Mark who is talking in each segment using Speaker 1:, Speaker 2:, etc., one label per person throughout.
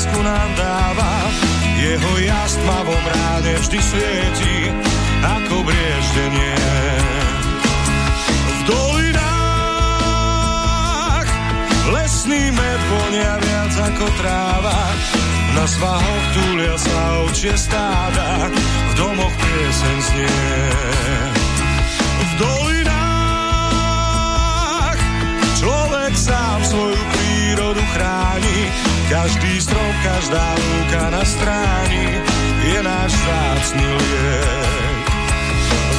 Speaker 1: lásku nám dáva, jeho jas tmavom ráne vždy svieti, ako brieždenie. V dolinách lesný med vonia viac ako tráva, na svahoch túlia sa ovčie stáda, v domoch pieseň znie. V dolinách človek sám svoju prírodu chráni, každý strom, každá lúka na stráni je náš vzácny liek. V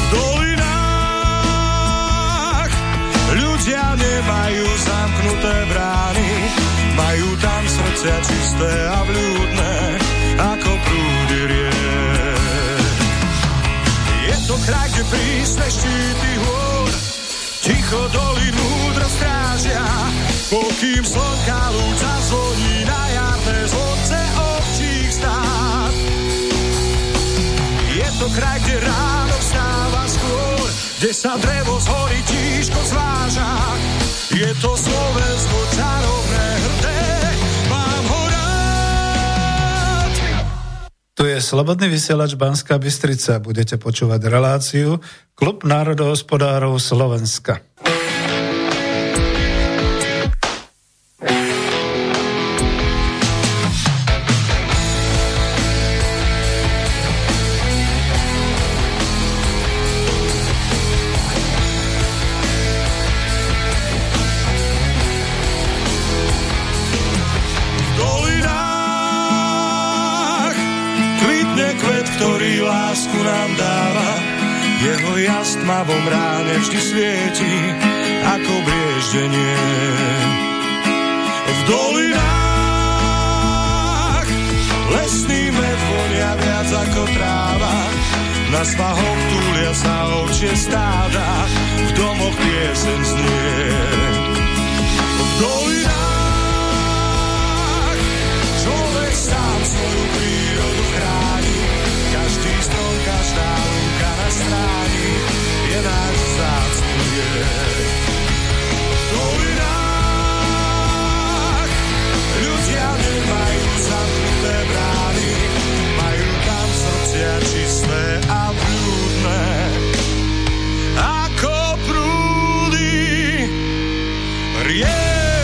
Speaker 1: dolinách ľudia nemajú zamknuté brány, majú tam srdcia čisté a vľúdne, ako prúdy riek. Je to kraj, kde prísne štíty hôr ticho dolín múdro strážia, pokým slnka lúč zazvoní na jarné zvonce ovčích stád. Je to kraj, kde ráno vstáva skôr, kde sa drevo z hory tížko zváža. Je to Slovensko čarovné, hrdé, mám ho rád.
Speaker 2: Tu je Slobodný vysielač Banská Bystrica. Budete počúvať reláciu Klub národohospodárov Slovenska.
Speaker 1: Lásku nám dáva, jeho jas tmavom ráne vždy svieti, ako brieždenie. V dolinách lesný med vonia viac ako tráva, na svahoch túlia sa ovčie stáda, v domoch pieseň znie. V dolinách človek sám svoju prírodu chráni, každý strom, každá lúka na stráni je náš vzácny liek. V dolinách ľudia nemajú zamknuté brány, majú tam srdcia čisté a vľúdne, ako prúdy riek.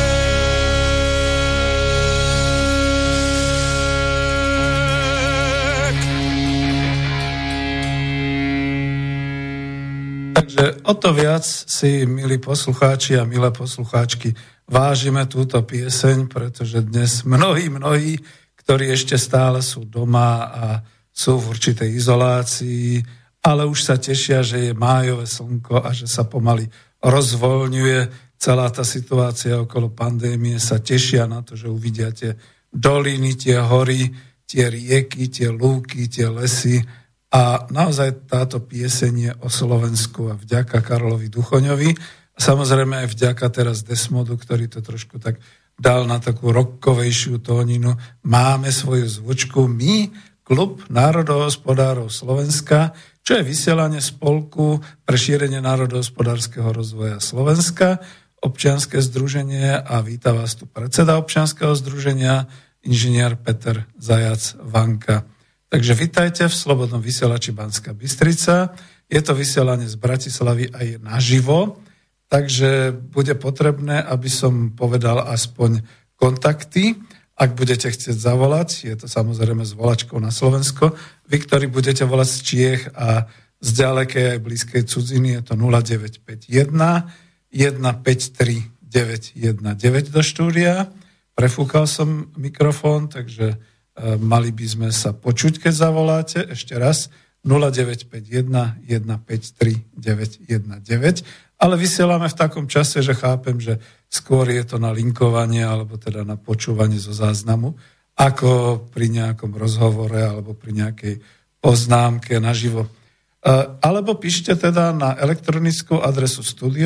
Speaker 2: Takže o to viac si, milí poslucháči a milé poslucháčky, vážime túto pieseň, pretože dnes mnohí, ktorí ešte stále sú doma a sú v určitej izolácii, ale už sa tešia, že je májové slnko a že sa pomaly rozvoľňuje celá tá situácia okolo pandémie, sa tešia na to, že uvidia tie doliny, tie hory, tie rieky, tie lúky, tie lesy. A naozaj táto pieseň je o Slovensku a vďaka Karolovi Duchoňovi a samozrejme aj vďaka teraz Desmodu, ktorý to trošku tak dal na takú rockovejšiu tóninu. Máme svoju zvučku my, Klub národohospodárov Slovenska, čo je vysielanie Spolku pre šírenie národohospodárskeho rozvoja Slovenska, občianske združenie, a víta vás tu predseda občianskeho združenia, inžinier Peter Zajac Vanka. Takže vitajte v Slobodnom vysielači Banská Bystrica. Je to vysielanie z Bratislavy aj naživo, takže bude potrebné, aby som povedal aspoň kontakty. Ak budete chcieť zavolať, je to samozrejme s volačkou na Slovensko. Vy, ktorí budete volať z Čiech a z ďalekej aj blízkej cudziny, je to 0951 153 919 do štúdia. Prefúkal som mikrofón, takže mali by sme sa počuť, keď zavoláte. Ešte raz 0951 153 919. Ale vysielame v takom čase, že chápem, že skôr je to na linkovanie alebo teda na počúvanie zo záznamu, ako pri nejakom rozhovore alebo pri nejakej poznámke naživo. Alebo píšte teda na elektronickú adresu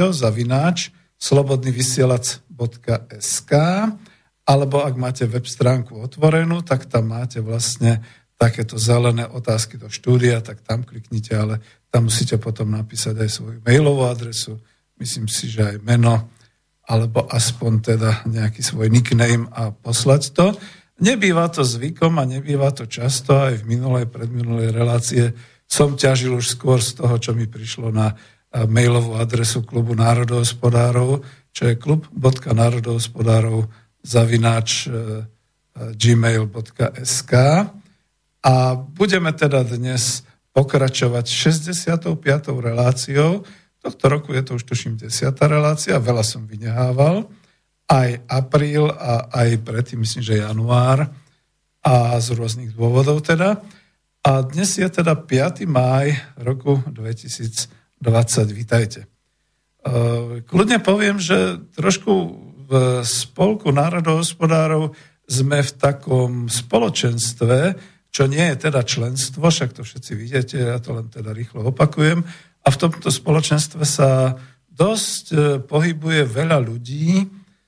Speaker 2: studio@slobodnyvysielac.sk, alebo ak máte web stránku otvorenú, tak tam máte vlastne takéto zelené otázky do štúdia, tak tam kliknite, ale tam musíte potom napísať aj svoju mailovú adresu, myslím si, že aj meno, alebo aspoň teda nejaký svoj nickname a poslať to. nebýva to zvykom a nebýva to často, aj v minulej, predminulej relácie som ťažil už skôr z toho, čo mi prišlo na mailovú adresu klubu národohospodárov, čo je klub.národohospodárov@gmail.sk a budeme teda dnes pokračovať 65. reláciou. Tohto roku je to už tuším 10. relácia, veľa som vynehával, aj apríl a aj predtým myslím, že január a z rôznych dôvodov teda. A dnes je teda 5. máj roku 2020. Vítajte. Kľudne poviem, že trošku v spolku národohospodárov sme v takom spoločenstve, čo nie je teda členstvo, však to všetci vidíte, ja to len teda rýchlo opakujem. A v tomto spoločenstve sa dosť pohybuje veľa ľudí,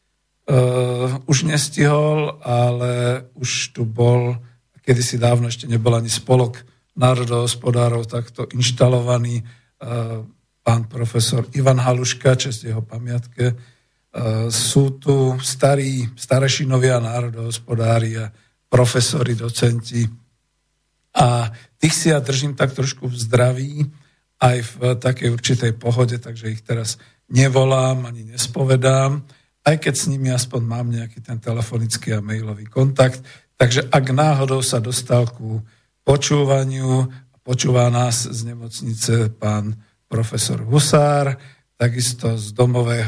Speaker 2: už nestihol, ale už tu bol kedysi dávno ešte nebol ani spolok národohospodárov takto inštalovaný pán profesor Ivan Haluška, česť jeho pamiatke. Sú tu starešinovia národohospodári a profesori, docenti a tých si ja držím tak trošku v zdraví aj v takej určitej pohode, takže ich teraz nevolám ani nespovedám, aj keď s nimi aspoň mám nejaký ten telefonický a mailový kontakt. Takže ak náhodou sa dostal ku počúvaniu, počúva nás z nemocnice pán profesor Husár, takisto z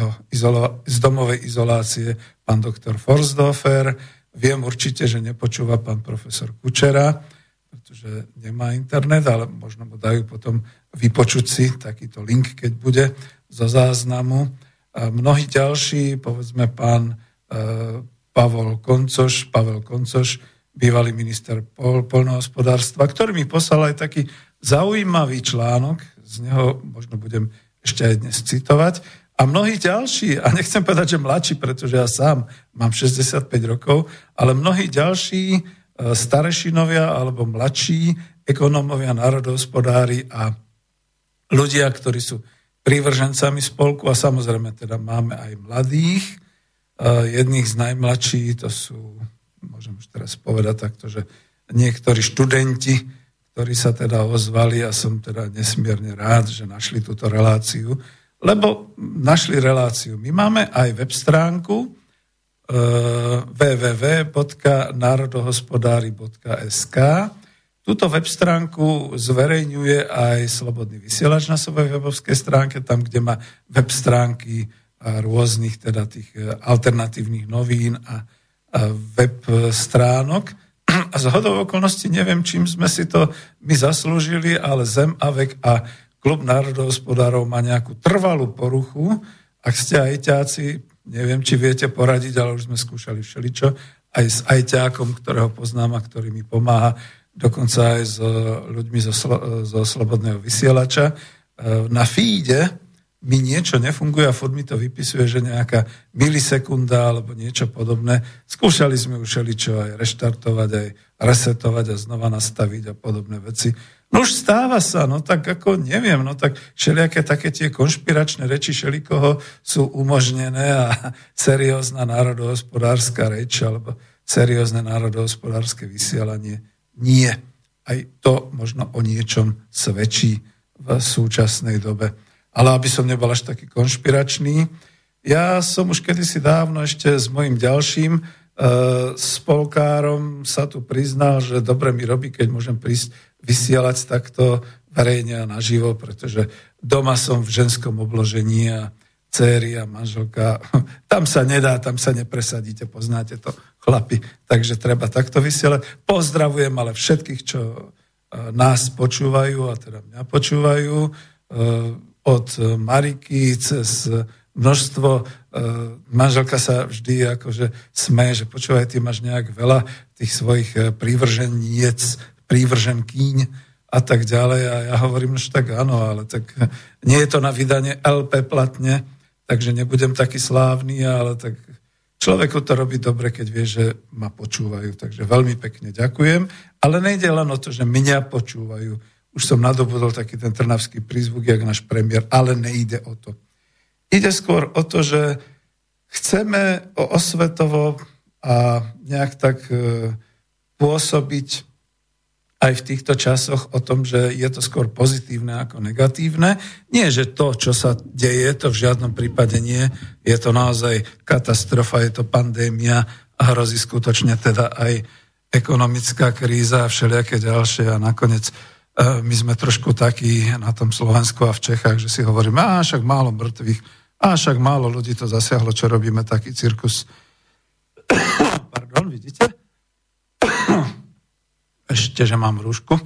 Speaker 2: domovej izolácie pán doktor Forsdorfer. Viem určite, že nepočúva pán profesor Kučera, pretože nemá internet, ale možno mu dajú potom vypočuť si takýto link, keď bude zo záznamu. A mnohí ďalší, povedzme pán Pavel Koncoš, bývalý minister poľnohospodárstva, ktorý mi poslal aj taký zaujímavý článok, z neho možno budem ešte aj dnes citovať. A mnohí ďalší, a nechcem povedať, že mladší, pretože ja sám mám 65 rokov, ale mnohí ďalší starešinovia alebo mladší ekonómovia, národohospodári a ľudia, ktorí sú prívržencami spolku a samozrejme teda máme aj mladých. Jedných z najmladších, to sú, môžem už teraz povedať takto, že niektorí študenti, ktorí sa teda ozvali a som teda nesmierne rád, že našli túto reláciu, lebo našli reláciu. My máme aj web stránku www.národohospodári.sk. Túto web stránku zverejňuje aj Slobodný vysielač na svojej webovskej stránke, tam, kde má web stránky rôznych teda tých alternatívnych novín a web stránok. A z hodou okolností neviem, čím sme si to my zaslúžili, ale Zem a vek a Klub národohospodárov má nejakú trvalú poruchu. Ak ste ajťáci, neviem, či viete poradiť, ale už sme skúšali všeličo, aj s ajťákom, ktorého poznám a ktorý mi pomáha, dokonca aj s ľuďmi zo Slobodného vysielača. Na feede mi niečo nefunguje a furt mi to vypisuje, že nejaká milisekunda alebo niečo podobné. Skúšali sme už všeličo aj reštartovať, aj resetovať a znova nastaviť a podobné veci. No už stáva sa, no tak ako neviem, no tak všelijaké také tie konšpiračné reči všelikoho sú umožnené a seriózna národohospodárska reč alebo seriózne národohospodárske vysielanie nie. Aj to možno o niečom svedčí v súčasnej dobe. Ale aby som nebol až taký konšpiračný, ja som už kedysi dávno ešte s mojím ďalším spolkárom sa tu priznal, že dobre mi robí, keď môžem prísť vysielať takto verejne a naživo, pretože doma som v ženskom obložení a dcéry a manželka, tam sa nedá, tam sa nepresadíte, poznáte to, chlapi, takže treba takto vysielať. Pozdravujem ale všetkých, čo nás počúvajú a teda mňa počúvajú, od Mariky cez množstvo, manželka sa vždy akože smeje, že počúvaj, ty máš nejak veľa tých svojich prívrženkýň a tak ďalej a ja hovorím, že tak áno, ale tak nie je to na vydanie LP platne, takže nebudem taký slávny, ale tak človeku to robí dobre, keď vie, že ma počúvajú, takže veľmi pekne ďakujem, ale nejde len o to, že mňa počúvajú. Už som nadobudol taký ten trnavský prízvuk, jak náš premiér, ale nejde o to. Ide skôr o to, že chceme osvetovo a nejak tak pôsobiť aj v týchto časoch o tom, že je to skôr pozitívne ako negatívne. Nie, že to, čo sa deje, to v žiadnom prípade nie. Je to naozaj katastrofa, je to pandémia a hrozí skutočne teda aj ekonomická kríza a všelijaké ďalšie. A nakoniec my sme trošku takí na tom Slovensku a v Čechách, že si hovoríme, však málo mŕtvych, však málo ľudí to zasiahlo, čo robíme taký cirkus. Pardon, vidíte? Ešte, že mám rúško,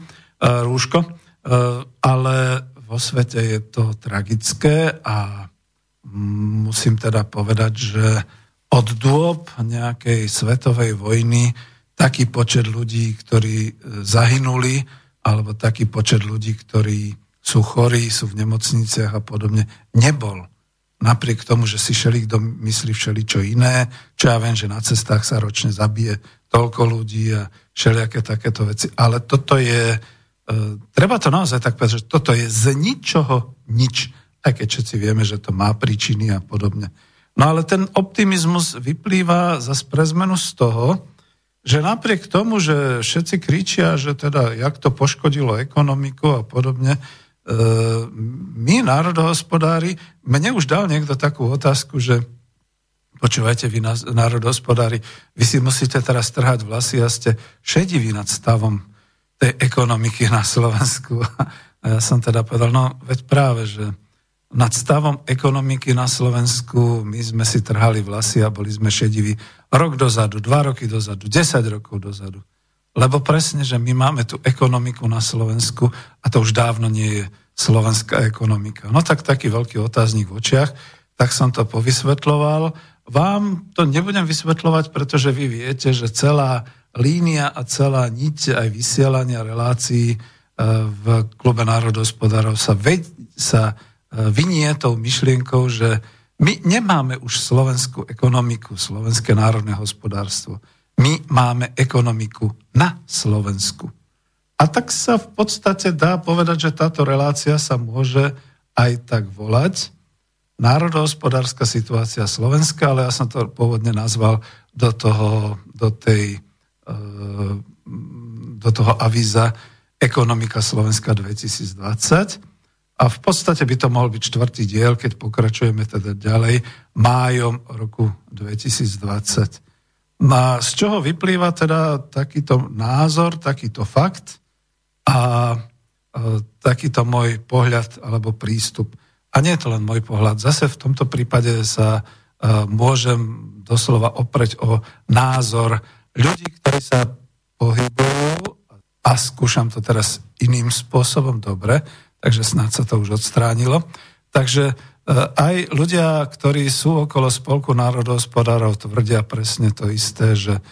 Speaker 2: ale vo svete je to tragické a musím teda povedať, že od dôb nejakej svetovej vojny taký počet ľudí, ktorí zahynuli, alebo taký počet ľudí, ktorí sú chorí, sú v nemocniciach a podobne, nebol. Napriek tomu, že si všelikto myslí všeličo iné, čo ja viem, že na cestách sa ročne zabije toľko ľudí a všelijaké takéto veci. Ale toto je, treba to naozaj tak povedať, že toto je z ničoho nič, aj keď všetci vieme, že to má príčiny a podobne. No ale ten optimizmus vyplýva zase pre zmenu z toho, že napriek tomu, že všetci kričia, že teda jak to poškodilo ekonomiku a podobne, my, národohospodári, mne už dal niekto takú otázku, že počúvajte, vy národohospodári, vy si musíte teraz trhať vlasy a ste šediví nad stavom tej ekonomiky na Slovensku. A ja som teda povedal, no veď práve, že nad stavom ekonomiky na Slovensku my sme si trhali vlasy a boli sme šediví rok dozadu, 2 roky dozadu, 10 rokov dozadu. Lebo presne, že my máme tú ekonomiku na Slovensku a to už dávno nie je slovenská ekonomika. No tak taký veľký otáznik v očiach, tak som to povysvetľoval. Vám to nebudem vysvetľovať, pretože vy viete, že celá línia a celá niť aj vysielania relácií v Klube národohospodárov sa vynie tou myšlienkou, že my nemáme už slovenskú ekonomiku, slovenské národné hospodárstvo. My máme ekonomiku na Slovensku. A tak sa v podstate dá povedať, že táto relácia sa môže aj tak volať národohospodárska situácia Slovenska, ale ja som to pôvodne nazval do toho avíza Ekonomika Slovenska 2020. A v podstate by to mohol byť 4. diel, keď pokračujeme teda ďalej, májom roku 2020. A z čoho vyplýva teda takýto názor, takýto fakt a takýto môj pohľad alebo prístup. A nie je to len môj pohľad. Zase v tomto prípade sa môžem doslova oprieť o názor ľudí, ktorí sa pohybujú a skúšam to teraz iným spôsobom, dobre, takže snáď sa to už odstránilo. Takže aj ľudia, ktorí sú okolo Spolku národohospodárov, tvrdia presne to isté, že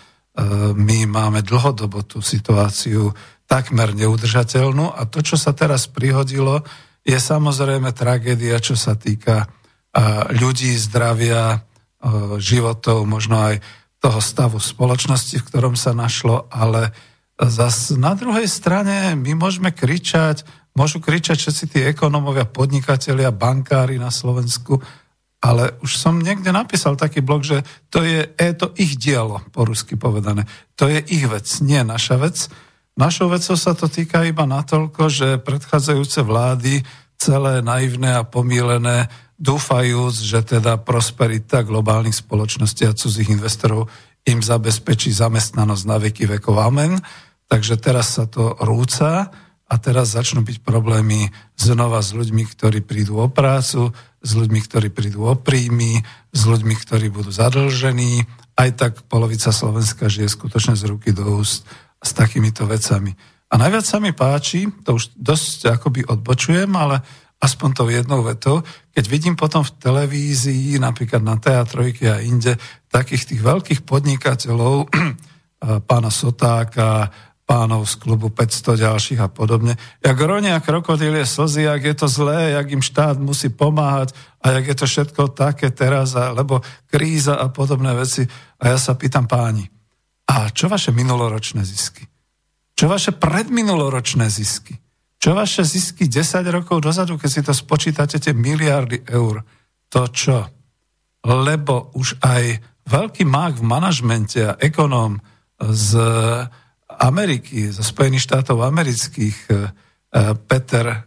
Speaker 2: my máme dlhodobo tú situáciu takmer neudržateľnú a to, čo sa teraz prihodilo, je samozrejme tragédia, čo sa týka ľudí, zdravia, životov, možno aj toho stavu spoločnosti, v ktorom sa našlo, ale zas na druhej strane my môžeme kričať, môžu kričať všetci tí ekonómovia, podnikatelia, bankári na Slovensku, ale už som niekde napísal taký blog, že to je ich dielo, po rusky povedané. To je ich vec, nie naša vec. Našou vecou sa to týka iba natoľko, že predchádzajúce vlády, celé naivné a pomílené, dúfajúc, že teda prosperita globálnych spoločností a cudzích investorov im zabezpečí zamestnanosť na veky vekov. Amen. Takže teraz sa to rúca a teraz začnú byť problémy znova s ľuďmi, ktorí prídu o prácu, s ľuďmi, ktorí prídu o príjmy, s ľuďmi, ktorí budú zadlžení. Aj tak polovica Slovenska žije skutočne z ruky do úst s takýmito vecami. A najviac sa mi páči, to už dosť akoby odbočujem, ale aspoň tou jednou vetou, keď vidím potom v televízii, napríklad na TA3 a inde, takých tých veľkých podnikateľov, pána Sotáka, pánov z klubu 500 ďalších a podobne, jak ronia krokodílie slzy, jak je to zlé, jak im štát musí pomáhať a jak je to všetko také teraz, lebo kríza a podobné veci. A ja sa pýtam páni, a čo vaše minuloročné zisky? Čo vaše predminuloročné zisky? Čo vaše zisky 10 rokov dozadu, keď si to spočítate, tie miliardy eur? To čo? Lebo už aj v veľký mák v manažmente a ekonóm z Ameriky, zo Spojených štátov amerických, Peter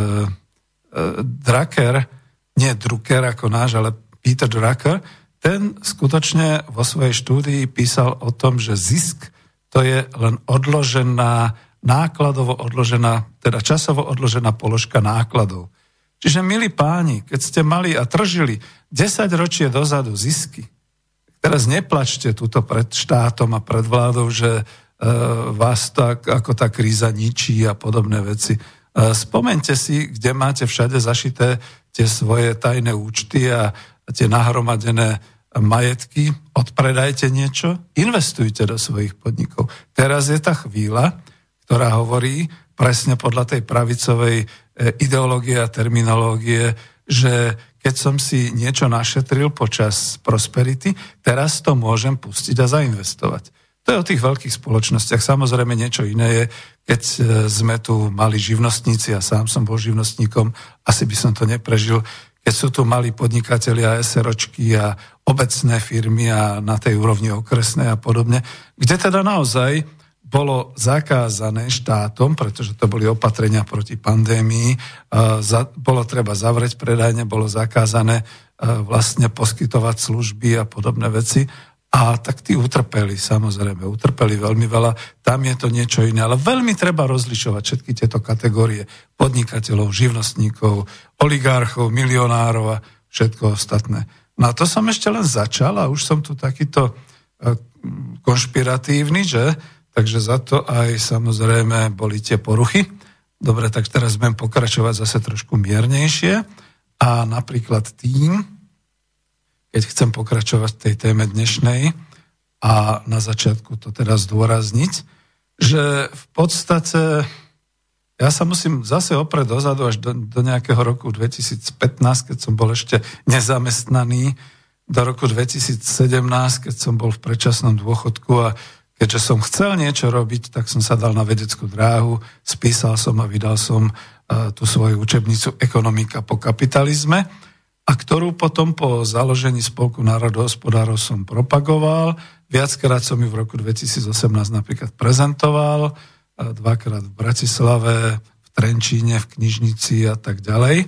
Speaker 2: Drucker, nie Drucker ako náš, ale Peter Drucker, ten skutočne vo svojej štúdii písal o tom, že zisk to je len odložená, nákladovo odložená, teda časovo odložená položka nákladov. Čiže, milí páni, keď ste mali a tržili 10 ročie dozadu zisky, teraz neplačte túto pred štátom a pred vládou, že vás tak, ako tá kríza ničí a podobné veci. Spomeňte si, kde máte všade zašité tie svoje tajné účty a tie nahromadené majetky, odpredajte niečo, investujte do svojich podnikov. Teraz je tá chvíľa, ktorá hovorí presne podľa tej pravicovej ideológie a terminológie, že keď som si niečo našetril počas prosperity, teraz to môžem pustiť a zainvestovať. To je o tých veľkých spoločnostiach. Samozrejme niečo iné je, keď sme tu mali živnostníci, a sám som bol živnostníkom, asi by som to neprežil, keď sú tu mali podnikatelia, SROčky a obecné firmy a na tej úrovni okresnej a podobne, kde teda naozaj bolo zakázané štátom, pretože to boli opatrenia proti pandémii, bolo treba zavrieť predajne, bolo zakázané vlastne poskytovať služby a podobné veci. A tak tí utrpeli, samozrejme, utrpeli veľmi veľa. Tam je to niečo iné, ale veľmi treba rozlišovať všetky tieto kategórie podnikateľov, živnostníkov, oligarchov, milionárov a všetko ostatné. No a to som ešte len začal a už som tu takýto konšpiratívny, že? Takže za to aj samozrejme boli tie poruchy. Dobre, tak teraz budem pokračovať zase trošku miernejšie a napríklad tým, keď chcem pokračovať v tej téme dnešnej a na začiatku to teraz zdôrazniť, že v podstate ja sa musím zase oprieť dozadu až do nejakého roku 2015, keď som bol ešte nezamestnaný, do roku 2017, keď som bol v predčasnom dôchodku a keďže som chcel niečo robiť, tak som sa dal na vedeckú dráhu, spísal som a vydal som tú svoju učebnicu Ekonomika po kapitalizme, a ktorú potom po založení Spolku národohospodárov som propagoval. Viackrát som ju v roku 2018 napríklad prezentoval, dvakrát v Bratislave, v Trenčíne, v knižnici a tak ďalej.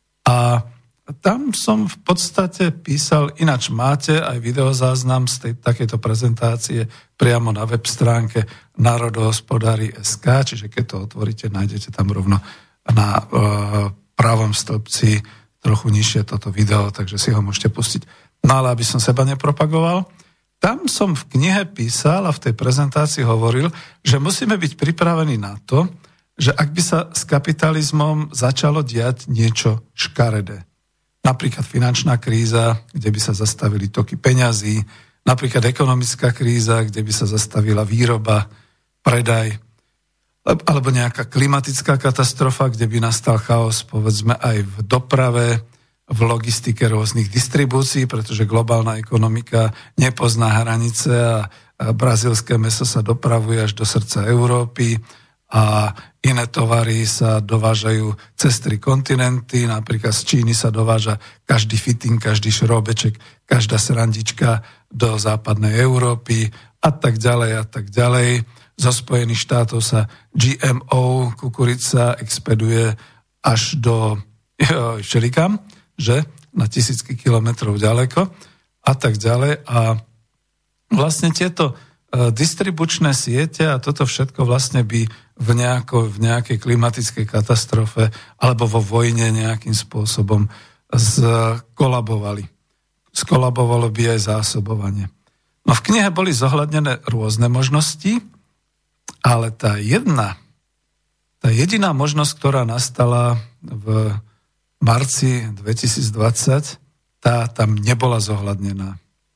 Speaker 2: A tam som v podstate písal, ináč máte aj videozáznam z takejto prezentácie priamo na web stránke národohospodári.sk, čiže keď to otvoríte, nájdete tam rovno na pravom stĺpci trochu nižšie toto video, takže si ho môžete pustiť. No ale aby som seba nepropagoval, tam som v knihe písal a v tej prezentácii hovoril, že musíme byť pripravení na to, že ak by sa s kapitalizmom začalo diať niečo škaredé. Napríklad finančná kríza, kde by sa zastavili toky peňazí, napríklad ekonomická kríza, kde by sa zastavila výroba, predaj, alebo nejaká klimatická katastrofa, kde by nastal chaos, povedzme, aj v doprave, v logistike rôznych distribúcií, pretože globálna ekonomika nepozná hranice a brazílske mäso sa dopravuje až do srdca Európy a iné tovary sa dovážajú cez 3 kontinenty, napríklad z Číny sa dováža každý fitting, každý šrobeček, každá srandička do západnej Európy a tak ďalej a tak ďalej. Zo Spojených štátov sa GMO kukurica expeduje až do všelikam, že na tisícky kilometrov ďaleko a tak ďalej. A vlastne tieto distribučné siete a toto všetko vlastne by v nejakej klimatickej katastrofe alebo vo vojne nejakým spôsobom skolabovali. Skolabovalo by aj zásobovanie. No v knihe boli zohľadnené rôzne možnosti, ale tá jediná možnosť, ktorá nastala v marci 2020, tá tam nebola zohľadnená.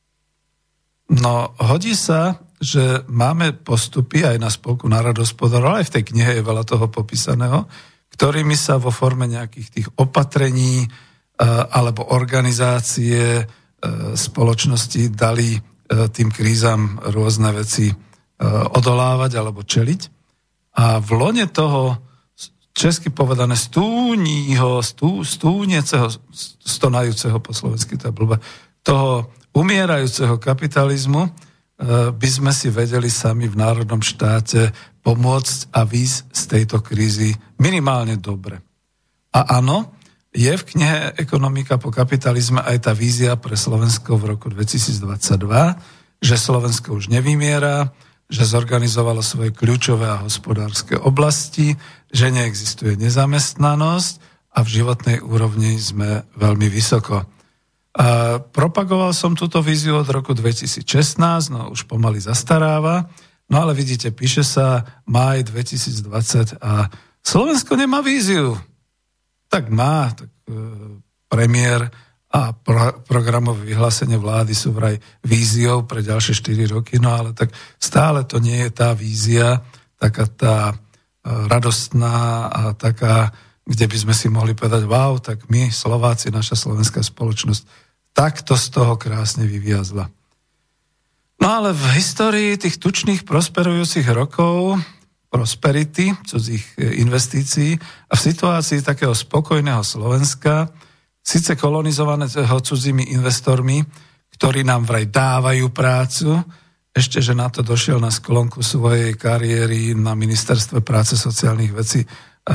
Speaker 2: No hodí sa, že máme postupy aj na Spolku národohospodárov, ale aj v tej knihe je veľa toho popísaného, ktorými sa vo forme nejakých tých opatrení alebo organizácie spoločnosti dali tým krízam rôzne veci odolávať alebo čeliť. A v lone toho, česky povedané, stúniceho, stonajúceho po slovensky, to je blbé, toho umierajúceho kapitalizmu by sme si vedeli sami v národnom štáte pomôcť a výjsť z tejto krízy minimálne dobre. A áno, je v knihe Ekonomika po kapitalizme aj tá vízia pre Slovensko v roku 2022, že Slovensko už nevymiera, že zorganizovalo svoje kľúčové a hospodárske oblasti, že neexistuje nezamestnanosť a v životnej úrovni sme veľmi vysoko. A propagoval som túto víziu od roku 2016, no už pomaly zastaráva, no ale vidíte, píše sa máj 2020 a Slovensko nemá víziu. Tak má, tak premiér a programové vyhlásenie vlády sú vraj víziou pre ďalšie 4 roky, no ale tak stále to nie je tá vízia, taká tá radostná a taká, kde by sme si mohli povedať, wow, tak my, Slováci, naša slovenská spoločnosť, takto z toho krásne vyviazla. No ale v histórii tých tučných prosperujúcich rokov, prosperity, cudzích investícií a v situácii takého spokojného Slovenska, síce kolonizovaného cudzími investormi, ktorí nám vraj dávajú prácu, ešte, že na to došiel na sklonku svojej kariéry na ministerstve práce sociálnych vecí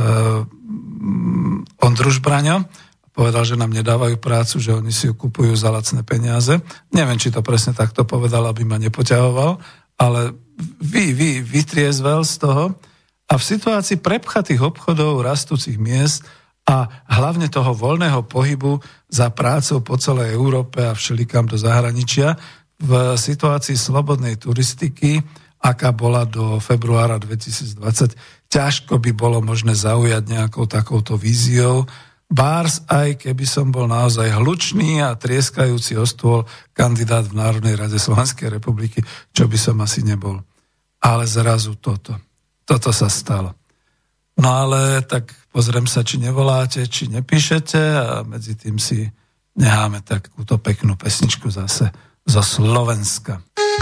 Speaker 2: Ondruš Braňo, povedal, že nám nedávajú prácu, že oni si ju kupujú za lacné peniaze. Neviem, či to presne takto povedal, aby ma nepoťahoval, ale vytriezvel z toho. A v situácii prepchatých obchodov, rastúcich miest a hlavne toho voľného pohybu za prácou po celej Európe a všelikam do zahraničia, v situácii slobodnej turistiky, aká bola do februára 2020, ťažko by bolo možné zaujať nejakou takouto víziou. Bárs, aj keby som bol naozaj hlučný a trieskajúci o stôl kandidát v Národnej rade Slovenskej republiky, čo by som asi nebol. Ale zrazu toto sa stalo. No ale tak pozriem sa, či nevoláte, či nepíšete a medzi tým si necháme takúto peknú pesničku zase zo Slovenska.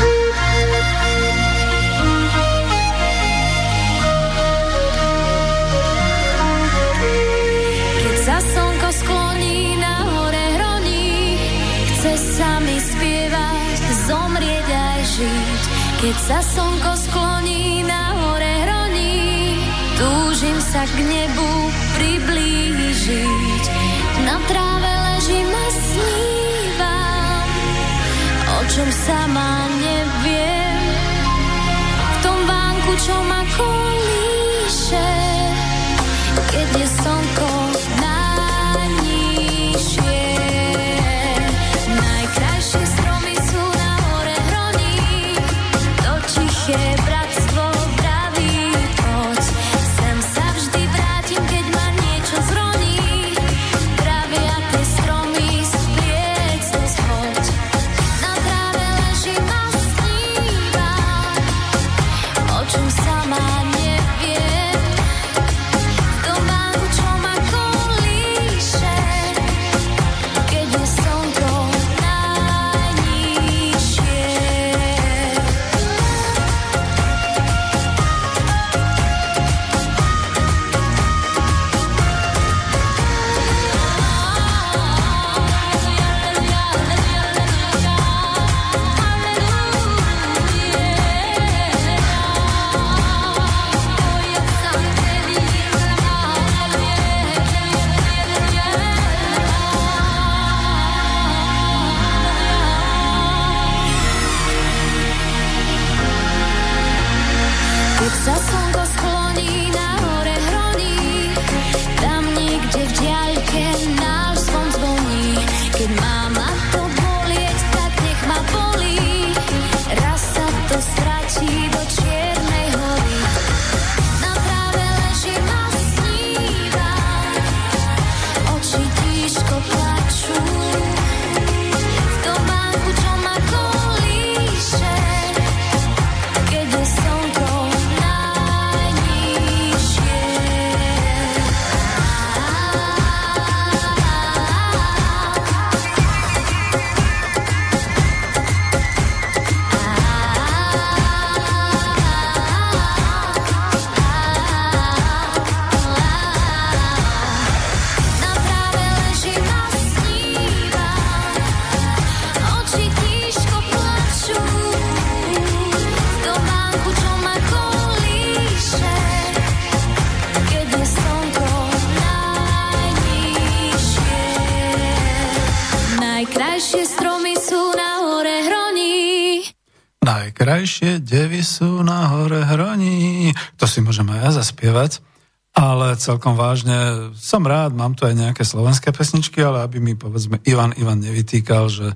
Speaker 3: Keď sa slnko skloní na hore hroní, túžim sa k nebu priblížiť. Na tráve ležím a snívam, o čom sama neviem. V tom vánku, čo ma kolíše, keď je slnko najnižšie. Najkrajšie stromy sú na hore hroní, tiché bratstvo vraví poď. Sem sa vždy vrátim, keď ma niečo zroní. Pravia tie stromy splieť zo schoď. Na tráve ležím a snívam, o čom sama neviem. V tom vánku, čo ma kolíše, keď je slnko najnižšie. Keď sa slnko skloní na hore hroní, tam niekde v diaľke náš zvon zvoní. Keď má ma to bolieť, tak nech ma bolí, raz sa to stratí do čiernej hory. Na tráve ležím a snívam, oči tížko plačú. V tom vánku, čo ma kolíše, keď je slnko najnižšie. Najkrajšie stromy sú na hore hroní.
Speaker 2: Najkrajšie devy sú na hore hroní. To si môžem aj ja zaspievať, ale celkom vážne som rád, mám tu aj nejaké slovenské pesničky, ale aby mi povedzme Ivan nevytýkal, že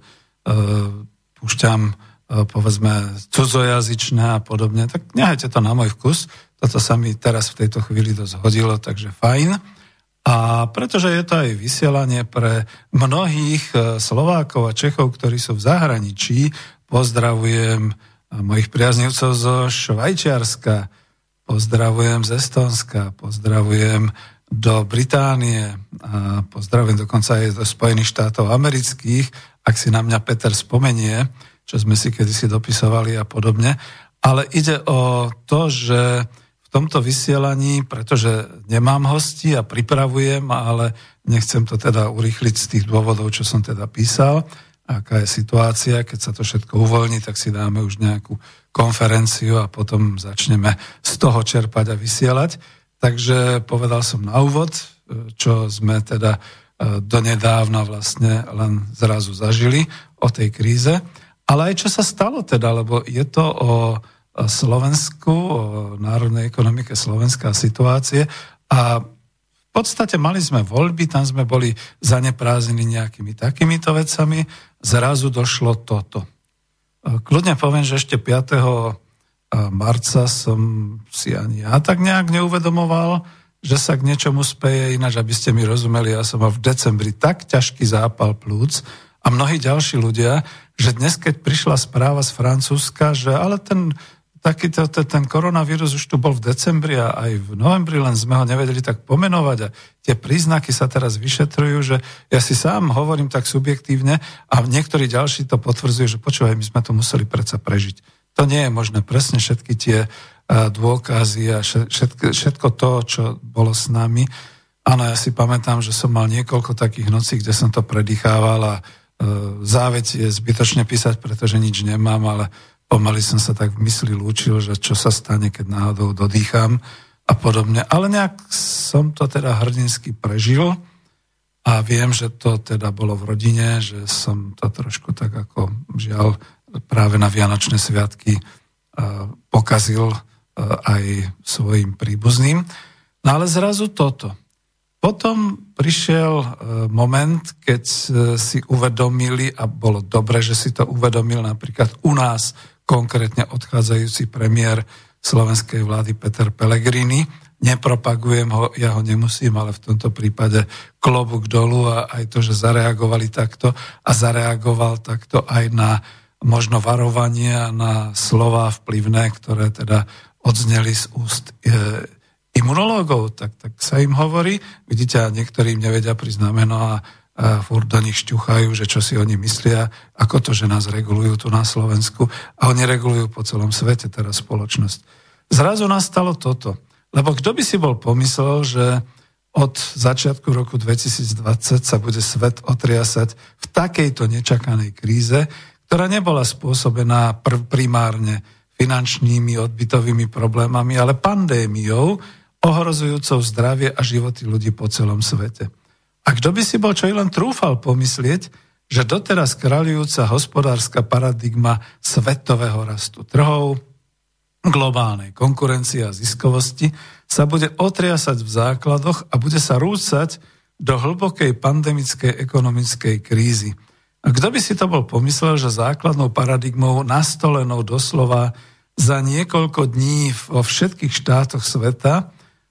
Speaker 2: púšťam povedzme cudzojazyčné a podobne, tak nehajte to na môj vkus. Toto sa mi teraz v tejto chvíli dosť hodilo, takže fajn. A pretože je to aj vysielanie pre mnohých Slovákov a Čechov, ktorí sú v zahraničí, pozdravujem mojich priaznivcov zo Švajčiarska, pozdravujem z Estónska, pozdravujem do Británie a pozdravujem dokonca aj do Spojených štátov amerických, ak si na mňa Peter spomenie, čo sme si kedysi dopisovali a podobne. Ale ide o to, že v tomto vysielaní, pretože nemám hostí a pripravujem, ale nechcem to teda urýchliť z tých dôvodov, čo som teda písal, aká je situácia, keď sa to všetko uvoľní, tak si dáme už nejakú konferenciu a potom začneme z toho čerpať a vysielať. Takže povedal som na úvod, čo sme teda donedávna vlastne len zrazu zažili o tej kríze, ale aj čo sa stalo teda, lebo je to o Slovensku, o národnej ekonomike Slovenska situácie a v podstate mali sme voľby, tam sme boli zaneprázdnení nejakými takýmito vecami, zrazu došlo toto. Kľudne poviem, že ešte 5. marca som si ani ja tak nejak neuvedomoval, že sa k niečomu speje, ináč aby ste mi rozumeli, ja som mal v decembri tak ťažký zápal plúc a mnohí ďalší ľudia, že dnes, keď prišla správa z Francúzska, že ale ten koronavírus už tu bol v decembri a aj v novembri, len sme ho nevedeli tak pomenovať a tie príznaky sa teraz vyšetrujú, že ja si sám hovorím tak subjektívne a niektorí ďalší to potvrdzujú, že počúvaj, my sme to museli predsa prežiť. To nie je možné. Presne všetky tie dôkazy a všetko to, čo bolo s nami. Áno, ja si pamätám, že som mal niekoľko takých nocí, kde som to predýchával a záveť je zbytočne písať, pretože nič nemám, ale pomaly som sa tak v mysli lúčil, že čo sa stane, keď náhodou dodýcham a podobne. Ale nejak som to teda hrdinsky prežil a viem, že to teda bolo v rodine, že som to trošku tak ako žiaľ práve na Vianočné sviatky pokazil aj svojim príbuzným. No ale zrazu toto. Potom prišiel moment, keď si uvedomili, a bolo dobre, že si to uvedomil napríklad u nás, konkrétne odchádzajúci premiér slovenskej vlády Peter Pellegrini. Nepropagujem ho, ja ho nemusím, ale v tomto prípade klobúk dolu a aj to, že zareagovali takto a zareagoval takto aj na možno varovanie a na slová vplyvné, ktoré teda odzneli z úst imunológov, tak sa im hovorí. Vidíte, a niektorým nevedia prísť na meno a furt do nich šťuchajú, že čo si oni myslia, ako to, že nás regulujú tu na Slovensku a oni regulujú po celom svete teraz spoločnosť. Zrazu nastalo toto, lebo kto by si bol pomyslel, že od začiatku roku 2020 sa bude svet otriasať v takejto nečakanej kríze, ktorá nebola spôsobená primárne finančnými odbytovými problémami, ale pandémiou, ohrozujúcou zdravie a životy ľudí po celom svete. A kto by si bol čo i len trúfal pomyslieť, že doteraz kráľujúca hospodárska paradigma svetového rastu trhov, globálnej konkurencie a ziskovosti sa bude otriasať v základoch a bude sa rúcať do hlbokej pandemickej ekonomickej krízy. A kto by si to bol pomyslel, že základnou paradigmou nastolenou doslova za niekoľko dní vo všetkých štátoch sveta,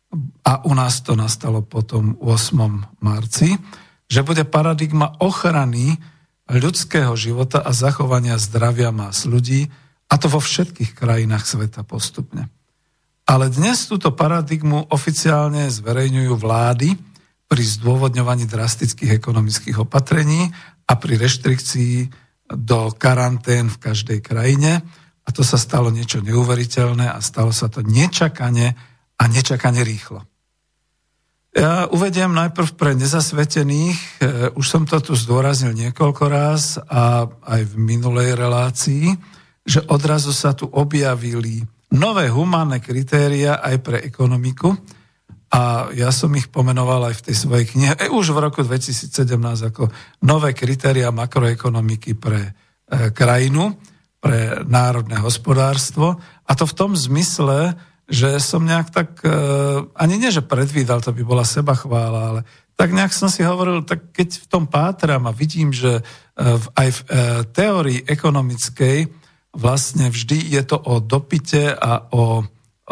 Speaker 2: a u nás to nastalo potom 8. marci, že bude paradigma ochrany ľudského života a zachovania zdravia más ľudí, a to vo všetkých krajinách sveta postupne. Ale dnes túto paradigmu oficiálne zverejňujú vlády pri zdôvodňovaní drastických ekonomických opatrení a pri reštrikcii do karantén v každej krajine. A to sa stalo niečo neuveriteľné a stalo sa to nečakane a nečakane rýchlo. Ja uvediem najprv pre nezasvetených, už som to tu zdôraznil niekoľko ráz a aj v minulej relácii, že odrazu sa tu objavili nové humánne kritéria aj pre ekonomiku a ja som ich pomenoval aj v tej svojej knihe, už v roku 2017 ako nové kritéria makroekonomiky pre krajinu, pre národné hospodárstvo. A to v tom zmysle, že som nejak tak, ani nie, že predvídal, to by bola sebachvála, ale tak nejak som si hovoril, tak keď v tom pátram a vidím, že aj v teórii ekonomickej vlastne vždy je to o dopyte a o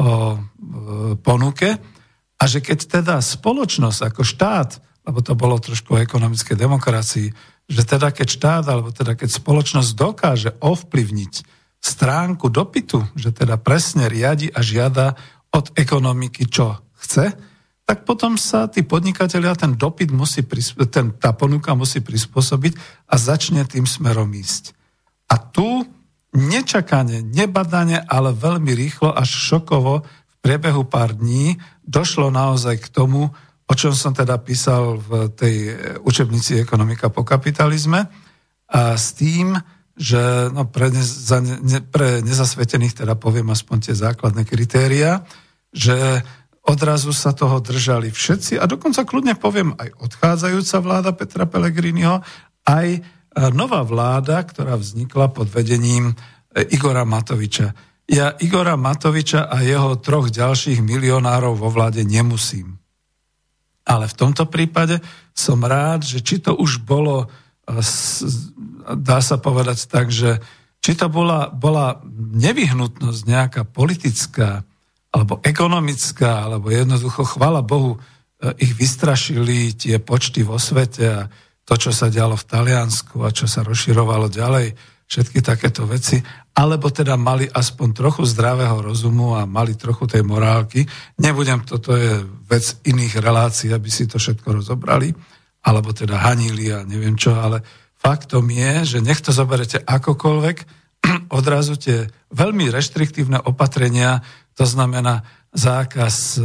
Speaker 2: ponuke, a že keď teda spoločnosť ako štát, lebo to bolo trošku o ekonomickej demokracii, že teda keď štát, alebo teda keď spoločnosť dokáže ovplyvniť stránku dopytu, že teda presne riadi a žiada od ekonomiky, čo chce, tak potom sa tí podnikatelia, ten dopyt tá ponuka musí prispôsobiť a začne tým smerom ísť. A tu nečakane, nebadane, ale veľmi rýchlo, až šokovo v priebehu pár dní došlo naozaj k tomu, o čom som teda písal v tej učebnici Ekonomika po kapitalizme, a s tým, že pre nezasvetených teda poviem aspoň tie základné kritériá, že odrazu sa toho držali všetci a dokonca kľudne poviem aj odchádzajúca vláda Petra Pellegriniho, aj nová vláda, ktorá vznikla pod vedením Igora Matoviča. Ja Igora Matoviča a jeho 3 ďalších milionárov vo vláde nemusím. Ale v tomto prípade som rád, že či to už bolo, dá sa povedať tak, že či to bola nevyhnutnosť nejaká politická, alebo ekonomická, alebo jednoducho, chvála Bohu, ich vystrašili tie počty vo svete a to, čo sa dialo v Taliansku a čo sa rozširovalo ďalej, všetky takéto veci, alebo teda mali aspoň trochu zdravého rozumu a mali trochu tej morálky. Nebudem, toto je vec iných relácií, aby si to všetko rozobrali, alebo teda hanili a neviem čo, ale faktom je, že nech to zoberete akokoľvek, odrazu tie veľmi reštriktívne opatrenia, to znamená zákaz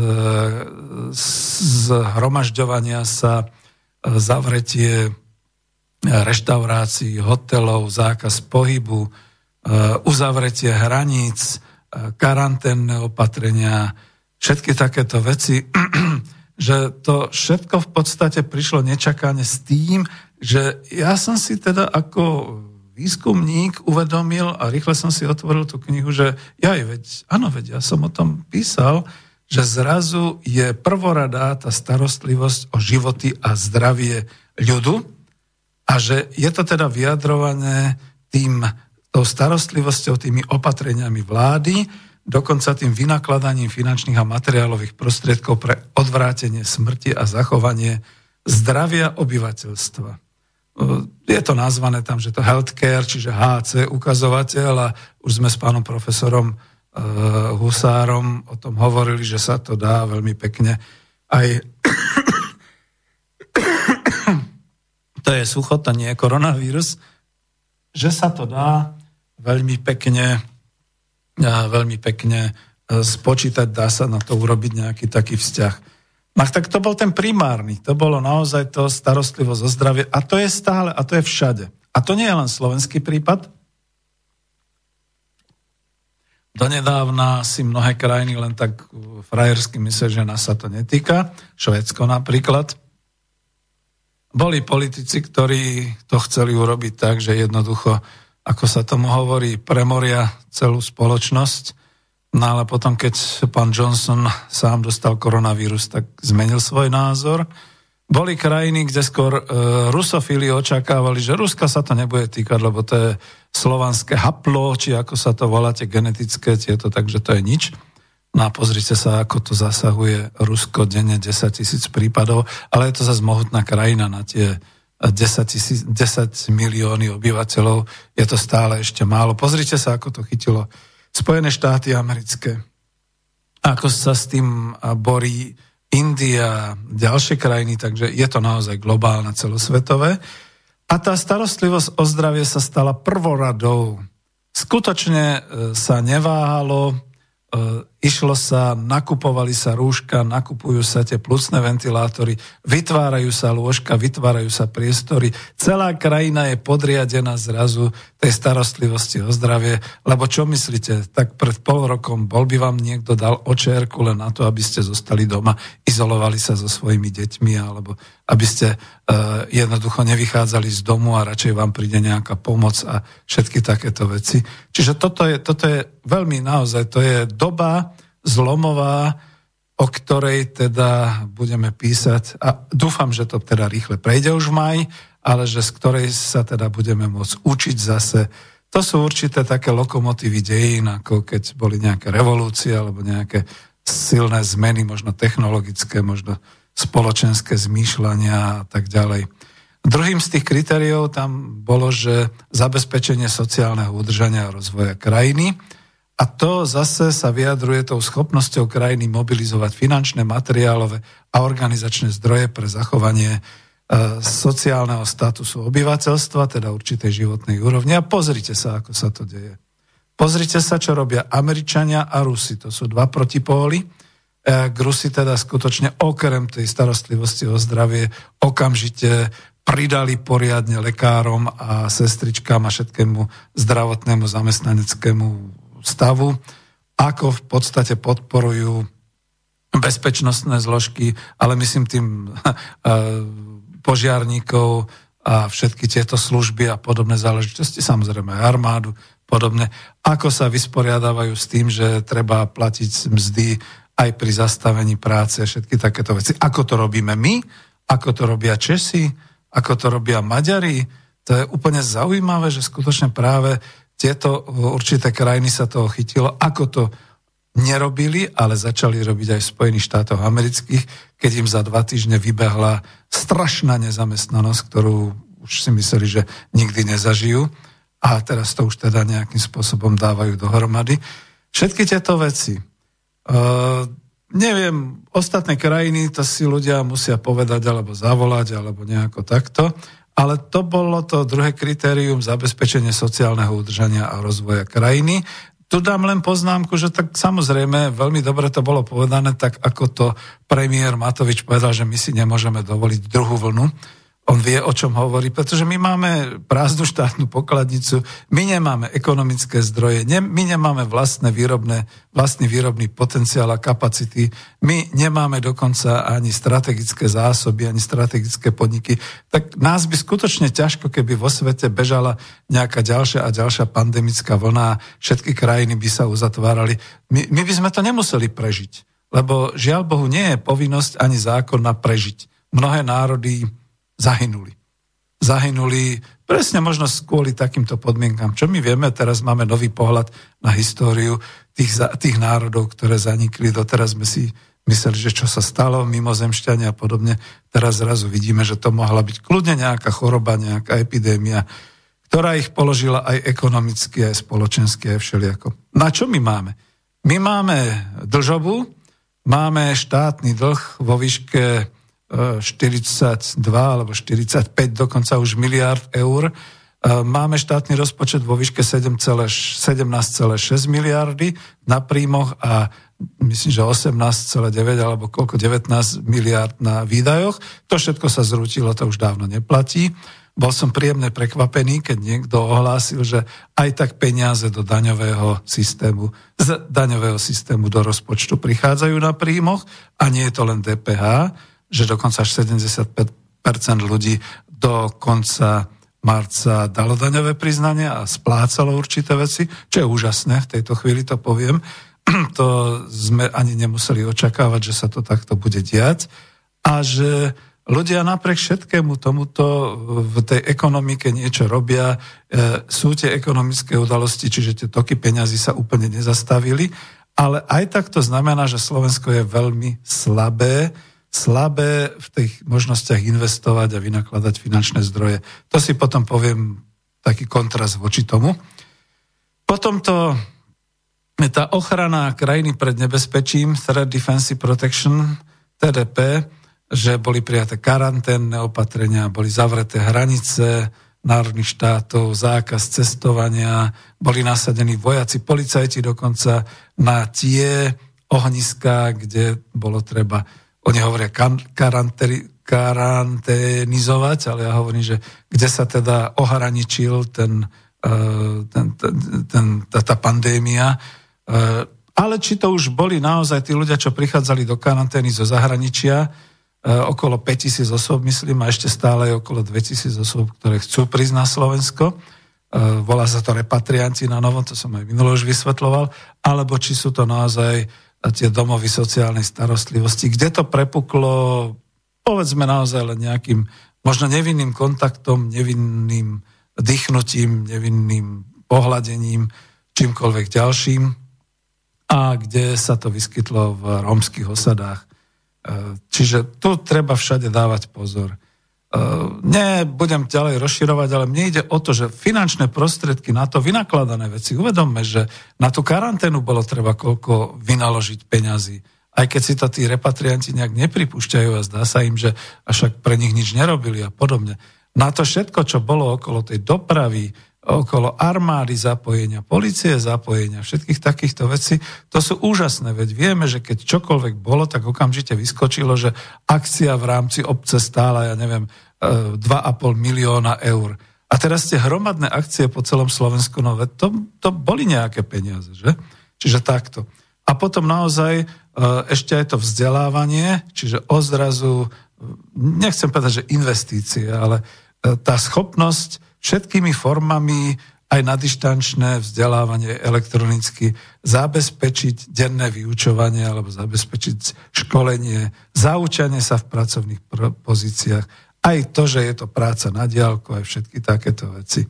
Speaker 2: zhromažďovania sa, zavretie reštaurácií, hotelov, zákaz pohybu, uzavretie hraníc, karanténne opatrenia, všetky takéto veci, že to všetko v podstate prišlo nečakane s tým, že ja som si teda ako výskumník uvedomil a rýchle som si otvoril tú knihu, že veď ja som o tom písal, že zrazu je prvoradá tá starostlivosť o životy a zdravie ľudu a že je to teda vyjadrované tou starostlivosťou, tými opatreniami vlády, dokonca tým vynakladaním finančných a materiálových prostriedkov pre odvrátenie smrti a zachovanie zdravia obyvateľstva. Je to nazvané tam, že to healthcare, čiže HC ukazovateľ, a už sme s pánom profesorom Husárom o tom hovorili, že sa to dá veľmi pekne aj to je sucho, to nie je koronavírus, že sa to dá veľmi pekne spočítať, dá sa na to urobiť nejaký taký vzťah. No tak to bol ten primárny, to bolo naozaj to starostlivosť o zdravie a to je stále, a to je všade. A to nie je len slovenský prípad. Donedávna si mnohé krajiny len tak frajersky myslia, že nás sa to netýka. Švédsko napríklad. Boli politici, ktorí to chceli urobiť tak, že jednoducho, ako sa tomu hovorí, premoria celú spoločnosť. No ale potom, keď pán Johnson sám dostal koronavírus, tak zmenil svoj názor. Boli krajiny, kde skôr rusofili očakávali, že Ruska sa to nebude týkať, lebo to je slovanské haplo, či ako sa to voláte, genetické tieto, takže to je nič. No a pozrite sa, ako to zasahuje Rusko denne 10 000 prípadov, ale je to zase mohutná krajina na tie 10 milióny obyvateľov. Je to stále ešte málo. Pozrite sa, ako to chytilo Spojené štáty americké. Ako sa s tým borí India, ďalšie krajiny, takže je to naozaj globálne, celosvetové. A tá starostlivosť o zdravie sa stala prvoradou. Skutočne sa neváhalo. išlo sa, nakupovali sa rúška, nakupujú sa tie pľucné ventilátory, vytvárajú sa lôžka, vytvárajú sa priestory. Celá krajina je podriadená zrazu tej starostlivosti o zdravie, lebo čo myslíte, tak pred pol rokom by vám niekto dal očierku len na to, aby ste zostali doma, izolovali sa so svojimi deťmi, alebo aby ste jednoducho nevychádzali z domu a radšej vám príde nejaká pomoc a všetky takéto veci. Čiže toto je veľmi naozaj, to je doba zlomová, o ktorej teda budeme písať a dúfam, že to teda rýchle prejde už v máji, ale že z ktorej sa teda budeme môcť učiť zase. To sú určité také lokomotívy dejín, ako keď boli nejaké revolúcie alebo nejaké silné zmeny, možno technologické, možno spoločenské zmýšľania a tak ďalej. Druhým z tých kritériov tam bolo, že zabezpečenie sociálneho udržania a rozvoja krajiny. A to zase sa vyjadruje tou schopnosťou krajiny mobilizovať finančné, materiálové a organizačné zdroje pre zachovanie sociálneho statusu obyvateľstva, teda určitej životnej úrovne. A pozrite sa, ako sa to deje. Pozrite sa, čo robia Američania a Rusi. To sú dva protipóly. Rusi teda skutočne okrem tej starostlivosti o zdravie okamžite pridali poriadne lekárom a sestričkám a všetkému zdravotnému zamestnaneckému stavu, ako v podstate podporujú bezpečnostné zložky, ale myslím tým požiarníkov a všetky tieto služby a podobné záležitosti, samozrejme aj armádu, podobne, ako sa vysporiadávajú s tým, že treba platiť mzdy aj pri zastavení práce, všetky takéto veci. Ako to robíme my, ako to robia Česi, ako to robia Maďari. To je úplne zaujímavé, že skutočne práve tieto určité krajiny sa toho chytilo, ako to nerobili, ale začali robiť aj v Spojených štátoch amerických, keď im za 2 týždne vybehla strašná nezamestnanosť, ktorú už si mysleli, že nikdy nezažijú a teraz to už teda nejakým spôsobom dávajú dohromady. Všetky tieto veci. Neviem, ostatné krajiny, to si ľudia musia povedať alebo zavolať, alebo nejako takto, ale to bolo to druhé kritérium, zabezpečenie sociálneho udržania a rozvoja krajiny. Tu dám len poznámku, že tak samozrejme veľmi dobre to bolo povedané, tak ako to premiér Matovič povedal, že my si nemôžeme dovoliť druhú vlnu. On vie, o čom hovorí, pretože my máme prázdnu štátnu pokladnicu, my nemáme ekonomické zdroje, my nemáme vlastný výrobný potenciál a kapacity, my nemáme dokonca ani strategické zásoby, ani strategické podniky. Tak nás by skutočne ťažko, keby vo svete bežala nejaká ďalšia a ďalšia pandemická vlna a všetky krajiny by sa uzatvárali. My by sme to nemuseli prežiť, lebo žiaľ Bohu nie je povinnosť ani zákon na prežiť. Mnohé národy zahynuli presne možno kvôli takýmto podmienkam. Čo my vieme, teraz máme nový pohľad na históriu tých národov, ktoré zanikli. Doteraz sme si mysleli, že čo sa stalo, mimozemšťania a podobne. Teraz zrazu vidíme, že to mohla byť kľudne nejaká choroba, nejaká epidémia, ktorá ich položila aj ekonomicky, aj spoločensky, aj všelijako. Na čo my máme? My máme dlžobu, máme štátny dlh vo výške 42 alebo 45 dokonca už miliárd eur. Máme štátny rozpočet vo výške 17,6 miliardy na príjmoch a myslím, že 18,9 alebo koľko 19 miliárd na výdajoch. To všetko sa zrútilo, to už dávno neplatí. Bol som príjemne prekvapený, keď niekto ohlásil, že aj tak peniaze z daňového systému do rozpočtu prichádzajú na príjmoch a nie je to len DPH, že dokonca až 75% ľudí do konca marca dalo daňové priznanie a splácalo určité veci, čo je úžasné, v tejto chvíli to poviem. To sme ani nemuseli očakávať, že sa to takto bude diať a že ľudia napriek všetkému tomuto v tej ekonomike niečo robia. Sú tie ekonomické udalosti, čiže tie toky peňazí sa úplne nezastavili, ale aj tak to znamená, že Slovensko je veľmi slabé v tých možnostiach investovať a vynakladať finančné zdroje. To si potom poviem taký kontrast voči tomu. Potom tá ochrana krajiny pred nebezpečím, Threat Defensive Protection, TDP, že boli prijaté karanténne opatrenia, boli zavreté hranice národných štátov, zákaz cestovania, boli nasadení vojaci, policajti dokonca na tie ohniska, kde bolo treba, oni hovoria karanténizovať, ale ja hovorím, že kde sa teda ohraničil tá pandémia. Ale či to už boli naozaj tí ľudia, čo prichádzali do karantény zo zahraničia, okolo 5000 osôb, myslím, a ešte stále je okolo 2000 osôb, ktoré chcú prísť na Slovensko. Volá sa to repatrianti na novo, to som aj minulo už vysvetľoval, alebo či sú to naozaj tie domovy sociálnej starostlivosti, kde to prepuklo, povedzme naozaj len nejakým možno nevinným kontaktom, nevinným dýchnutím, nevinným pohľadením, čímkoľvek ďalším, a kde sa to vyskytlo v rómskych osadách. Čiže tu treba všade dávať pozor. Nebudem ďalej rozširovať, ale mne ide o to, že finančné prostriedky na to vynakladané veci, uvedomme, že na tú karanténu bolo treba koľko vynaložiť peňazí. Aj keď si to tí repatrianti nejak nepripúšťajú a zdá sa im, že však pre nich nič nerobili a podobne. Na to všetko, čo bolo okolo tej dopravy, okolo armády zapojenia, polície zapojenia, všetkých takýchto vecí, to sú úžasné, veď vieme, že keď čokoľvek bolo, tak okamžite vyskočilo, že akcia v rámci obce stála, 2,5 milióna eur. A teraz tie hromadné akcie po celom Slovensku, no to boli nejaké peniaze, že? Čiže takto. A potom naozaj ešte aj to vzdelávanie, čiže odrazu, nechcem povedať, že investície, ale tá schopnosť všetkými formami aj na dištančné vzdelávanie elektronicky zabezpečiť denné vyučovanie alebo zabezpečiť školenie, zaučanie sa v pracovných pozíciách, aj to, že je to práca na diaľku, aj všetky takéto veci.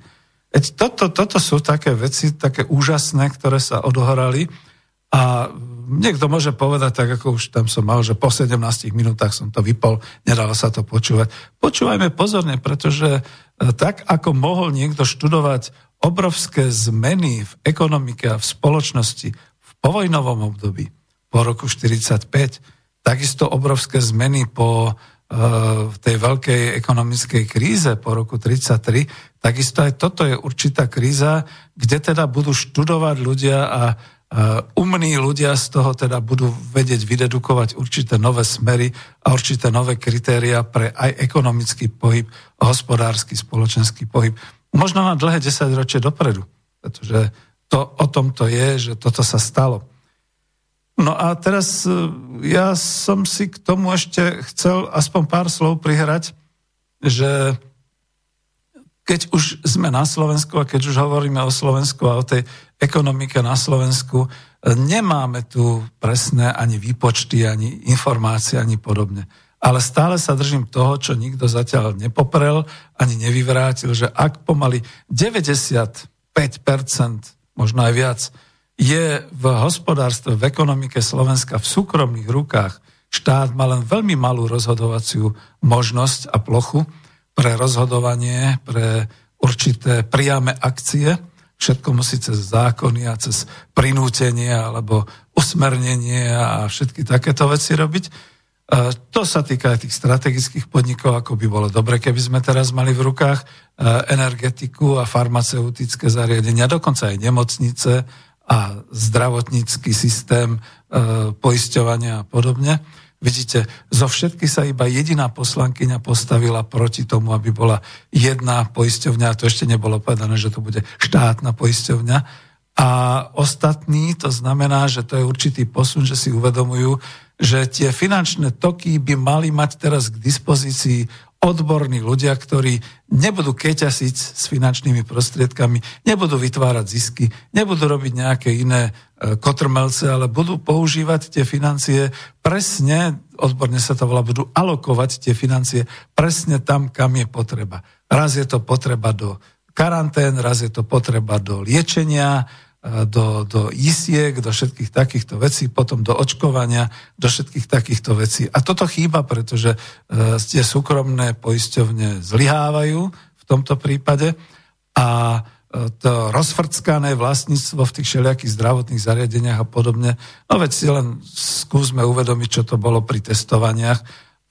Speaker 2: Toto sú také veci, také úžasné, ktoré sa odohrali a niekto môže povedať, tak ako už tam som mal, že po 17 minútach som to vypol, nedalo sa to počúvať. Počúvajme pozorne, pretože tak, ako mohol niekto študovať obrovské zmeny v ekonomike a v spoločnosti v povojnovom období po roku 1945, takisto obrovské zmeny po tej veľkej ekonomickej kríze po roku 1933, takisto aj toto je určitá kríza, kde teda budú študovať ľudia a umní ľudia z toho teda budú vedieť vydedukovať určité nové smery a určité nové kritériá pre aj ekonomický pohyb, hospodársky, spoločenský pohyb. Možno na dlhé 10 ročie dopredu, pretože to o tom to je, že toto sa stalo. No a teraz ja som si k tomu ešte chcel aspoň pár slov prihrať, že keď už sme na Slovensku a keď už hovoríme o Slovensku a o tej ekonomike na Slovensku, nemáme tu presné ani výpočty, ani informácie, ani podobne. Ale stále sa držím toho, čo nikto zatiaľ nepoprel, ani nevyvrátil, že ak pomaly 95%, možno aj viac, je v hospodárstve, v ekonomike Slovenska v súkromných rukách, štát má len veľmi malú rozhodovaciu možnosť a plochu pre rozhodovanie, pre určité priame akcie. Všetko musí cez zákony a cez prinútenie alebo usmernenie a všetky takéto veci robiť. To sa týka aj tých strategických podnikov, ako by bolo dobre, keby sme teraz mali v rukách energetiku a farmaceutické zariadenia, dokonca aj nemocnice a zdravotnícky systém poisťovania a podobne. Vidíte, zo všetkých sa iba jediná poslankyňa postavila proti tomu, aby bola jedna poisťovňa, a to ešte nebolo povedané, že to bude štátna poisťovňa. A ostatní, to znamená, že to je určitý posun, že si uvedomujú, že tie finančné toky by mali mať teraz k dispozícii odborní ľudia, ktorí nebudú keťasiť s finančnými prostriedkami, nebudú vytvárať zisky, nebudú robiť nejaké iné kotrmelce, ale budú používať tie financie presne, odborne sa to volá, budú alokovať tie financie presne tam, kam je potreba. Raz je to potreba do karantén, raz je to potreba do liečenia, do isiek, do všetkých takýchto vecí, potom do očkovania, do všetkých takýchto vecí. A toto chýba, pretože tie súkromné poisťovne zlyhávajú v tomto prípade a to rozfrckané vlastníctvo v tých všelijakých zdravotných zariadeniach a podobne. No veď si len skúsme uvedomiť, čo to bolo pri testovaniach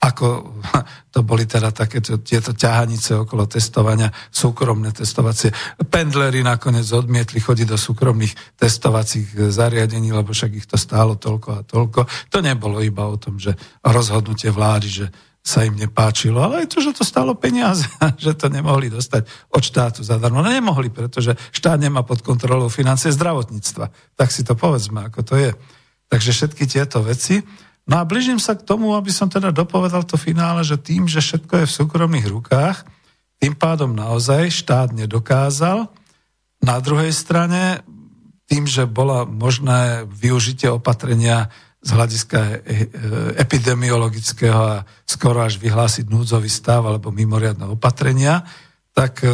Speaker 2: ako to boli teda tieto ťahanice okolo testovania, súkromné testovacie. Pendleri nakoniec odmietli chodiť do súkromných testovacích zariadení, lebo však ich to stálo toľko a toľko. To nebolo iba o tom, že rozhodnutie vlády, že sa im nepáčilo, ale aj to, že to stálo peniaze, že to nemohli dostať od štátu zadarmo. No nemohli, pretože štát nemá pod kontrolou financie zdravotníctva. Tak si to povedzme, ako to je. Takže všetky tieto veci. No a blížim sa k tomu, aby som teda dopovedal to finále, že tým, že všetko je v súkromných rukách, tým pádom naozaj štát nedokázal. Na druhej strane, tým, že bola možné využitie opatrenia z hľadiska epidemiologického a skoro až vyhlásiť núdzový stav alebo mimoriadne opatrenia, tak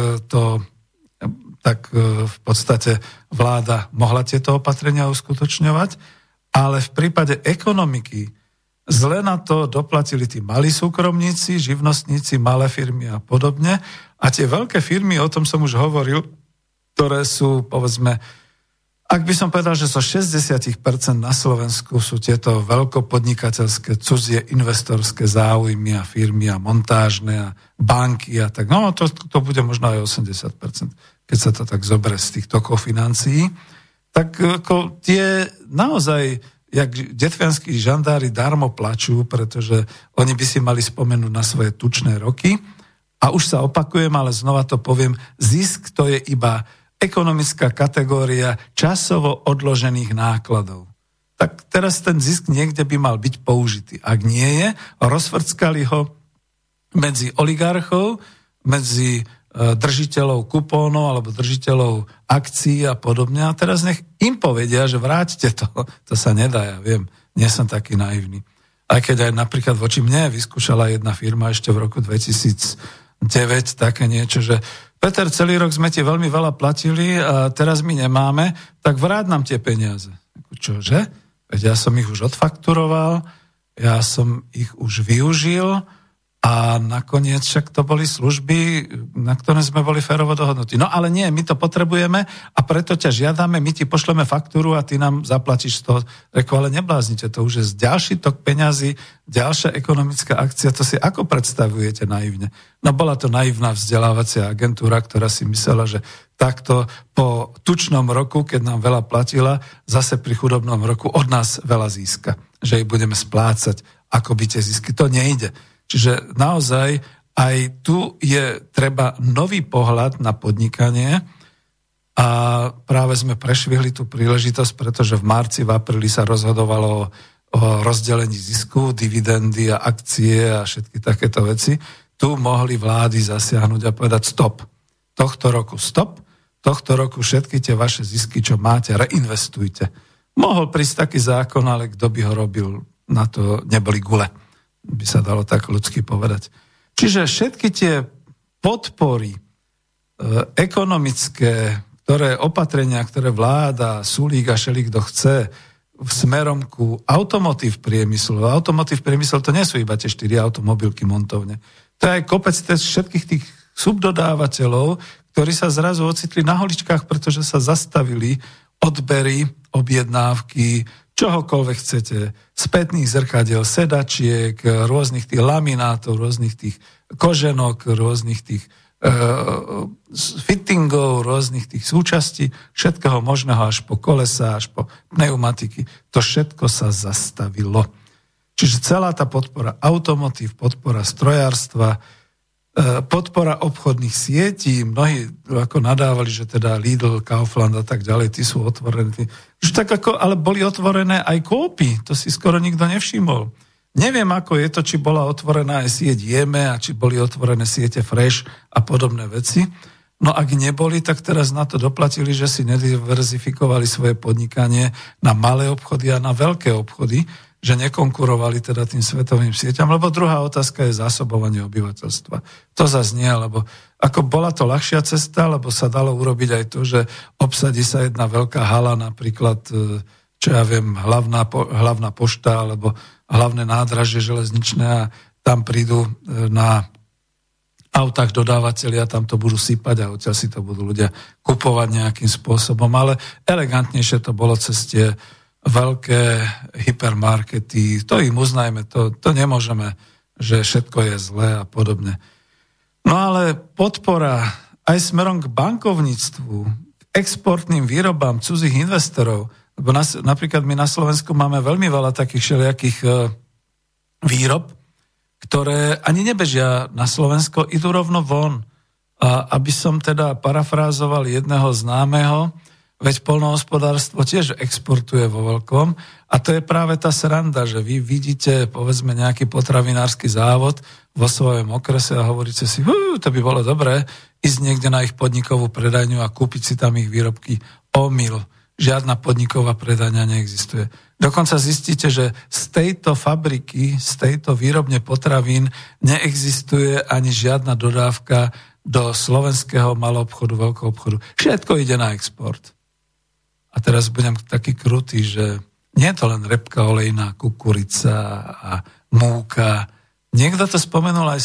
Speaker 2: v podstate vláda mohla tieto opatrenia uskutočňovať, ale v prípade ekonomiky zle na to doplatili tí malí súkromníci, živnostníci, malé firmy a podobne. A tie veľké firmy, o tom som už hovoril, ktoré sú, povedzme, ak by som povedal, že zo 60% na Slovensku sú tieto veľkopodnikateľské, cudzie investorské záujmy a firmy a montážne a banky a tak. No to bude možno aj 80%, keď sa to tak zoberie z tých tokov financií. Tak ako tie naozaj, jak detvianskí žandári darmo plačú, pretože oni by si mali spomenúť na svoje tučné roky. A už sa opakujem, ale znova to poviem, zisk to je iba ekonomická kategória časovo odložených nákladov. Tak teraz ten zisk niekde by mal byť použitý. Ak nie je, rozvrckali ho medzi oligarchov, medzi držiteľov kupónov alebo držiteľov akcií a podobne. A teraz nech im povedia, že vráťte to. To sa nedá, ja viem. Nie som taký naivný. Aj keď aj napríklad voči mne vyskúšala jedna firma ešte v roku 2009 také niečo, že Peter, celý rok sme ti veľmi veľa platili a teraz my nemáme, tak vráť nám tie peniaze. Čože? Veď ja som ich už odfakturoval, ja som ich už využil a nakoniec však to boli služby, na ktoré sme boli férovo dohodnutí. No ale nie, my to potrebujeme a preto ťa žiadame, my ti pošleme faktúru a ty nám zaplatíš to. Reku, ale nebláznite, to už je ďalší tok peňazí, ďalšia ekonomická akcia, to si ako predstavujete naivne? No bola to naivná vzdelávacia agentúra, ktorá si myslela, že takto po tučnom roku, keď nám veľa platila, zase pri chudobnom roku od nás veľa získa. Že jej budeme splácať, ako by tie zisky. To nejde. Čiže naozaj aj tu je treba nový pohľad na podnikanie a práve sme prešvihli tú príležitosť, pretože v marci, v apríli sa rozhodovalo o rozdelení zisku, dividendy a akcie a všetky takéto veci. Tu mohli vlády zasiahnuť a povedať stop. Tohto roku stop, tohto roku všetky tie vaše zisky, čo máte, reinvestujte. Mohol prísť taký zákon, ale kto by ho robil, na to neboli gule, by sa dalo tak ľudsky povedať. Čiže všetky tie podpory ekonomické, ktoré opatrenia, ktoré vláda, Sulík a šelik, kto chce, smerom ku automotív priemyslu. Automotív priemysel to nie sú iba tie 4 automobilky montovne. To je aj kopec všetkých tých subdodávateľov, ktorí sa zrazu ocitli na holičkách, pretože sa zastavili odbery, objednávky, čohokoľvek chcete, spätných zrkadiel, sedačiek, rôznych tých laminátov, rôznych tých koženok, rôznych tých fittingov, rôznych tých súčastí, všetkého možného až po kolesa, až po pneumatiky. To všetko sa zastavilo. Čiže celá tá podpora automotív, podpora strojárstva, podpora obchodných sietí, mnohí ako nadávali, že teda Lidl, Kaufland a tak ďalej, tí sú otvorené. Ale boli otvorené aj Coopy, to si skoro nikto nevšimol. Neviem, ako je to, či bola otvorená aj sieť Jeme a či boli otvorené siete Fresh a podobné veci. No ak neboli, tak teraz na to doplatili, že si nediverzifikovali svoje podnikanie na malé obchody a na veľké obchody, že nekonkurovali teda tým svetovým sieťam, lebo druhá otázka je zásobovanie obyvateľstva. To zase nie, lebo ako bola to ľahšia cesta, lebo sa dalo urobiť aj to, že obsadí sa jedna veľká hala, napríklad, čo ja viem, hlavná pošta, alebo hlavné nádražie železničné a tam prídu na autách dodávateľia, tam to budú sypať a odtiaľ si to budú ľudia kupovať nejakým spôsobom, ale elegantnejšie to bolo cez tie veľké hypermarkety, to im uznajme, to nemôžeme že všetko je zlé a podobne. No ale podpora aj smerom k bankovníctvu, k exportným výrobám cudzích investorov, lebo napríklad my na Slovensku máme veľmi veľa takých všelijakých výrob, ktoré ani nebežia na Slovensko, idú rovno von. A aby som teda parafrázoval jedného známeho, veď poľnohospodárstvo tiež exportuje vo veľkom a to je práve tá sranda, že vy vidíte povedzme nejaký potravinársky závod vo svojom okrese a hovoríte si, to by bolo dobré ísť niekde na ich podnikovú predajňu a kúpiť si tam ich výrobky. Omyl. Žiadna podniková predajňa neexistuje. Dokonca zistíte, že z tejto fabriky, z tejto výrobne potravín neexistuje ani žiadna dodávka do slovenského maloobchodu, veľkoobchodu. Všetko ide na export. A teraz budem taký krutý, že nie je to len repka olejná, kukurica a múka. Niekto to spomenul aj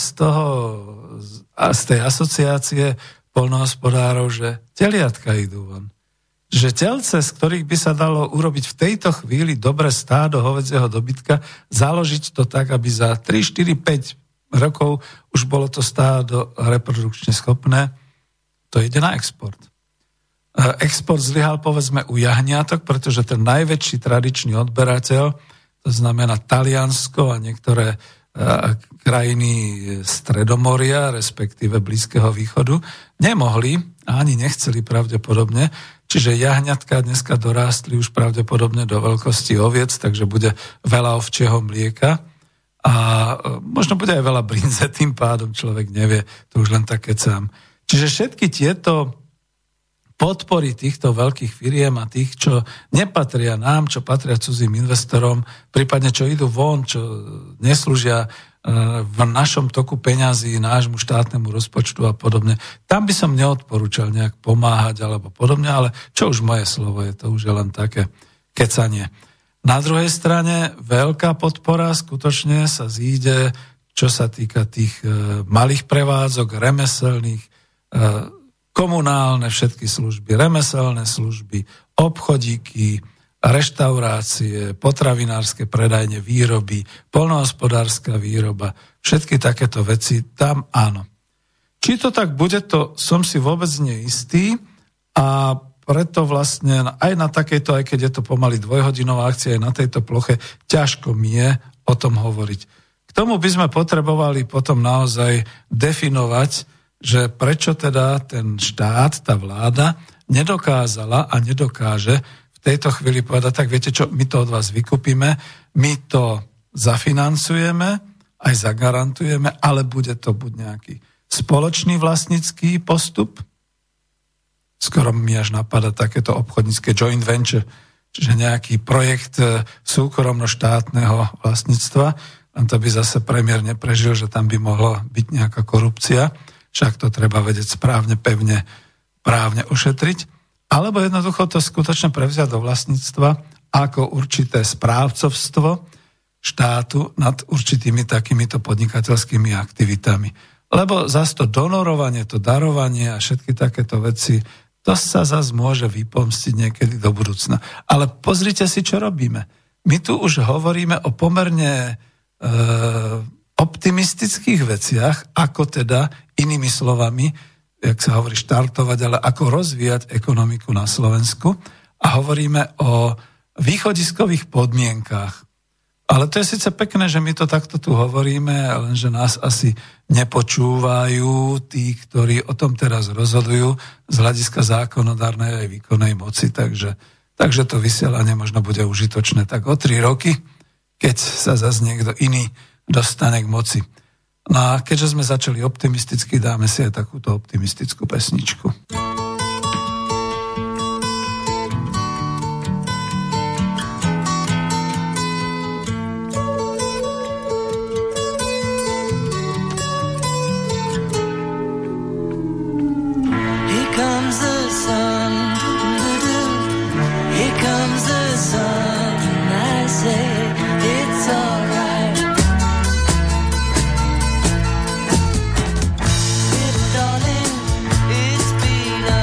Speaker 2: z tej asociácie poľnohospodárov, že teliatka idú von. Že telce, z ktorých by sa dalo urobiť v tejto chvíli dobre stádo hovedzieho dobytka, založiť to tak, aby za 3, 4, 5 rokov už bolo to stádo reprodukčne schopné, to ide na export. Export zlyhal povedzme u jahniatok, pretože ten najväčší tradičný odberateľ, to znamená Taliansko a niektoré krajiny Stredomoria, respektíve Blízkeho východu, nemohli a ani nechceli pravdepodobne, čiže jahňatka dneska dorástli už pravdepodobne do veľkosti oviec, takže bude veľa ovčieho mlieka a možno bude aj veľa brinze, tým pádom človek nevie, to už len tak kecám. Čiže všetky tieto podpory týchto veľkých firiem a tých, čo nepatria nám, čo patria cudzým investorom, prípadne čo idú von, čo neslúžia v našom toku peňazí, nášmu štátnemu rozpočtu a podobne. Tam by som neodporúčal nejak pomáhať alebo podobne, ale čo už moje slovo je, to už je len také kecanie. Na druhej strane veľká podpora skutočne sa zíde, čo sa týka tých malých prevádzok, remeselných, komunálne všetky služby, remeselné služby, obchodíky, reštaurácie, potravinárske predajne, výroby, poľnohospodárska výroba, všetky takéto veci, tam áno. Či to tak bude, to som si vôbec neistý a preto vlastne aj na takejto, aj keď je to pomaly dvojhodinová akcia, aj na tejto ploche, ťažko mi je o tom hovoriť. K tomu by sme potrebovali potom naozaj definovať, že prečo teda ten štát, tá vláda nedokázala a nedokáže v tejto chvíli povedať, tak viete čo, my to od vás vykúpime, my to zafinancujeme, aj zagarantujeme, ale bude to buď nejaký spoločný vlastnícky postup, skoro mi až napadá takéto obchodnícke joint venture, čiže nejaký projekt súkromno-štátneho vlastníctva, len to by zase premiér neprežil, že tam by mohla byť nejaká korupcia, však to treba vedieť správne, pevne, právne ošetriť, alebo jednoducho to skutočne prevziať do vlastníctva ako určité správcovstvo štátu nad určitými takýmito podnikateľskými aktivitami. Lebo zase to donorovanie, to darovanie a všetky takéto veci, to sa zase môže vypomstiť niekedy do budúcna. Ale pozrite si, čo robíme. My tu už hovoríme o pomerne optimistických veciach, ako teda inými slovami, jak sa hovorí štartovať, ale ako rozvíjať ekonomiku na Slovensku a hovoríme o východiskových podmienkách. Ale to je síce pekné, že my to takto tu hovoríme, lenže nás asi nepočúvajú tí, ktorí o tom teraz rozhodujú z hľadiska zákonodárnej aj výkonnej moci, takže to vysielanie možno bude užitočné tak o 3 roky, keď sa zase niekto iný dostane k moci. No a keďže sme začali optimisticky, dáme si aj takúto optimistickú pesničku.
Speaker 4: Darling, it's been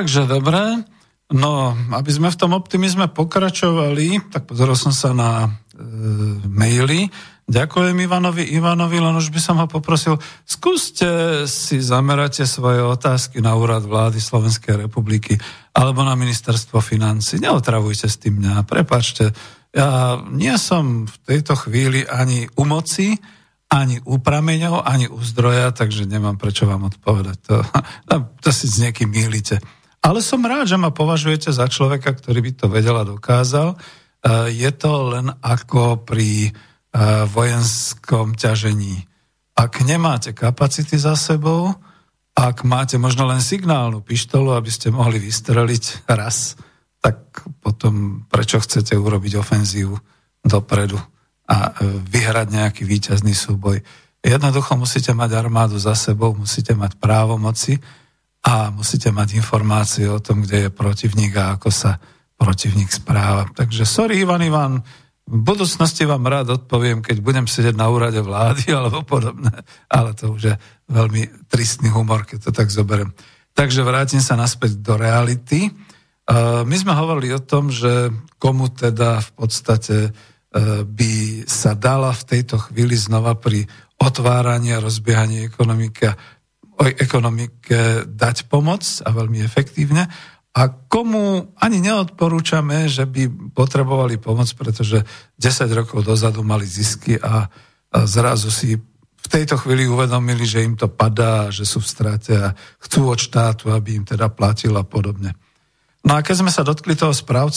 Speaker 2: Takže dobre, no aby sme v tom optimizme pokračovali, tak pozeral som sa na maily. Ďakujem Ivanovi, len už by som ho poprosil, skúste si zamerať svoje otázky na úrad vlády Slovenskej republiky alebo na ministerstvo financí. Neotravujte s tým mňa, prepáčte. Ja nie som v tejto chvíli ani u moci, ani u prameňov, ani u zdroja, takže nemám prečo vám odpovedať. To si s niekým mýlite. Ale som rád, že ma považujete za človeka, ktorý by to vedel a dokázal. Je to len ako pri vojenskom ťažení. Ak nemáte kapacity za sebou, ak máte možno len signálnu pištolu, aby ste mohli vystreliť raz, tak potom prečo chcete urobiť ofenzívu dopredu a vyhrať nejaký víťazný súboj? Jednoducho musíte mať armádu za sebou, musíte mať právomoci a musíte mať informácie o tom, kde je protivník a ako sa protivník správa. Takže sorry, Ivan, v budúcnosti vám rád odpoviem, keď budem sedieť na úrade vlády alebo podobné, ale to už je veľmi tristný humor, keď to tak zoberiem. Takže vrátim sa naspäť do reality. My sme hovorili o tom, že komu teda v podstate by sa dala v tejto chvíli znova pri otváraní a rozbiehaní ekonomike dať pomoc a veľmi efektívne. A komu ani neodporúčame, že by potrebovali pomoc, pretože 10 rokov dozadu mali zisky a zrazu si v tejto chvíli uvedomili, že im to padá, že sú v strate a chcú od štátu, aby im teda platil a podobne. No a keď sme sa dotkli toho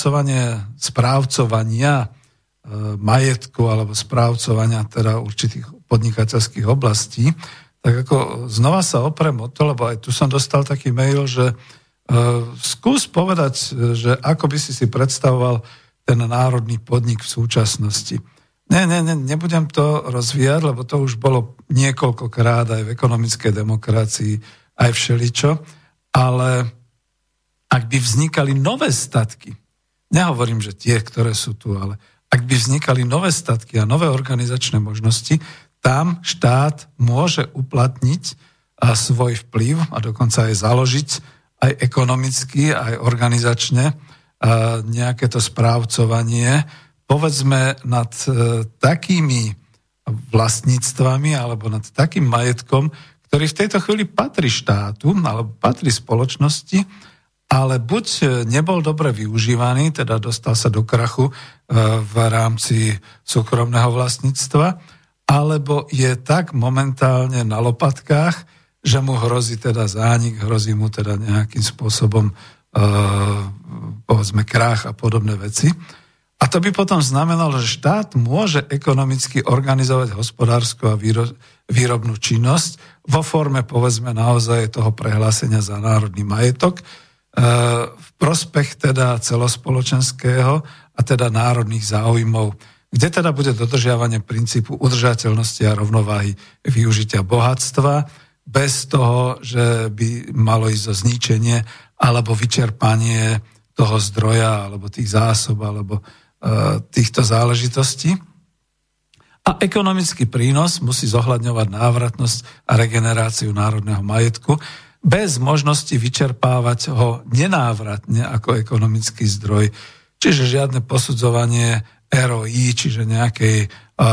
Speaker 2: správcovania majetku alebo správcovania teda určitých podnikateľských oblastí, tak ako znova sa oprem o to, lebo aj tu som dostal taký mail, že skús povedať, že ako by si predstavoval ten národný podnik v súčasnosti. Nebudem to rozvíjať, lebo to už bolo niekoľkokrát aj v ekonomickej demokracii, aj všeličo, ale ak by vznikali nové statky, nehovorím, že tie, ktoré sú tu, ale ak by vznikali nové statky a nové organizačné možnosti, tam štát môže uplatniť svoj vplyv a dokonca aj založiť aj ekonomicky, aj organizačne nejaké to správcovanie, povedzme nad takými vlastníctvami alebo nad takým majetkom, ktorý v tejto chvíli patrí štátu alebo patrí spoločnosti, ale buď nebol dobre využívaný, teda dostal sa do krachu v rámci súkromného vlastníctva, alebo je tak momentálne na lopatkách, že mu hrozí teda zánik, hrozí mu teda nejakým spôsobom povedzme krách a podobné veci. A to by potom znamenalo, že štát môže ekonomicky organizovať hospodársku a výrobnú činnosť vo forme povedzme naozaj toho prehlásenia za národný majetok v prospech teda celospoločenského a teda národných záujmov, kde teda bude dodržiavanie princípu udržateľnosti a rovnováhy využitia bohatstva, bez toho, že by malo ísť o zničenie alebo vyčerpanie toho zdroja alebo tých zásob alebo týchto záležitostí. A ekonomický prínos musí zohľadňovať návratnosť a regeneráciu národného majetku bez možnosti vyčerpávať ho nenávratne ako ekonomický zdroj. Čiže žiadne posudzovanie ROI, čiže nejakej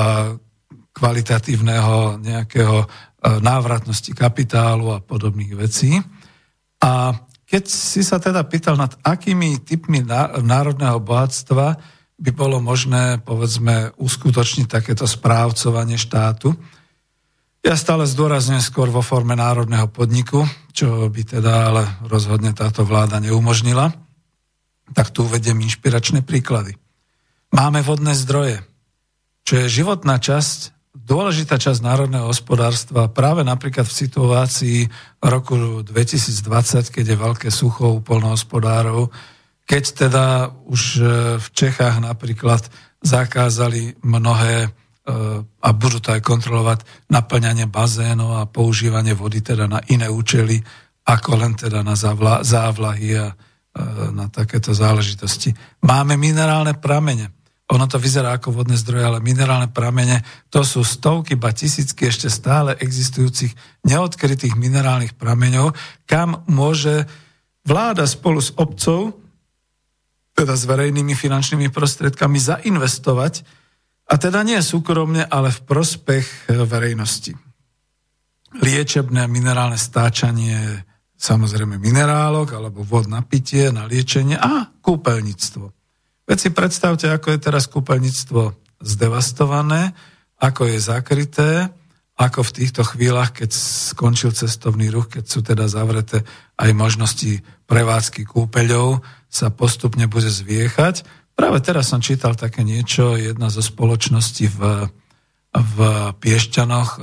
Speaker 2: kvalitatívneho nejakého návratnosti kapitálu a podobných vecí. A keď si sa teda pýtal, nad akými typmi národného bohatstva by bolo možné, povedzme, uskutočniť takéto správcovanie štátu, ja stále zdôrazňujem skôr vo forme národného podniku, čo by teda ale rozhodne táto vláda neumožnila, tak tu uvediem inšpiračné príklady. Máme vodné zdroje, čo je životná časť, dôležitá časť národného hospodárstva práve napríklad v situácii roku 2020, keď je veľké sucho u poľnohospodárov, keď teda už v Čechách napríklad zakázali mnohé a budú to aj kontrolovať naplňanie bazénov a používanie vody teda na iné účely, ako len teda na závlahy a na takéto záležitosti. Máme minerálne pramene. Ono to vyzerá ako vodné zdroje, ale minerálne pramene, to sú stovky, ba tisícky ešte stále existujúcich neodkrytých minerálnych prameňov, kam môže vláda spolu s obcov, teda s verejnými finančnými prostriedkami, zainvestovať, a teda nie súkromne, ale v prospech verejnosti. Liečebné minerálne stáčanie, samozrejme minerálok alebo vod na pitie, na liečenie a kúpeľníctvo. Veď si predstavte, ako je teraz kúpeľníctvo zdevastované, ako je zakryté, ako v týchto chvíľach, keď skončil cestovný ruch, keď sú teda zavreté aj možnosti prevádzky kúpeľov, sa postupne bude zviechať. Práve teraz som čítal také niečo, jedna zo spoločností v Piešťanoch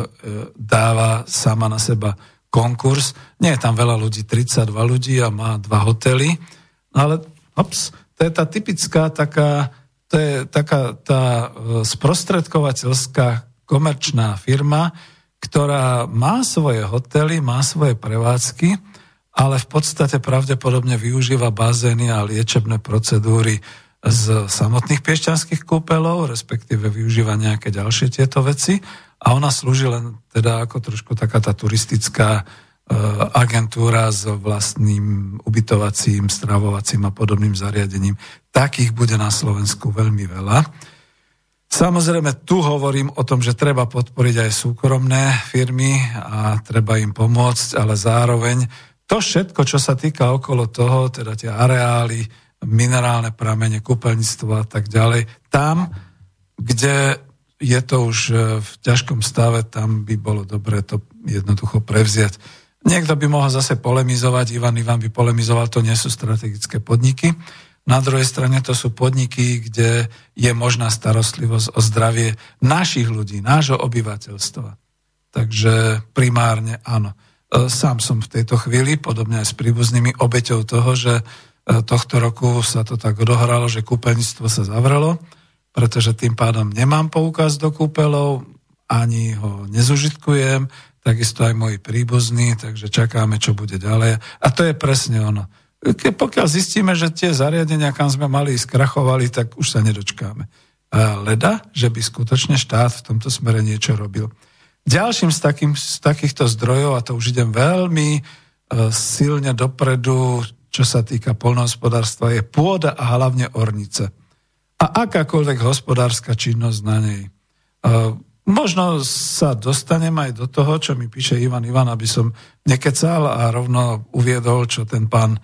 Speaker 2: dáva sama na seba konkurs. Nie je tam veľa ľudí, 32 ľudí a má 2 hotely, ale to je tá typická to je taká tá sprostredkovateľská komerčná firma, ktorá má svoje hotely, má svoje prevádzky, ale v podstate pravdepodobne využíva bazény a liečebné procedúry z samotných piešťanských kúpeľov, respektíve využíva nejaké ďalšie tieto veci a ona slúži len teda ako trošku taká tá turistická agentúra s vlastným ubytovacím, stravovacím a podobným zariadením. Takých bude na Slovensku veľmi veľa. Samozrejme, tu hovorím o tom, že treba podporiť aj súkromné firmy a treba im pomôcť, ale zároveň to všetko, čo sa týka okolo toho, teda tie areály, minerálne pramene, kúpeľníctvo a tak ďalej, tam, kde je to už v ťažkom stave, tam by bolo dobré to jednoducho prevziať. Niekto by mohol zase polemizovať, Ivan by polemizoval, to nie sú strategické podniky. Na druhej strane to sú podniky, kde je možná starostlivosť o zdravie našich ľudí, nášho obyvateľstva. Takže primárne áno. Sám som v tejto chvíli, podobne aj s príbuznými, obeťou toho, že tohto roku sa to tak odohralo, že kúpeľníctvo sa zavrelo, pretože tým pádom nemám poukaz do kúpeľov, ani ho nezužitkujem, takisto aj moji príbuzní, takže čakáme, čo bude ďalej. A to je presne ono. Pokiaľ zistíme, že tie zariadenia, kam sme mali, skrachovali, tak už sa nedočkáme. Leda, že by skutočne štát v tomto smere niečo robil. Ďalším z takýchto zdrojov, a to už idem veľmi silne dopredu, čo sa týka poľnohospodárstva, je pôda a hlavne ornice. A akákoľvek hospodárska činnosť na nej. Možno sa dostanem aj do toho, čo mi píše Ivan, aby som nekecal a rovno uviedol, čo ten pán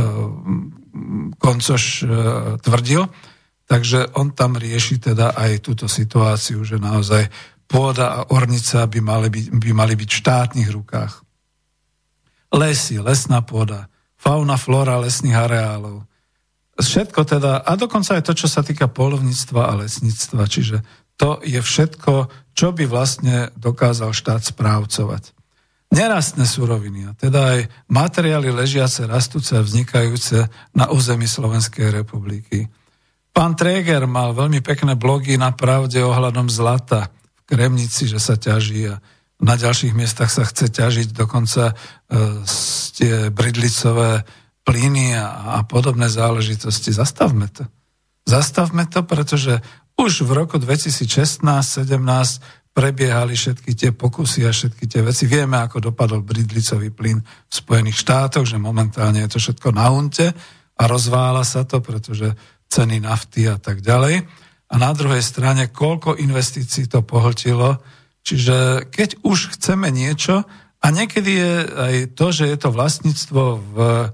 Speaker 2: Koncoš tvrdil. Takže on tam rieši teda aj túto situáciu, že naozaj pôda a ornica by mali byť v štátnych rukách. Lesy, lesná pôda, fauna, flóra lesných areálov. Všetko teda, a dokonca aj to, čo sa týka poľovníctva a lesníctva, čiže to je všetko, čo by vlastne dokázal štát správcovať. Nerastné suroviny, a teda aj materiály ležiace, rastúce a vznikajúce na území Slovenskej republiky. Pán Tréger mal veľmi pekné blogy na Pravde ohľadom zlata v Kremnici, že sa ťaží a na ďalších miestach sa chce ťažiť dokonca tie bridlicové plyny a podobné záležitosti. Zastavme to. Zastavme to, pretože už v roku 2016-17 prebiehali všetky tie pokusy a všetky tie veci. Vieme, ako dopadol bridlicový plyn v Spojených štátoch, že momentálne je to všetko na hunte a rozvála sa to, pretože ceny nafty a tak ďalej. A na druhej strane, koľko investícií to pohltilo. Čiže keď už chceme niečo, a niekedy je aj to, že je to vlastníctvo v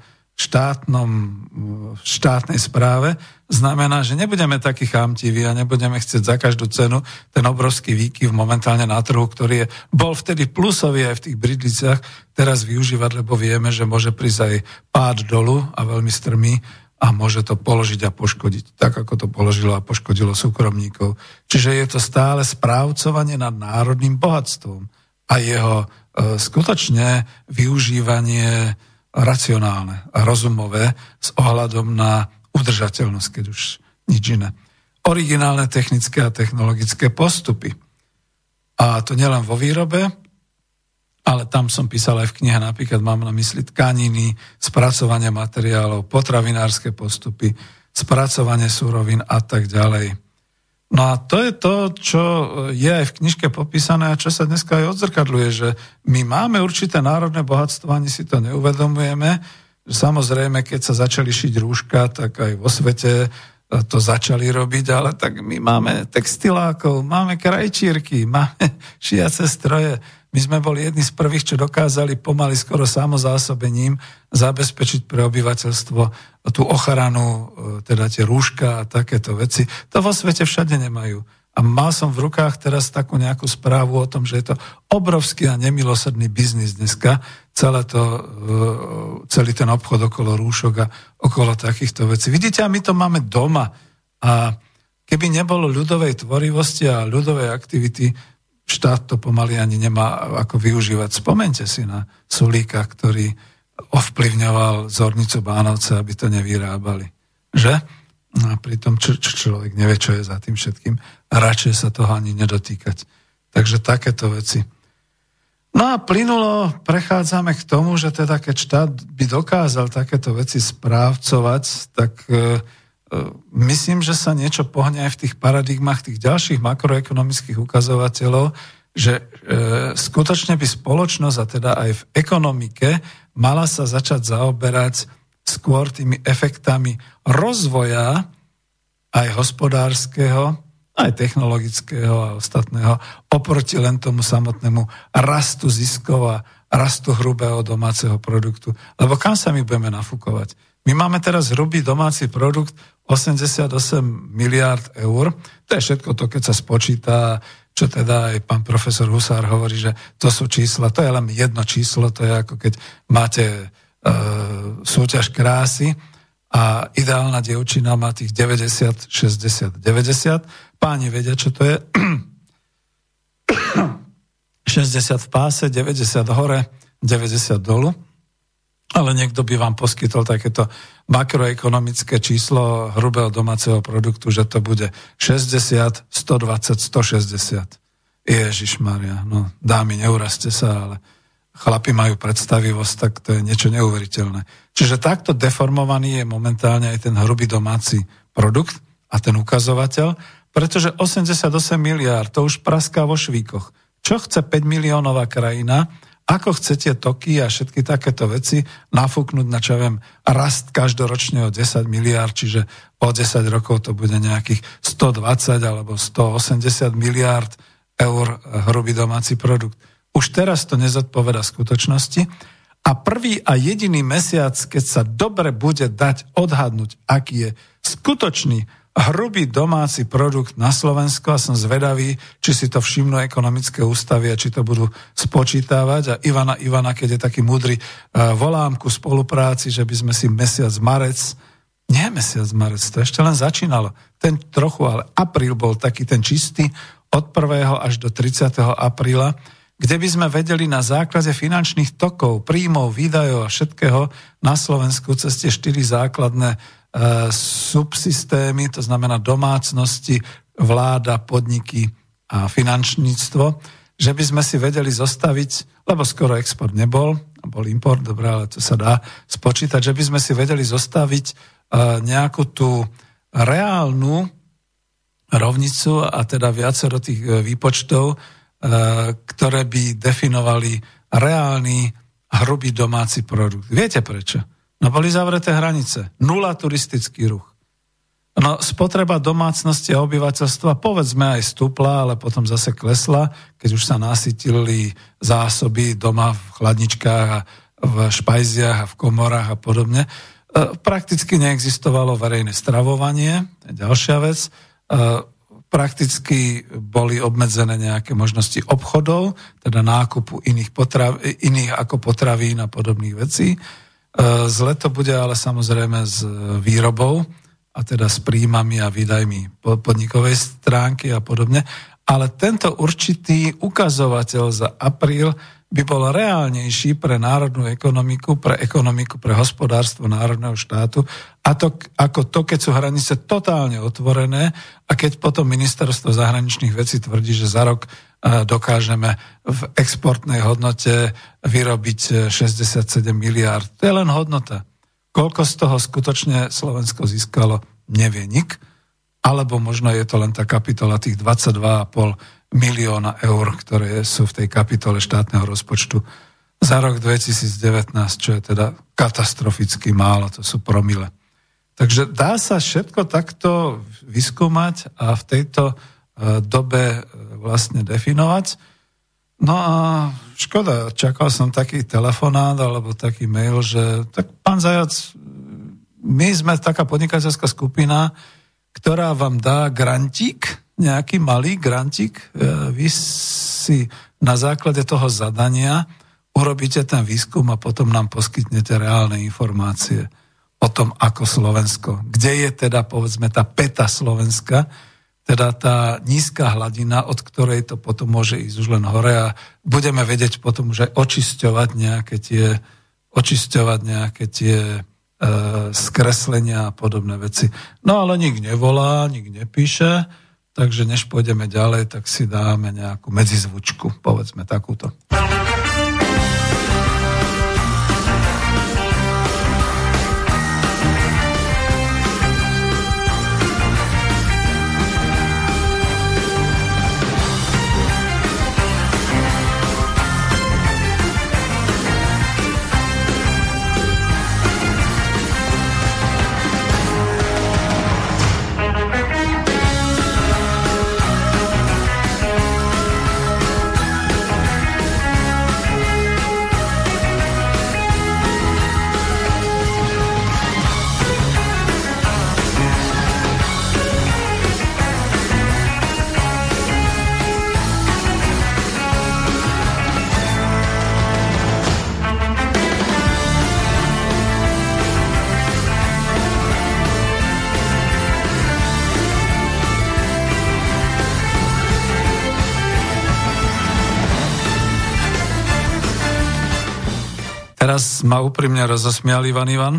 Speaker 2: štátnej správe, znamená, že nebudeme takí chamtiví a nebudeme chcieť za každú cenu ten obrovský výkyv momentálne na trhu, ktorý bol vtedy plusový aj v tých bridliciach, teraz využívať, lebo vieme, že môže prísť aj pád dolu a veľmi strmý a môže to položiť a poškodiť, tak ako to položilo a poškodilo súkromníkov. Čiže je to stále správcovanie nad národným bohatstvom a jeho skutočne využívanie racionálne a rozumové s ohľadom na udržateľnosť, keď už nič iné. Originálne technické a technologické postupy. A to nielen vo výrobe, ale tam som písal aj v knihe, napríklad mám na mysli tkaniny, spracovanie materiálov, potravinárske postupy, spracovanie surovín a tak ďalej. No a to je to, čo je aj v knižke popísané a čo sa dneska aj odzrkadľuje, že my máme určité národné bohatstvo, ani si to neuvedomujeme, samozrejme, keď sa začali šiť rúška, tak aj vo svete to začali robiť, ale tak my máme textilákov, máme krajčírky, máme šiace stroje. My sme boli jedni z prvých, čo dokázali pomaly skoro samozásobením zabezpečiť pre obyvateľstvo tú ochranu, teda tie rúška a takéto veci. To vo svete všade nemajú. A mal som v rukách teraz takú nejakú správu o tom, že je to obrovský a nemilosrdný biznis dneska, celý ten obchod okolo rúšok a okolo takýchto vecí. Vidíte, a my to máme doma. A keby nebolo ľudovej tvorivosti a ľudovej aktivity, štát to pomaly ani nemá ako využívať. Spomeňte si na Sulíka, ktorý ovplyvňoval Zornicu Bánovce, aby to nevyrábali. Že? A pritom človek nevie, čo je za tým všetkým. A radšej sa toho ani nedotýkať. Takže takéto veci. No a plynulo prechádzame k tomu, že teda keď štát by dokázal takéto veci správcovať, tak myslím, že sa niečo pohne aj v tých paradigmách tých ďalších makroekonomických ukazovateľov, že skutočne by spoločnosť, a teda aj v ekonomike, mala sa začať zaoberať skôr tými efektami rozvoja aj hospodárskeho, aj technologického a ostatného, oproti len tomu samotnému rastu ziskov a rastu hrubého domáceho produktu. Lebo kam sa my budeme nafúkovať? My máme teraz hrubý domáci produkt 88 miliárd eur. To je všetko to, keď sa spočíta, čo teda aj pán profesor Husár hovorí, že to sú čísla, to je len jedno číslo, to je ako keď máte súťaž krásy a ideálna dievčina má tých 90, 60, 90. Páni vedia, čo to je. 60 v páse, 90 hore, 90 dolu. Ale niekto by vám poskytol takéto makroekonomické číslo hrubého domáceho produktu, že to bude 60, 120, 160. Ježišmaria, no dámy, neurazte sa, ale chlapi majú predstavivosť, tak to je niečo neuveriteľné. Čiže takto deformovaný je momentálne aj ten hrubý domáci produkt a ten ukazovateľ, pretože 88 miliárd, to už praská vo švíkoch. Čo chce 5 miliónová krajina, ako chcete toky a všetky takéto veci nafúknuť na, čo viem, rast každoročne o 10 miliárd, čiže o 10 rokov to bude nejakých 120 alebo 180 miliárd eur hrubý domáci produkt. Už teraz to nezodpoveda skutočnosti a prvý a jediný mesiac, keď sa dobre bude dať odhadnúť, aký je skutočný hrubý domáci produkt na Slovensku, a som zvedavý, či si to všimnú ekonomické ústavy a či to budú spočítavať. A Ivana, keď je taký múdry, volám ku spolupráci, že by sme si mesiac marec, to ešte len začínalo, ten trochu, ale apríl bol taký ten čistý od 1. až do 30. apríla, kde by sme vedeli na základe finančných tokov, príjmov, výdajov a všetkého na Slovensku cez tie 4 základné subsystémy, to znamená domácnosti, vláda, podniky a finančníctvo, že by sme si vedeli zostaviť, lebo skoro export nebol, bol import, dobré, ale to sa dá spočítať, že by sme si vedeli zostaviť nejakú tú reálnu rovnicu a teda viacero tých výpočtov, ktoré by definovali reálny hrubý domáci produkt. Viete prečo? No boli zavreté hranice. 0 turistický ruch. No spotreba domácnosti a obyvateľstva povedzme aj stúpla, ale potom zase klesla, keď už sa nasytili zásoby doma v chladničkách a v špajziach a v komorách a podobne. Prakticky neexistovalo verejné stravovanie, to je ďalšia vec. Prakticky boli obmedzené nejaké možnosti obchodov, teda nákupu iných ako potravín a podobných vecí. Zle to bude ale samozrejme s výrobou, a teda s príjmami a výdajmi podnikovej stránky a podobne. Ale tento určitý ukazovateľ za apríl by bol reálnejší pre národnú ekonomiku, pre hospodárstvo národného štátu, a to, ako to, keď sú hranice totálne otvorené a keď potom ministerstvo zahraničných vecí tvrdí, že za rok dokážeme v exportnej hodnote vyrobiť 67 miliárd. To je len hodnota. Koľko z toho skutočne Slovensko získalo, nevie nik, alebo možno je to len tá kapitola tých 22,5 milióna eur, ktoré sú v tej kapitole štátneho rozpočtu za rok 2019, čo je teda katastroficky málo, to sú promile. Takže dá sa všetko takto vyskúmať a v tejto dobe vlastne definovať. No a škoda, čakal som taký telefonát alebo taký mail, že tak pán Zajac, my sme taká podnikateľská skupina, ktorá vám dá grantík, nejaký malý grantík, vy si na základe toho zadania urobíte ten výskum a potom nám poskytnete reálne informácie o tom, ako Slovensko. Kde je teda, povedzme, tá päta Slovenska, teda tá nízka hladina, od ktorej to potom môže ísť už len hore a budeme vedieť potom už aj očisťovať nejaké tie skreslenia a podobné veci. No ale nik nevolá, nik nepíše, takže než pôjdeme ďalej, tak si dáme nejakú medzizvučku, povedzme takúto. Teraz ma úprimne rozosmial Ivan,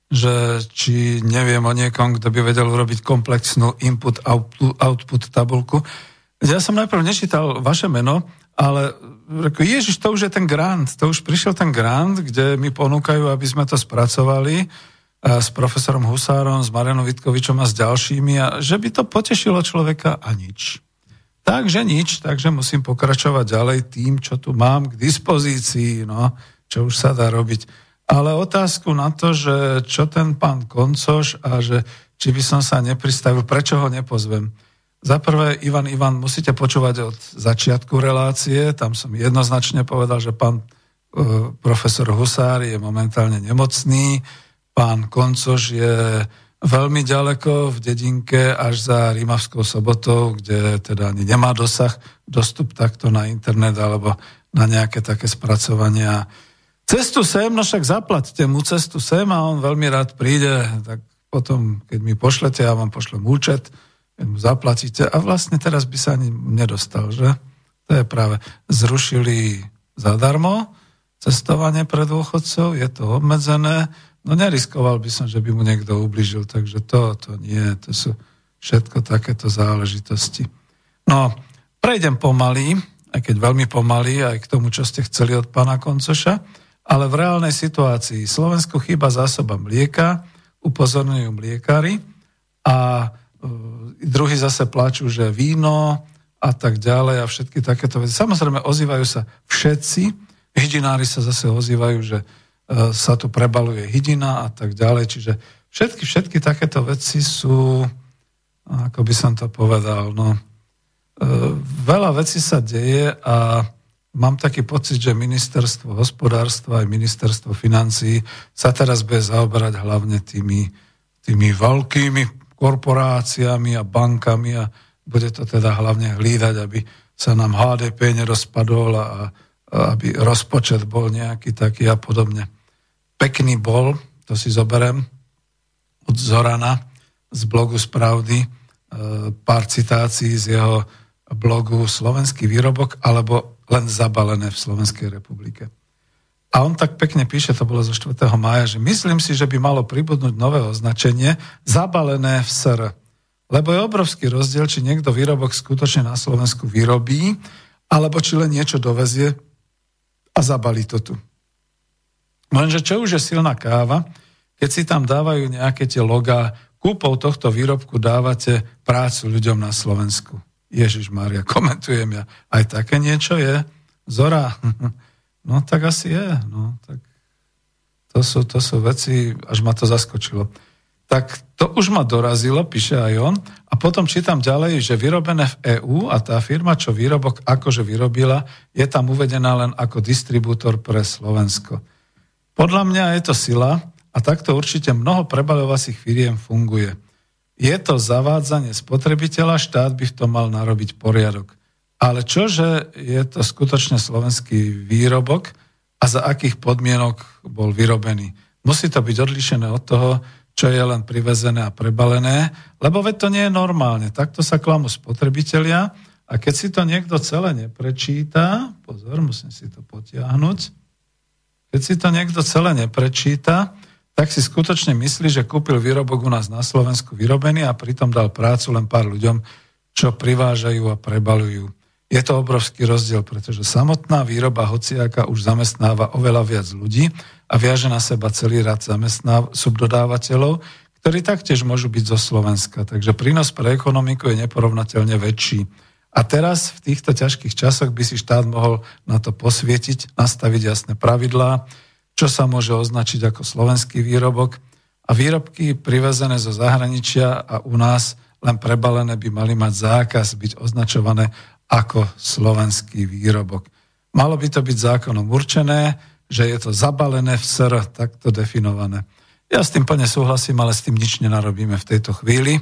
Speaker 2: že či neviem o niekom, kto by vedel urobiť komplexnú input-output tabulku. Ja som najprv nečítal vaše meno, ale Ježiš, to už je ten grant, to už prišiel ten grant, kde mi ponúkajú, aby sme to spracovali s profesorom Husárom, s Marianom Vitkovičom a s ďalšími, a že by to potešilo človeka a nič. Takže musím pokračovať ďalej tým, čo tu mám k dispozícii, no, čo už sa dá robiť. Ale otázku na to, že čo ten pán Koncoš a že či by som sa nepristavil, prečo ho nepozvem. Za prvé, Ivan, musíte počúvať od začiatku relácie, tam som jednoznačne povedal, že pán profesor Husár je momentálne nemocný, pán Koncoš je veľmi ďaleko v dedinke až za Rímavskou Sobotou, kde teda ani nemá dostup takto na internet alebo na nejaké také spracovania. Cestu sem, no však zaplaťte mu cestu sem a on veľmi rád príde, tak potom, keď mi pošlete, ja vám pošlem účet, keď mu zaplatíte a vlastne teraz by sa ani nedostal, že? To je práve, zrušili zadarmo cestovanie pre dôchodcov, je to obmedzené, no neriskoval by som, že by mu niekto ubližil, takže to nie, to sú všetko takéto záležitosti. No, prejdem pomaly, aj keď veľmi pomaly, aj k tomu, čo ste chceli od pána Koncoša, ale v reálnej situácii Slovensku chýba zásoba mlieka, upozorňujú mliekári a druhí zase pláču, že víno a tak ďalej a všetky takéto veci. Samozrejme, ozývajú sa všetci, hydinári sa zase ozývajú, že sa tu prebaluje hydina a tak ďalej, čiže všetky takéto veci sú, ako by som to povedal, no, veľa vecí sa deje a mám taký pocit, že ministerstvo hospodárstva aj ministerstvo financií sa teraz bude zaoberať hlavne tými veľkými korporáciami a bankami a bude to teda hlavne hlídať, aby sa nám HDP nerozpadol a aby rozpočet bol nejaký taký a podobne. Pekný bol, to si zoberiem od Zorana z blogu Spravdy, pár citácií z jeho blogu Slovenský výrobok alebo len zabalené v Slovenskej republike. A on tak pekne píše, to bolo zo 4. mája, že myslím si, že by malo pribudnúť nové označenie zabalené v SR. Lebo je obrovský rozdiel, či niekto výrobok skutočne na Slovensku vyrobí, alebo či len niečo dovezie a zabalí to tu. Lenže čo už je silná káva, keď si tam dávajú nejaké tie logá, kúpou tohto výrobku dávate prácu ľuďom na Slovensku. Ježišmária, komentujem ja. Aj také niečo je? Zora, No tak asi je. No, tak to sú veci, až ma to zaskočilo. Tak to už ma dorazilo, píše aj on. A potom čítam ďalej, že vyrobené v EÚ a tá firma, čo výrobok akože vyrobila, je tam uvedená len ako distribútor pre Slovensko. Podľa mňa je to sila a takto určite mnoho prebaľovacích firiem funguje. Je to zavádzanie spotrebiteľa, štát by v tom mal narobiť poriadok. Ale čože je to skutočne slovenský výrobok a za akých podmienok bol vyrobený? Musí to byť odlišené od toho, čo je len privezené a prebalené, lebo veď to nie je normálne. Takto sa klamú spotrebitelia a keď si to niekto celé neprečíta, pozor, musím si to potiahnuť, keď si to niekto celé neprečíta, tak si skutočne myslí, že kúpil výrobok u nás na Slovensku vyrobený a pritom dal prácu len pár ľuďom, čo privážajú a prebalujú. Je to obrovský rozdiel, pretože samotná výroba hociaka už zamestnáva oveľa viac ľudí a viaže na seba celý rad subdodávateľov, ktorí taktiež môžu byť zo Slovenska. Takže prínos pre ekonomiku je neporovnateľne väčší. A teraz v týchto ťažkých časoch by si štát mohol na to posvietiť, nastaviť jasné pravidlá, čo sa môže označiť ako slovenský výrobok a výrobky privezené zo zahraničia a u nás len prebalené by mali mať zákaz byť označované ako slovenský výrobok. Malo by to byť zákonom určené, že je to zabalené v SR, takto definované. Ja s tým plne súhlasím, ale s tým nič nenarobíme v tejto chvíli.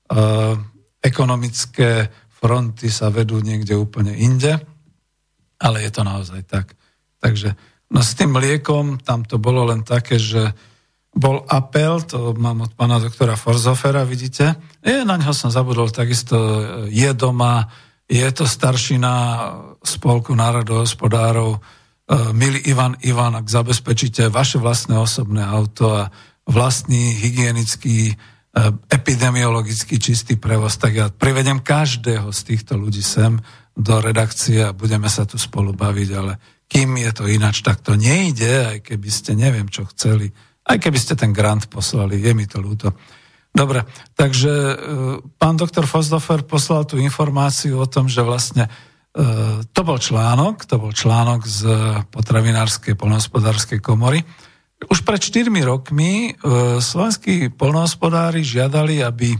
Speaker 2: Ekonomické fronty sa vedú niekde úplne inde, ale je to naozaj tak. Takže no s tým mliekom, tam to bolo len také, že bol apel, to mám od pána doktora Forzofera, vidíte. Na ňo som zabudol, takisto je doma, je to staršina Spolku národohospodárov, milý Ivan, ak zabezpečíte vaše vlastné osobné auto a vlastný hygienický, epidemiologicky čistý prevoz, tak ja privedem každého z týchto ľudí sem do redakcie a budeme sa tu spolu baviť, ale kým je to ináč, tak to nejde, aj keby ste neviem, čo chceli, aj keby ste ten grant poslali, je mi to ľúto. Dobre, takže pán doktor Fozdorfer poslal tú informáciu o tom, že vlastne to bol článok z potravinárskej poľnohospodárskej komory. Už pred 4 rokmi slovenskí poľnohospodári žiadali, aby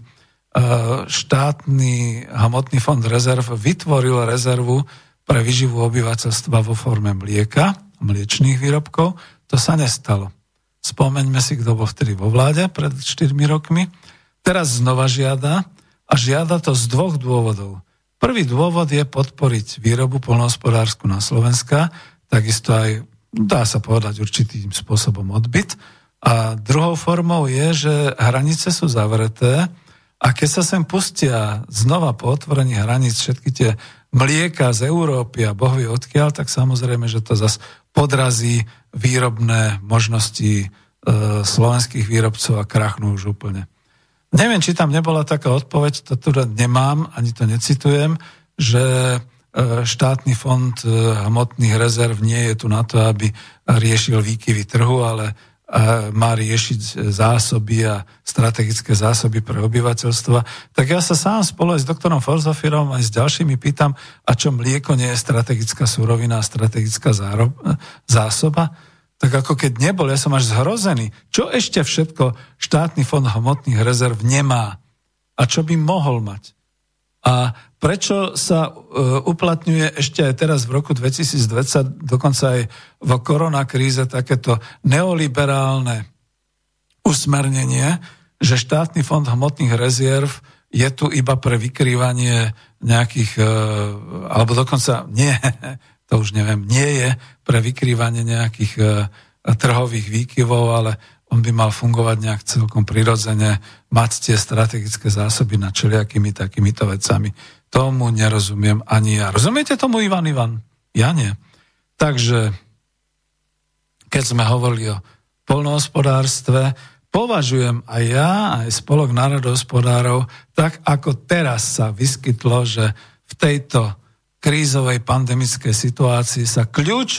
Speaker 2: štátny hmotný fond rezerv vytvoril rezervu pre výživu obyvateľstva vo forme mlieka, mliečných výrobkov. To sa nestalo. Spomeňme si, kto bol vtedy vo vláde pred 4 rokmi. Teraz znova žiada a žiada to z 2 dôvodov. Prvý dôvod je podporiť výrobu poľnohospodársku na Slovenska, takisto aj, dá sa povedať, určitým spôsobom odbyt. A druhou formou je, že hranice sú zavreté a keď sa sem pustia znova po otvorení hraníc všetky tie mlieka z Európy a bohvie odkiaľ, tak samozrejme, že to zase podrazí výrobné možnosti slovenských výrobcov a krachnú už úplne. Neviem, či tam nebola taká odpoveď, to tu nemám, ani to necitujem, že štátny fond hmotných rezerv nie je tu na to, aby riešil výkyvy trhu, ale má riešiť zásoby a strategické zásoby pre obyvateľstva. Tak ja sa sám spolu aj s doktorom Forzofirom aj s ďalšími pýtam, a čo mlieko nie je strategická surovina a strategická zásoba? Tak ako keď nebol, ja som až zhrozený. Čo ešte všetko štátny fond hmotných rezerv nemá? A čo by mohol mať? A prečo sa uplatňuje ešte aj teraz v roku 2020, dokonca aj v koronakríze, takéto neoliberálne usmernenie, že štátny fond hmotných rezerv je tu iba pre vykrývanie nejakých, alebo dokonca nie, to už neviem, nie je pre vykrývanie nejakých trhových výkyvov, ale on by mal fungovať nejak celkom prirodzene, mať tie strategické zásoby nad všelijakými takýmito vecami. Tomu nerozumiem ani ja. Rozumiete tomu, Ivan? Ja nie. Takže, keď sme hovorili o poľnohospodárstve, považujem aj ja, aj Spolok národohospodárov, tak ako teraz sa vyskytlo, že v tejto krízovej pandemickej situácii sa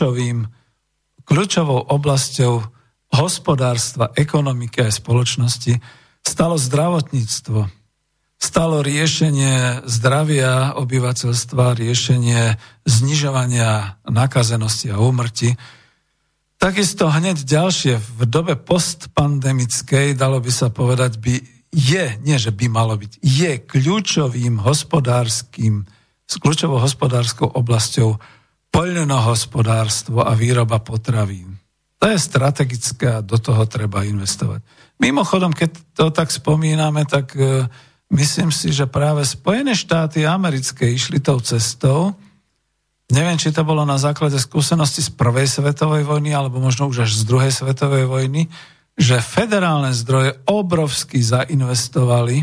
Speaker 2: kľúčovou oblasťou hospodárstva, ekonomiky a spoločnosti stalo zdravotníctvo. stalo riešenie zdravia obyvateľstva, riešenie znižovania nakazenosti a úmrtí. Takisto hneď ďalšie, v dobe postpandemickej, dalo by sa povedať, nie že by malo byť, je kľúčovou hospodárskou oblasťou poľnohospodárstvo a výroba potravín. To je strategické a do toho treba investovať. Mimochodom, keď to tak spomíname, tak myslím si, že práve Spojené štáty americké išli tou cestou. Neviem, či to bolo na základe skúsenosti z prvej svetovej vojny, alebo možno už až z druhej svetovej vojny, že federálne zdroje obrovsky zainvestovali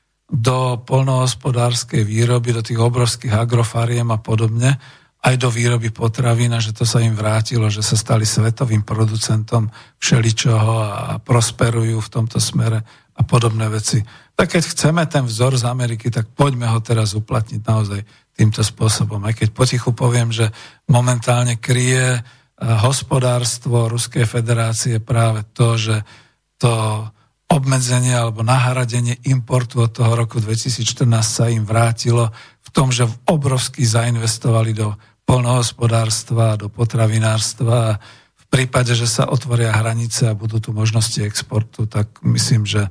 Speaker 2: do poľnohospodárskej výroby, do tých obrovských agrofariem a podobne, aj do výroby potravín, a že to sa im vrátilo, že sa stali svetovým producentom všeličoho a prosperujú v tomto smere a podobné veci. Tak keď chceme ten vzor z Ameriky, tak poďme ho teraz uplatniť naozaj týmto spôsobom. Aj keď potichu poviem, že momentálne kryje hospodárstvo Ruskej federácie práve to, že to obmedzenie alebo nahradenie importu od toho roku 2014 sa im vrátilo v tom, že obrovsky zainvestovali do poľnohospodárstva, do potravinárstva. V prípade, že sa otvoria hranice a budú tu možnosti exportu, tak myslím, že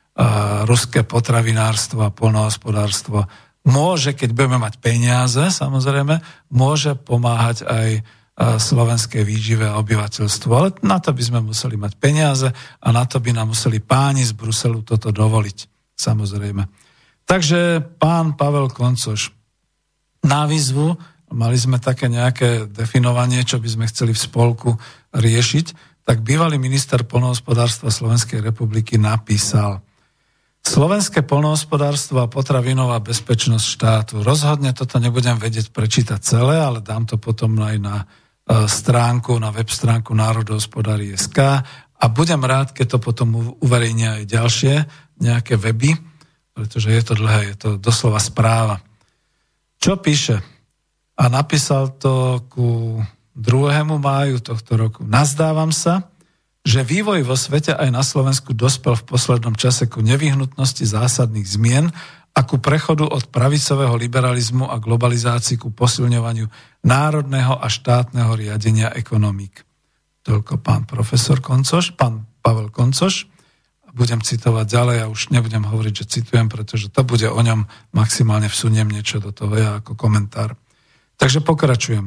Speaker 2: ruské potravinárstvo a poľnohospodárstvo môže, keď budeme mať peniaze, samozrejme, môže pomáhať aj slovenskej výžive a obyvateľstvu. Ale na to by sme museli mať peniaze a na to by nám museli páni z Bruselu toto dovoliť. Samozrejme. Takže pán Pavel Koncoš, na výzvu, mali sme také nejaké definovanie, čo by sme chceli v spolku riešiť, tak bývalý minister poľnohospodárstva Slovenskej republiky napísal: Slovenské poľnohospodárstvo a potravinová bezpečnosť štátu. Rozhodne toto nebudem vedieť prečítať celé, ale dám to potom aj na stránku, na web stránku Národohospodári.sk a budem rád, keď to potom uverejnia aj ďalšie nejaké weby, pretože je to dlhé, je to doslova správa. Čo píše? A napísal to ku 2. máju tohto roku. Nazdávam sa, že vývoj vo svete aj na Slovensku dospel v poslednom čase ku nevyhnutnosti zásadných zmien a ku prechodu od pravicového liberalizmu a globalizácii ku posilňovaniu národného a štátneho riadenia ekonomík. Toľko pán profesor Koncoš, pán Pavel Koncoš. Budem citovať ďalej a už nebudem hovoriť, že citujem, pretože to bude o ňom, maximálne vsuniem niečo do toho ja ako komentár. Takže pokračujem.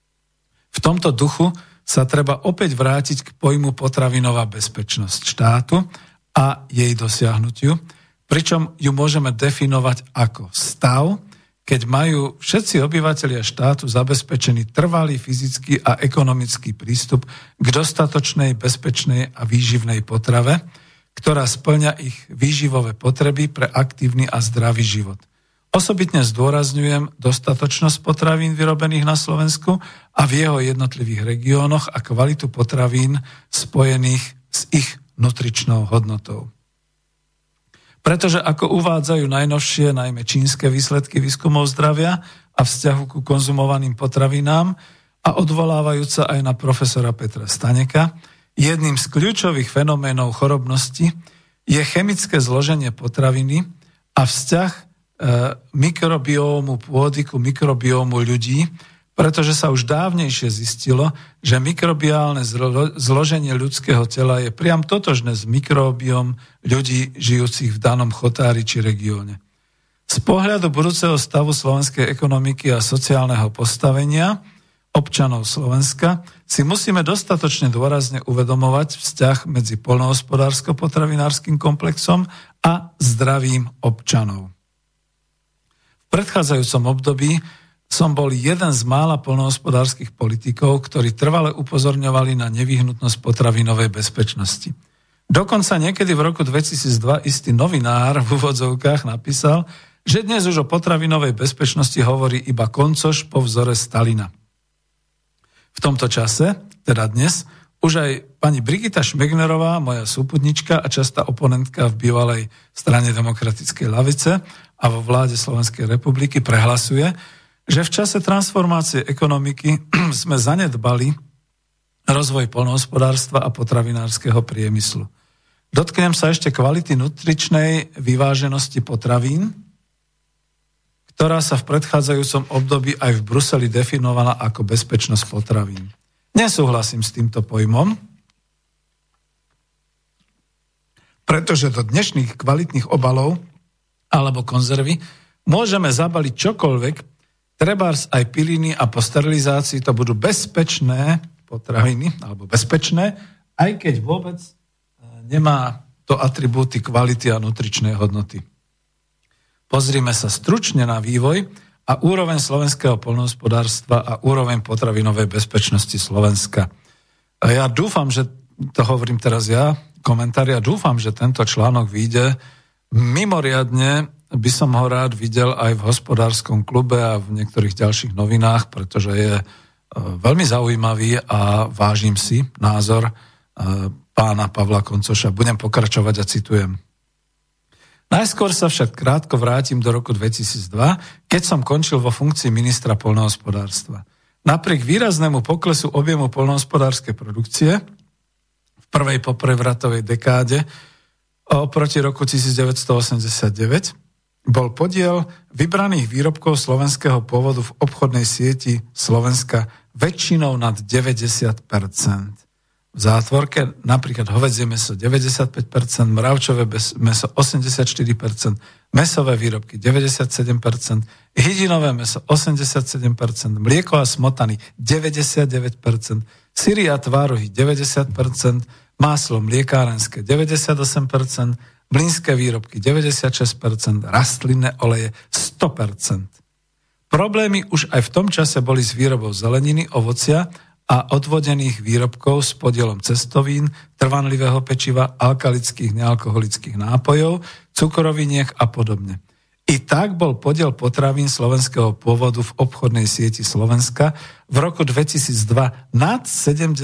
Speaker 2: V tomto duchu sa treba opäť vrátiť k pojmu potravinová bezpečnosť štátu a jej dosiahnutiu, pričom ju môžeme definovať ako stav, keď majú všetci obyvatelia štátu zabezpečený trvalý fyzický a ekonomický prístup k dostatočnej, bezpečnej a výživnej potrave, ktorá spĺňa ich výživové potreby pre aktívny a zdravý život. Osobitne zdôrazňujem dostatočnosť potravín vyrobených na Slovensku a v jeho jednotlivých regiónoch a kvalitu potravín spojených s ich nutričnou hodnotou. Pretože ako uvádzajú najnovšie, najmä čínske výsledky výskumov zdravia a vzťahu ku konzumovaným potravinám a odvolávajúca aj na profesora Petra Staneka, jedným z kľúčových fenoménov chorobnosti je chemické zloženie potraviny a vzťah mikrobiómu pôdy ku mikrobiómu ľudí, pretože sa už dávnejšie zistilo, že mikrobiálne zloženie ľudského tela je priam totožné s mikrobióm ľudí žijúcich v danom chotári či regióne. Z pohľadu budúceho stavu slovenskej ekonomiky a sociálneho postavenia občanov Slovenska si musíme dostatočne dôrazne uvedomovať vzťah medzi poľnohospodársko-potravinárskym komplexom a zdravím občanov. V predchádzajúcom období som bol jeden z mála poľnohospodárskych politikov, ktorí trvale upozorňovali na nevyhnutnosť potravinovej bezpečnosti. Dokonca niekedy v roku 2002 istý novinár v úvodzovkách napísal, že dnes už o potravinovej bezpečnosti hovorí iba Koncoš po vzore Stalina. V tomto čase, teda dnes, už aj pani Brigita Šmegnerová, moja súputnička a častá oponentka v bývalej strane Demokratickej lavice a vo vláde Slovenskej republiky prehlasuje, že v čase transformácie ekonomiky sme zanedbali rozvoj poľnohospodárstva a potravinárskeho priemyslu. Dotknem sa ešte kvality nutričnej vyváženosti potravín ktorá sa v predchádzajúcom období aj v Bruseli definovala ako bezpečnosť potravín. Nesúhlasím s týmto pojmom, pretože do dnešných kvalitných obalov alebo konzervy môžeme zabaliť čokoľvek, trebárs aj piliny a po sterilizácii to budú bezpečné potraviny, alebo bezpečné, aj keď vôbec nemá to atribúty kvality a nutričnej hodnoty. Pozrime sa stručne na vývoj a úroveň slovenského poľnohospodárstva a úroveň potravinovej bezpečnosti Slovenska. A ja dúfam, že to hovorím teraz ja, komentári, a dúfam, že tento článok vyjde. Mimoriadne by som ho rád videl aj v Hospodárskom klube a v niektorých ďalších novinách, pretože je veľmi zaujímavý a vážim si názor pána Pavla Koncoša. Budem pokračovať a citujem. Najskôr sa však krátko vrátim do roku 2002, keď som končil vo funkcii ministra poľnohospodárstva. Napriek výraznému poklesu objemu poľnohospodárskej produkcie v prvej poprevratovej dekáde oproti roku 1989 bol podiel vybraných výrobkov slovenského pôvodu v obchodnej sieti Slovenska väčšinou nad 90%. V zátvorke napríklad hovädzie mäso 95%, mravčové mäso 84%, mäsové výrobky 97%, hydinové mäso 87%, mlieko a smotany 99%, syry a tvárohy 90%, máslo mliekárenské 98%, mlynské výrobky 96%, rastlinné oleje 100%. Problémy už aj v tom čase boli s výrobou zeleniny, ovocia a odvodených výrobkov s podielom cestovín, trvanlivého pečiva, alkalických nealkoholických nápojov, cukroviniek a podobne. I tak bol podiel potravín slovenského pôvodu v obchodnej sieti Slovenska v roku 2002 nad 72%.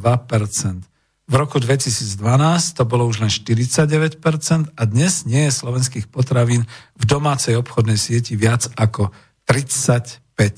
Speaker 2: V roku 2012 to bolo už len 49% a dnes nie je slovenských potravín v domácej obchodnej sieti viac ako 35%.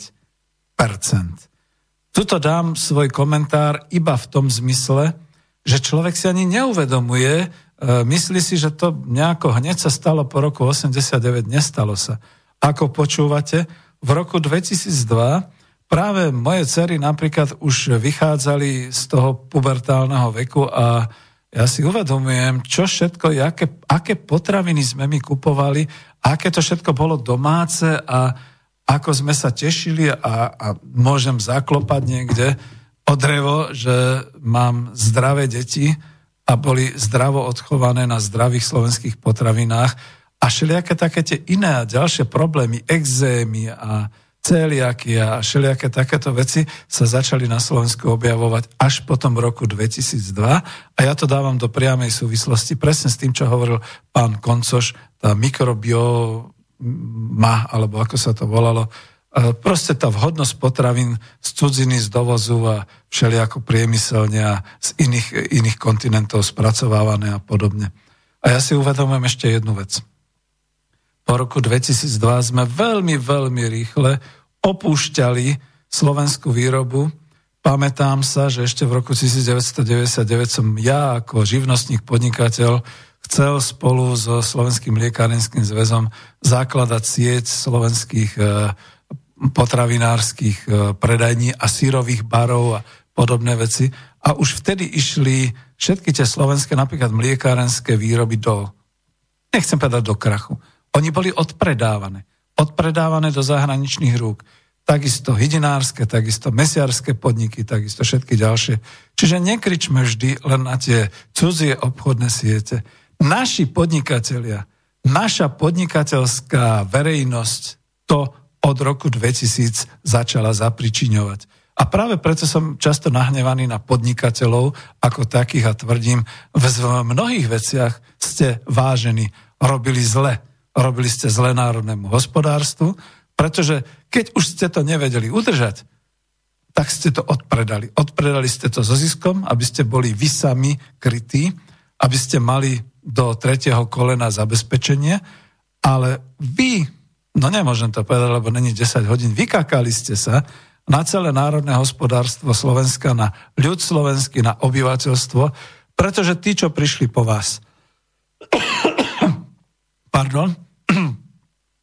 Speaker 2: Tuto dám svoj komentár iba v tom zmysle, že človek si ani neuvedomuje, myslí si, že to nejako hneď sa stalo po roku 89, nestalo sa. Ako počúvate, v roku 2002 práve moje dcery napríklad už vychádzali z toho pubertálneho veku a ja si uvedomujem, čo všetko, aké potraviny sme my kupovali, aké to všetko bolo domáce a ako sme sa tešili a môžem zaklopať niekde o drevo, že mám zdravé deti a boli zdravo odchované na zdravých slovenských potravinách a všelijaké také tie iné a ďalšie problémy, ekzémy a celiaky a všelijaké takéto veci sa začali na Slovensku objavovať až po tom roku 2002 a ja to dávam do priamej súvislosti presne s tým, čo hovoril pán Koncoš, tá alebo ako sa to volalo, proste tá vhodnosť potravín z cudziny, z dovozu a všelijako priemyselne a z iných kontinentov spracovávané a podobne. A ja si uvedomujem ešte jednu vec. Po roku 2002 sme veľmi, veľmi rýchle opúšťali slovenskú výrobu. Pamätám sa, že ešte v roku 1999 som ja ako živnostník, podnikateľ chcel spolu so Slovenským mliekárenským zväzom zakladať sieť slovenských potravinárskych predajní a sírových barov a podobné veci. A už vtedy išli všetky tie slovenské, napríklad mliekárenské výroby nechcem povedať do krachu. Oni boli odpredávané do zahraničných rúk. Takisto hydinárske, takisto mesiarské podniky, takisto všetky ďalšie. Čiže nekričme vždy len na tie cudzie obchodné siete. Naši podnikatelia, naša podnikateľská verejnosť to od roku 2000 začala zapričiňovať. A práve preto som často nahnevaný na podnikateľov ako takých a tvrdím, v mnohých veciach ste vážení, robili ste zle národnému hospodárstvu, pretože keď už ste to nevedeli udržať, tak ste to odpredali. Odpredali ste to so ziskom, aby ste boli vy sami krytí, aby ste mali do 3. kolena zabezpečenie, ale vy, nemôžem to povedať, lebo není 10 hodín, vykakali ste sa na celé národné hospodárstvo Slovenska, na ľud slovenský, na obyvateľstvo, pretože tí, čo prišli po vás,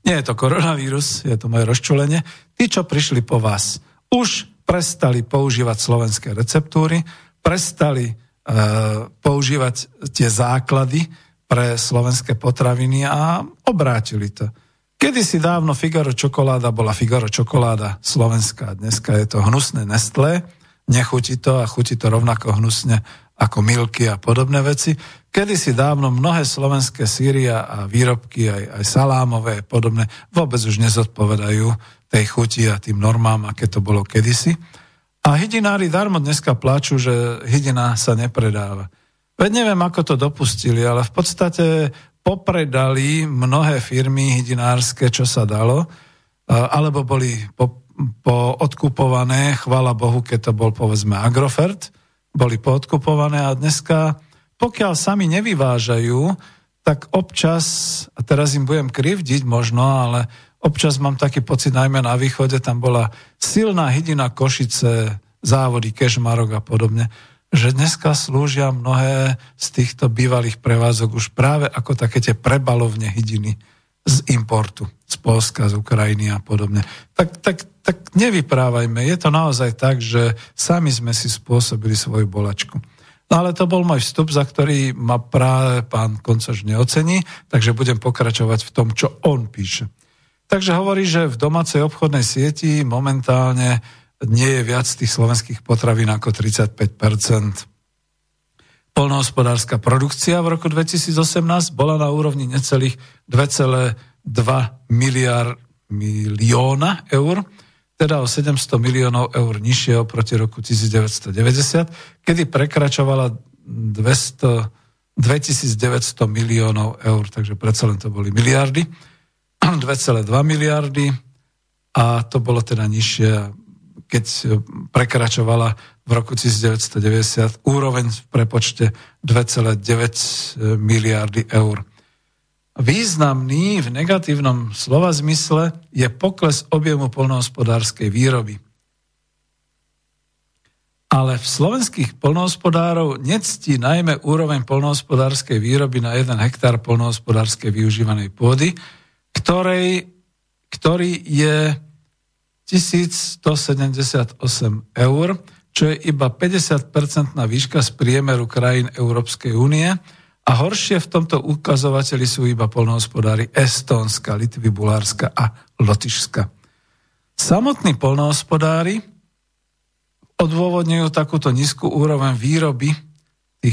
Speaker 2: Nie je to koronavírus, je to moje rozčulenie. Tí, čo prišli po vás, už prestali používať slovenské receptúry, prestali používať tie základy pre slovenské potraviny a obrátili to. Kedysi dávno Figaro čokoláda bola Figaro čokoláda slovenská. Dneska je to hnusné Nestlé, nechutí to a chutí to rovnako hnusne ako Milky a podobné veci. Kedysi dávno mnohé slovenské síry a výrobky, aj salámové a podobné, vôbec už nezodpovedajú tej chuti a tým normám, aké to bolo kedysi. A hydinári darmo dneska pláču, že hydina sa nepredáva. Veď neviem, ako to dopustili, ale v podstate popredali mnohé firmy hydinárske, čo sa dalo, alebo boli odkupované, chvála Bohu, keď to bol povedzme Agrofert, boli poodkupované a dneska, pokiaľ sami nevyvážajú, tak občas, a teraz im budem krivdiť možno, ale občas mám taký pocit, najmä na východe, tam bola silná hydina Košice, závody Kežmarok a podobne, že dneska slúžia mnohé z týchto bývalých prevádzok už práve ako také tie prebalovne hydiny z importu, z Poľska, z Ukrajiny a podobne. Tak nevyprávajme, je to naozaj tak, že sami sme si spôsobili svoju bolačku. No ale to bol môj vstup, za ktorý ma práve pán Koncoš neocení, takže budem pokračovať v tom, čo on píše. Takže hovorí, že v domácej obchodnej sieti momentálne nie je viac tých slovenských potravín ako 35%. Poľnohospodárska produkcia v roku 2018 bola na úrovni necelých 2,2 milióna eur, teda o 700 miliónov eur nižšie oproti roku 1990, kedy prekračovala 2900 miliónov eur, takže predsa len to boli miliardy. 2,2 miliardy a to bolo teda nižšie, keď prekračovala v roku 1990 úroveň v prepočte 2,9 miliardy eur. Významný v negatívnom slova zmysle je pokles objemu poľnohospodárskej výroby. Ale v slovenských poľnohospodárov nectí najmä úroveň poľnohospodárskej výroby na 1 hektár poľnohospodárskej využívanej pôdy, ktorý je 1178 eur, čo je iba 50% výška z priemeru krajín Európskej únie a horšie v tomto ukazovateli sú iba poľnohospodári Estónska, Litvy, Bulharska a Lotyšska. Samotní poľnohospodári odôvodňujú takúto nízku úroveň výroby tých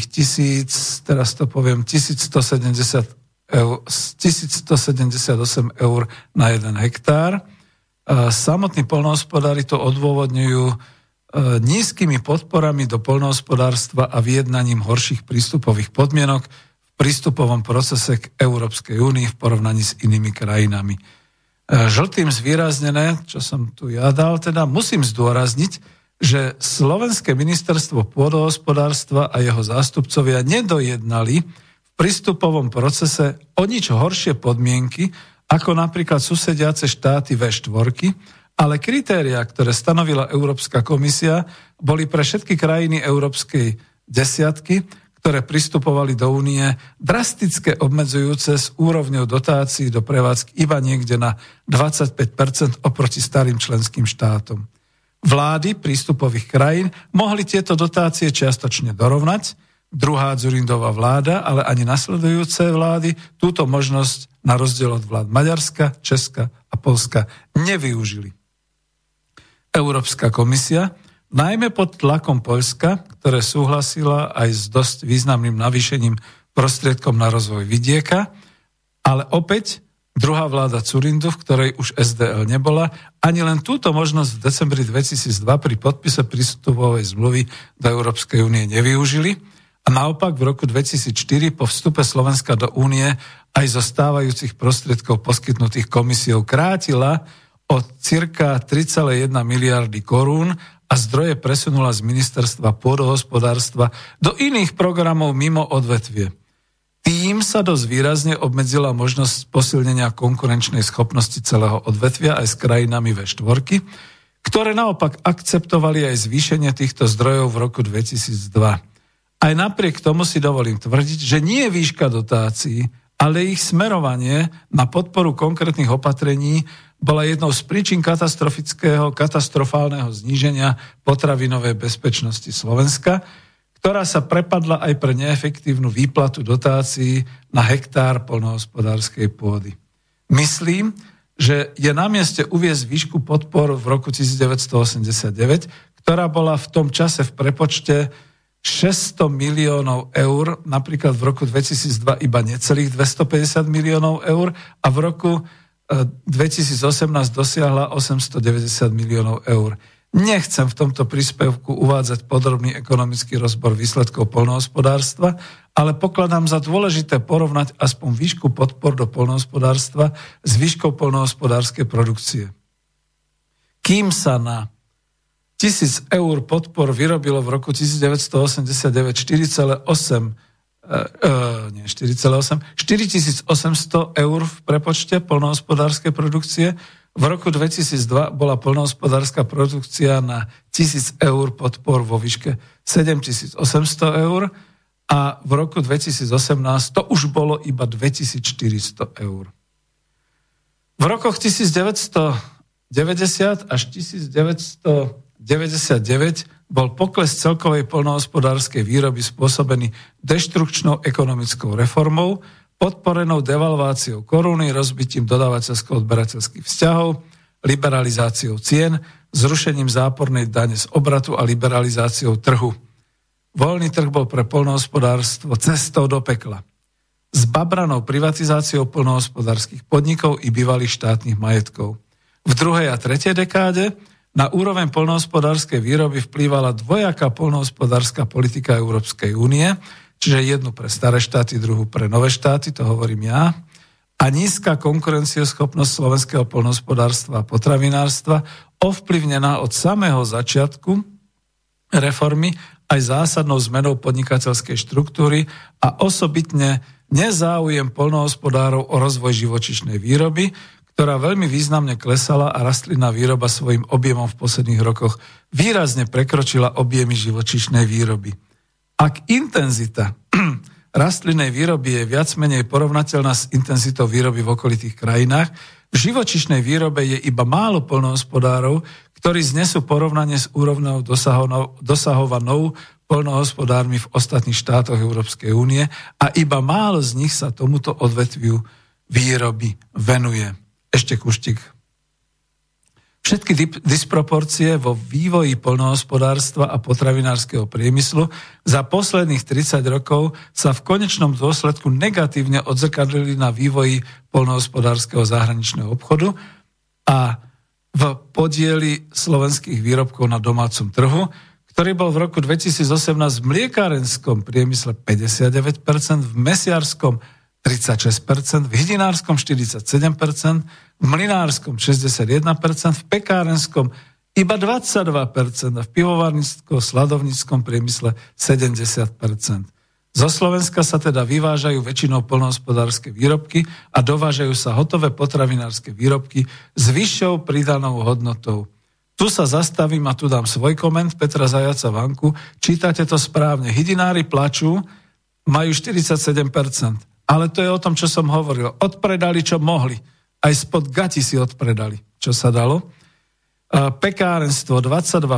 Speaker 2: 1178 eur na 1 hektár. Samotní poľnohospodári to odôvodňujú nízkymi podporami do poľnohospodárstva a vyjednaním horších prístupových podmienok v prístupovom procese k Európskej únii v porovnaní s inými krajinami. Žltým zvýraznené, čo som tu ja dal, teda musím zdôrazniť, že Slovenské ministerstvo pôdohospodárstva a jeho zástupcovia nedojednali v prístupovom procese o nič horšie podmienky, ako napríklad susediace štáty V4, ale kritériá, ktoré stanovila Európska komisia, boli pre všetky krajiny Európskej desiatky, ktoré pristupovali do únie, drastické obmedzujúce s úrovňou dotácií do prevádzky iba niekde na 25% oproti starým členským štátom. Vlády prístupových krajín mohli tieto dotácie čiastočne dorovnať, druhá Dzurindová vláda, ale ani nasledujúce vlády túto možnosť na rozdiel od vlád Maďarska, Česka a Poľska nevyužili. Európska komisia, najmä pod tlakom Poľska, ktoré súhlasila aj s dosť významným navýšením prostriedkom na rozvoj vidieka, ale opäť druhá vláda Dzurindu, v ktorej už SDL nebola, ani len túto možnosť v decembri 2002 pri podpise prístupovej zmluvy do Európskej únie nevyužili a naopak v roku 2004 po vstupe Slovenska do únie aj zo stávajúcich prostriedkov poskytnutých komisiou krátila o cirka 3,1 miliardy korún a zdroje presunula z ministerstva pôdohospodárstva do iných programov mimo odvetvie. Tým sa dosť výrazne obmedzila možnosť posilnenia konkurenčnej schopnosti celého odvetvia aj s krajinami V4, ktoré naopak akceptovali aj zvýšenie týchto zdrojov v roku 2002. Aj napriek tomu si dovolím tvrdiť, že nie výška dotácií, ale ich smerovanie na podporu konkrétnych opatrení bola jednou z príčin katastrofálneho zníženia potravinovej bezpečnosti Slovenska, ktorá sa prepadla aj pre neefektívnu výplatu dotácií na hektár poľnohospodárskej pôdy. Myslím, že je na mieste uviesť výšku podpor v roku 1989, ktorá bola v tom čase v prepočte 600 miliónov eur, napríklad v roku 2002 iba necelých 250 miliónov eur a v roku 2018 dosiahla 890 miliónov eur. Nechcem v tomto príspevku uvádzať podrobný ekonomický rozbor výsledkov poľnohospodárstva, ale pokladám za dôležité porovnať aspoň výšku podpor do poľnohospodárstva s výškou poľnohospodárskej produkcie. Kým sa na 1000 eur podpor vyrobilo v roku 1989 4,8 4800 eur v prepočte poľnohospodárskej produkcie. V roku 2002 bola poľnohospodárska produkcia na 1000 eur podpor vo výške 7800 eur a v roku 2018 to už bolo iba 2400 eur. V rokoch 1990 až 1999 bol pokles celkovej poľnohospodárskej výroby spôsobený deštrukčnou ekonomickou reformou, podporenou devalváciou koruny, rozbitím dodávateľsko-odberateľských vzťahov, liberalizáciou cien, zrušením zápornej dane z obratu a liberalizáciou trhu. Voľný trh bol pre poľnohospodárstvo cestou do pekla. S babranou privatizáciou poľnohospodárskych podnikov i bývalých štátnych majetkov. V druhej a tretej dekáde na úroveň poľnohospodárskej výroby vplývala dvojaká poľnohospodárska politika Európskej únie, čiže jednu pre staré štáty, druhú pre nové štáty, to hovorím ja, a nízka konkurencieschopnosť slovenského poľnohospodárstva a potravinárstva ovplyvnená od samého začiatku reformy aj zásadnou zmenou podnikateľskej štruktúry a osobitne nezáujem poľnohospodárov o rozvoj živočíšnej výroby, ktorá veľmi významne klesala a rastlinná výroba svojim objemom v posledných rokoch výrazne prekročila objemy živočíšnej výroby. Ak intenzita rastlinnej výroby je viac menej porovnateľná s intenzitou výroby v okolitých krajinách, v živočíšnej výrobe je iba málo poľnohospodárov, ktorí znesú porovnanie s úrovňou dosahovanou poľnohospodármi v ostatných štátoch Európskej únie a iba málo z nich sa tomuto odvetviu výroby venuje. Ešte kuštík. Všetky disproporcie vo vývoji poľnohospodárstva a potravinárskeho priemyslu za posledných 30 rokov sa v konečnom dôsledku negatívne odzrkadlili na vývoji poľnohospodárskeho zahraničného obchodu a v podieli slovenských výrobkov na domácom trhu, ktorý bol v roku 2018 v mliekárenskom priemysle 59%, v mesiarskom 36%, v hydinárskom 47%, v mlynárskom 61%, v pekárenskom iba 22% a v pivovarnícko-sladovníckom priemysle 70%. Zo Slovenska sa teda vyvážajú väčšinou poľnohospodárske výrobky a dovážajú sa hotové potravinárske výrobky s vyššou pridanou hodnotou. Tu sa zastavím a tu dám svoj koment Petra Zajaca Vanku. Čítate to správne. Hydinári plačú, majú 47%. Ale to je o tom, čo som hovoril. Odpredali, čo mohli. Aj spod gati si odpredali, čo sa dalo. Pekárenstvo 22%.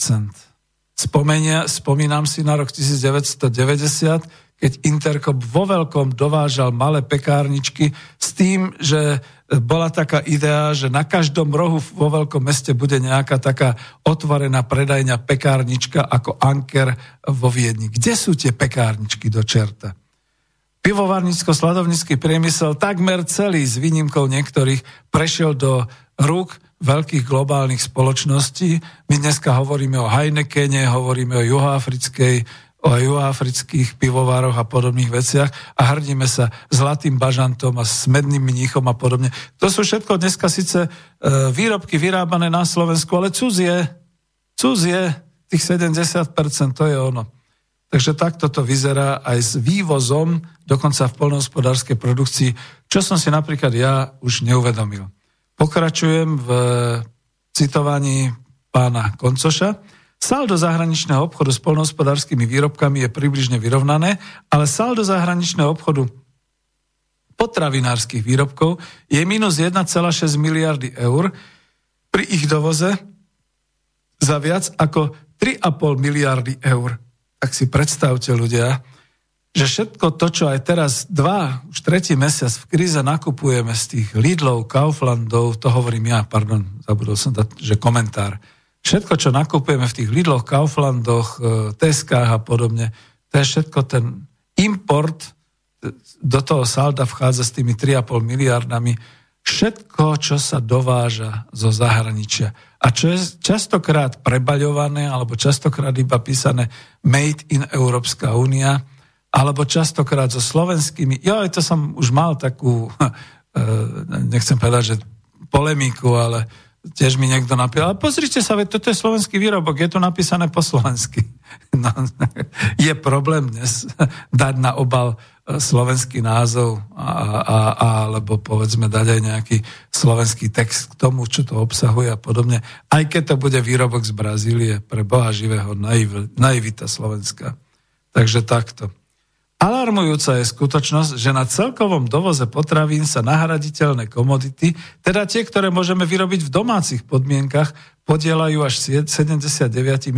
Speaker 2: Spomínam si na rok 1990, keď Interkop vo veľkom dovážal malé pekárničky s tým, že bola taká idea, že na každom rohu vo veľkom meste bude nejaká taká otvorená predajňa pekárnička ako Anker vo Viedni. Kde sú tie pekárničky do čerta? Pivovarnícko-sladovnícky priemysel takmer celý, s výnimkou niektorých, prešiel do rúk veľkých globálnych spoločností. My dneska hovoríme o Heinekene, hovoríme o juhoafrických pivovároch a podobných veciach a hrdíme sa zlatým bažantom a smedným mníchom a podobne. To sú všetko dneska síce výrobky vyrábané na Slovensku, ale cudzie, tých 70%, to je ono. Takže takto to vyzerá aj s vývozom, dokonca v poľnohospodárskej produkcii, čo som si napríklad ja už neuvedomil. Pokračujem v citovaní pána Koncoša. Saldo zahraničného obchodu s poľnohospodárskymi výrobkami je približne vyrovnané, ale saldo zahraničného obchodu potravinárskych výrobkov je minus 1,6 miliardy eur pri ich dovoze za viac ako 3,5 miliardy eur. Tak si predstavte, ľudia, že všetko to, čo aj teraz už tretí mesiac v kríze nakupujeme z tých Lidlov, Kauflandov, to hovorím ja, zabudol som dať, že komentár. Všetko, čo nakupujeme v tých Lidloch, Kauflandoch, Teskách a podobne, to je všetko ten import, do toho salda vchádza s tými 3,5 miliardami, všetko, čo sa dováža zo zahraničia. A čo je častokrát prebaľované, alebo častokrát iba písané Made in Európska únia, alebo častokrát so slovenskými. To som už mal takú, nechcem povedať, že polemiku, ale tiež mi niekto napísal. Ale pozrite sa, toto je slovenský výrobok, je to napísané po slovensky. No, je problém dnes dať na obal slovenský názov alebo povedzme dať aj nejaký slovenský text k tomu, čo to obsahuje a podobne. Aj keď to bude výrobok z Brazílie, pre Boha živého, naivita slovenská. Takže takto. Alarmujúca je skutočnosť, že na celkovom dovoze potravín sa nahraditeľné komodity, teda tie, ktoré môžeme vyrobiť v domácich podmienkach, podieľajú až 79%.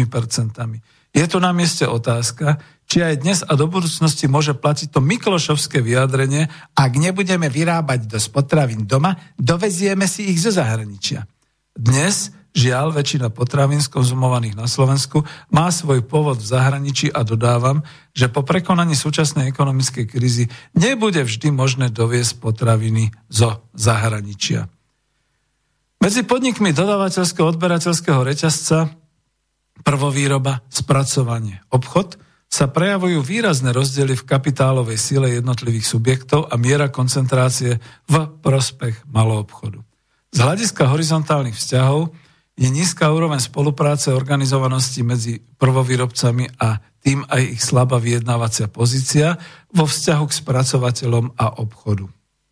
Speaker 2: Je tu na mieste otázka, či aj dnes a do budúcnosti môže platiť to miklošovské vyjadrenie, ak nebudeme vyrábať dosť potravín doma, dovezieme si ich zo zahraničia. Dnes žiaľ, väčšina potravín skonzumovaných na Slovensku má svoj pôvod v zahraničí a dodávam, že po prekonaní súčasnej ekonomickej krízy nebude vždy možné doviesť potraviny zo zahraničia. Medzi podnikmi dodávateľského odberateľského reťazca prvovýroba, spracovanie, obchod sa prejavujú výrazné rozdiely v kapitálovej sile jednotlivých subjektov a miera koncentrácie v prospech maloobchodu. Z hľadiska horizontálnych vzťahov je nízka úroveň spolupráce a organizovanosti medzi prvovýrobcami a tým aj ich slabá vyjednávacia pozícia vo vzťahu k spracovateľom a obchodu.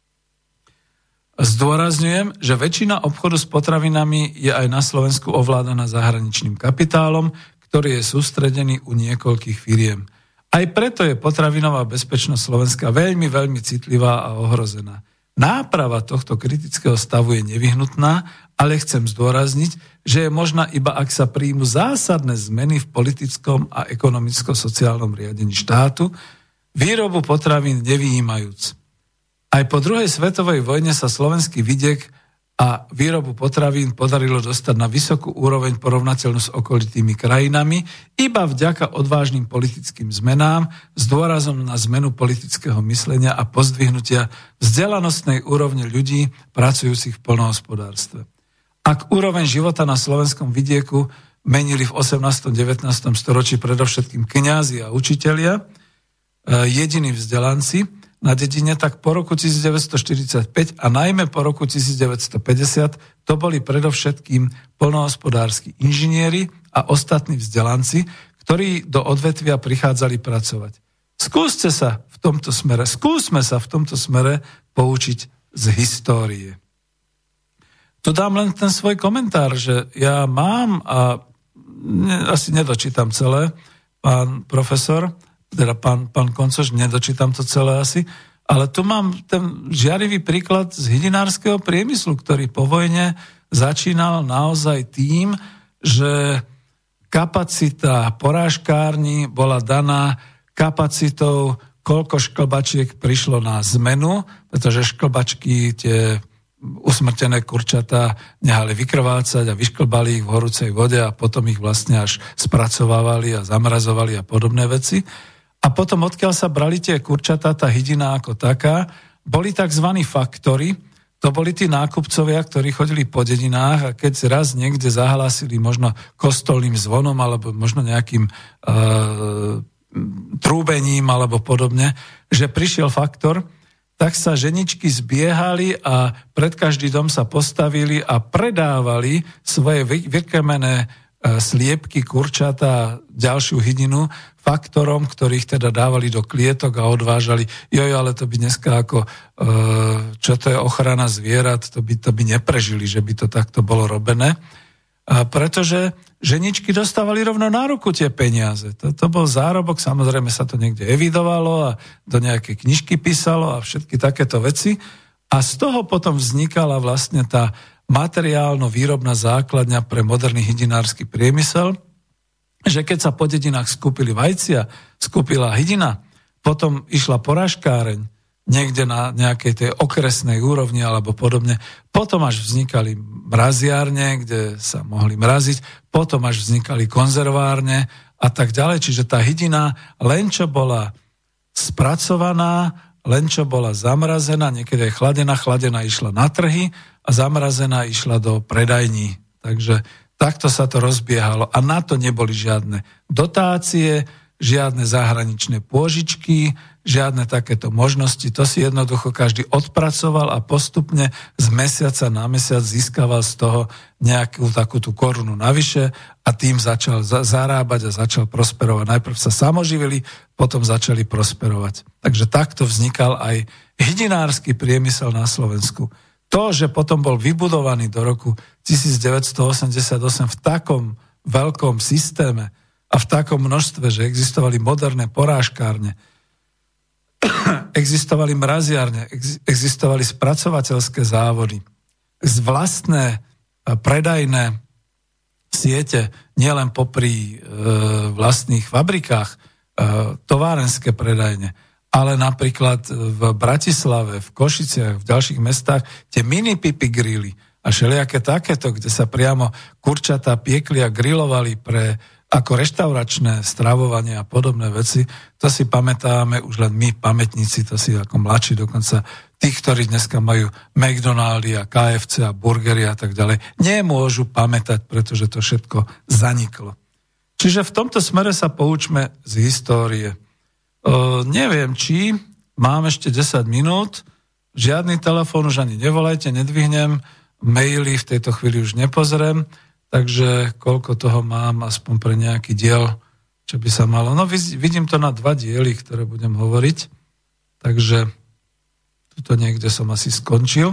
Speaker 2: Zdôrazňujem, že väčšina obchodu s potravinami je aj na Slovensku ovládaná zahraničným kapitálom, ktorý je sústredený u niekoľkých firiem. Aj preto je potravinová bezpečnosť Slovenska veľmi, veľmi citlivá a ohrozená. Náprava tohto kritického stavu je nevyhnutná, ale chcem zdôrazniť, že je možná iba ak sa príjmu zásadné zmeny v politickom a ekonomicko-sociálnom riadení štátu, výrobu potravín nevyjímajúc. Aj po druhej svetovej vojne sa slovenský vidiek a výrobu potravín podarilo dostať na vysokú úroveň porovnateľnú s okolitými krajinami iba vďaka odvážnym politickým zmenám s dôrazom na zmenu politického myslenia a pozdvihnutia vzdelanostnej úrovne ľudí pracujúcich v poľnohospodárstve. Ak úroveň života na slovenskom vidieku menili v 18. 19. storočí predovšetkým kňazi a učitelia, jediní vzdelanci na dedine, tak po roku 1945 a najmä po roku 1950 to boli predovšetkým poľnohospodárski inžinieri a ostatní vzdelanci, ktorí do odvetvia prichádzali pracovať. Skúsme sa v tomto smere poučiť z histórie. Tu dám len ten svoj komentár, že ja mám a asi nedočítam celé, pán profesor, teda pán Koncoš, nedočítam to celé asi, ale tu mám ten žiarivý príklad z hydinárskeho priemyslu, ktorý po vojne začínal naozaj tým, že kapacita porážkárni bola daná kapacitou, koľko šklbačiek prišlo na zmenu, pretože šklbačky tie usmrtené kurčatá nehali vykrvácať a vyšklbali ich v horúcej vode a potom ich vlastne až spracovávali a zamrazovali a podobné veci. A potom, odkiaľ sa brali tie kurčatá, tá hydina ako taká, boli tzv. Faktory, to boli tí nákupcovia, ktorí chodili po dedinách a keď raz niekde zahlásili možno kostolným zvonom alebo možno nejakým trúbením alebo podobne, že prišiel faktor, tak sa ženičky zbiehali a pred každý dom sa postavili a predávali svoje vykrmené sliepky, kurčatá, ďalšiu hydinu faktorom, ktorých teda dávali do klietok a odvážali. Ale to by dneska ako, čo to je ochrana zvierat, to by neprežili, že by to takto bolo robené. Pretože ženičky dostávali rovno na ruku tie peniaze. To bol zárobok, samozrejme sa to niekde evidovalo a do nejakej knižky písalo a všetky takéto veci. A z toho potom vznikala vlastne tá materiálno-výrobná základňa pre moderný hydinársky priemysel, že keď sa po dedinách skúpili vajcia, skúpila hydina, potom išla porážkáreň, niekde na nejakej tej okresnej úrovni alebo podobne. Potom až vznikali mraziárne, kde sa mohli mraziť, potom až vznikali konzervárne a tak ďalej. Čiže tá hydina len čo bola spracovaná, len čo bola zamrazená, niekedy aj chladená išla na trhy a zamrazená išla do predajní. Takže takto sa to rozbiehalo a na to neboli žiadne dotácie, žiadne zahraničné pôžičky, žiadne takéto možnosti. To si jednoducho každý odpracoval a postupne z mesiaca na mesiac získaval z toho nejakú takú tú korunu navyše a tým začal zarábať a začal prosperovať. Najprv sa samoživili, potom začali prosperovať. Takže takto vznikal aj hydinársky priemysel na Slovensku. To, že potom bol vybudovaný do roku 1988 v takom veľkom systéme a v takom množstve, že existovali moderné porážkárne, existovali mraziarne, existovali spracovateľské závody, vlastné predajné siete, nielen popri vlastných fabrikách, továrenské predajne, ale napríklad v Bratislave, v Košiciach, v ďalších mestách tie mini-pipi grily a všelijaké takéto, kde sa priamo kurčatá piekli a grilovali ako reštauračné stravovanie a podobné veci, to si pamätáme už len my, pamätníci, to si ako mladší dokonca tí, ktorí dneska majú McDonaldy a KFC a burgery a tak ďalej, nemôžu pamätať, pretože to všetko zaniklo. Čiže v tomto smere sa poučme z histórie. Neviem, či mám ešte 10 minút, žiadny telefón už ani nevolajte, nedvihnem, maily v tejto chvíli už nepozriem, takže koľko toho mám aspoň pre nejaký diel, čo by sa malo. No vidím to na 2 diely, ktoré budem hovoriť, takže tuto niekde som asi skončil.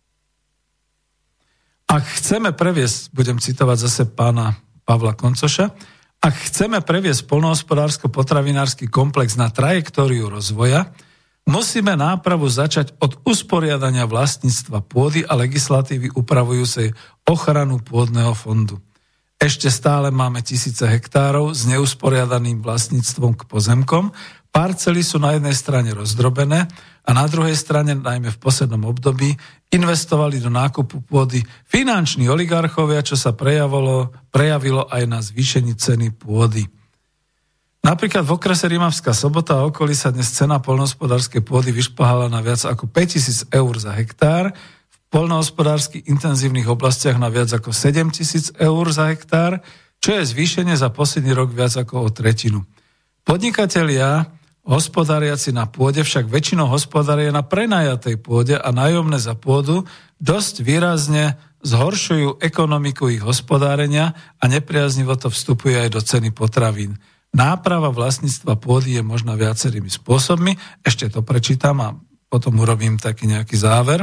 Speaker 2: Ak chceme previesť, budem citovať zase pána Pavla Koncoša, ak chceme previesť poľnohospodársko-potravinársky komplex na trajektóriu rozvoja, musíme nápravu začať od usporiadania vlastníctva pôdy a legislatívy upravujúcej ochranu pôdneho fondu. Ešte stále máme tisíce hektárov s neusporiadaným vlastníctvom k pozemkom, parcely sú na jednej strane rozdrobené a na druhej strane, najmä v poslednom období, investovali do nákupu pôdy finanční oligarchovia, čo sa prejavilo aj na zvýšení ceny pôdy. Napríklad v okrese Rimavská Sobota a okolí sa dnes cena poľnohospodárskej pôdy vyšplhala na viac ako 5 000 eur za hektár, v poľnohospodársky intenzívnych oblastiach na viac ako 7 000 eur za hektár, čo je zvýšenie za posledný rok viac ako o 1/3. Podnikatelia hospodáriaci na pôde však väčšinou hospodária na prenajatej pôde a nájomné za pôdu dosť výrazne zhoršujú ekonomiku ich hospodárenia a nepriaznivo to vstupuje aj do ceny potravín. Náprava vlastníctva pôdy je možná viacerými spôsobmi. Ešte to prečítam a potom urobím taký nejaký záver.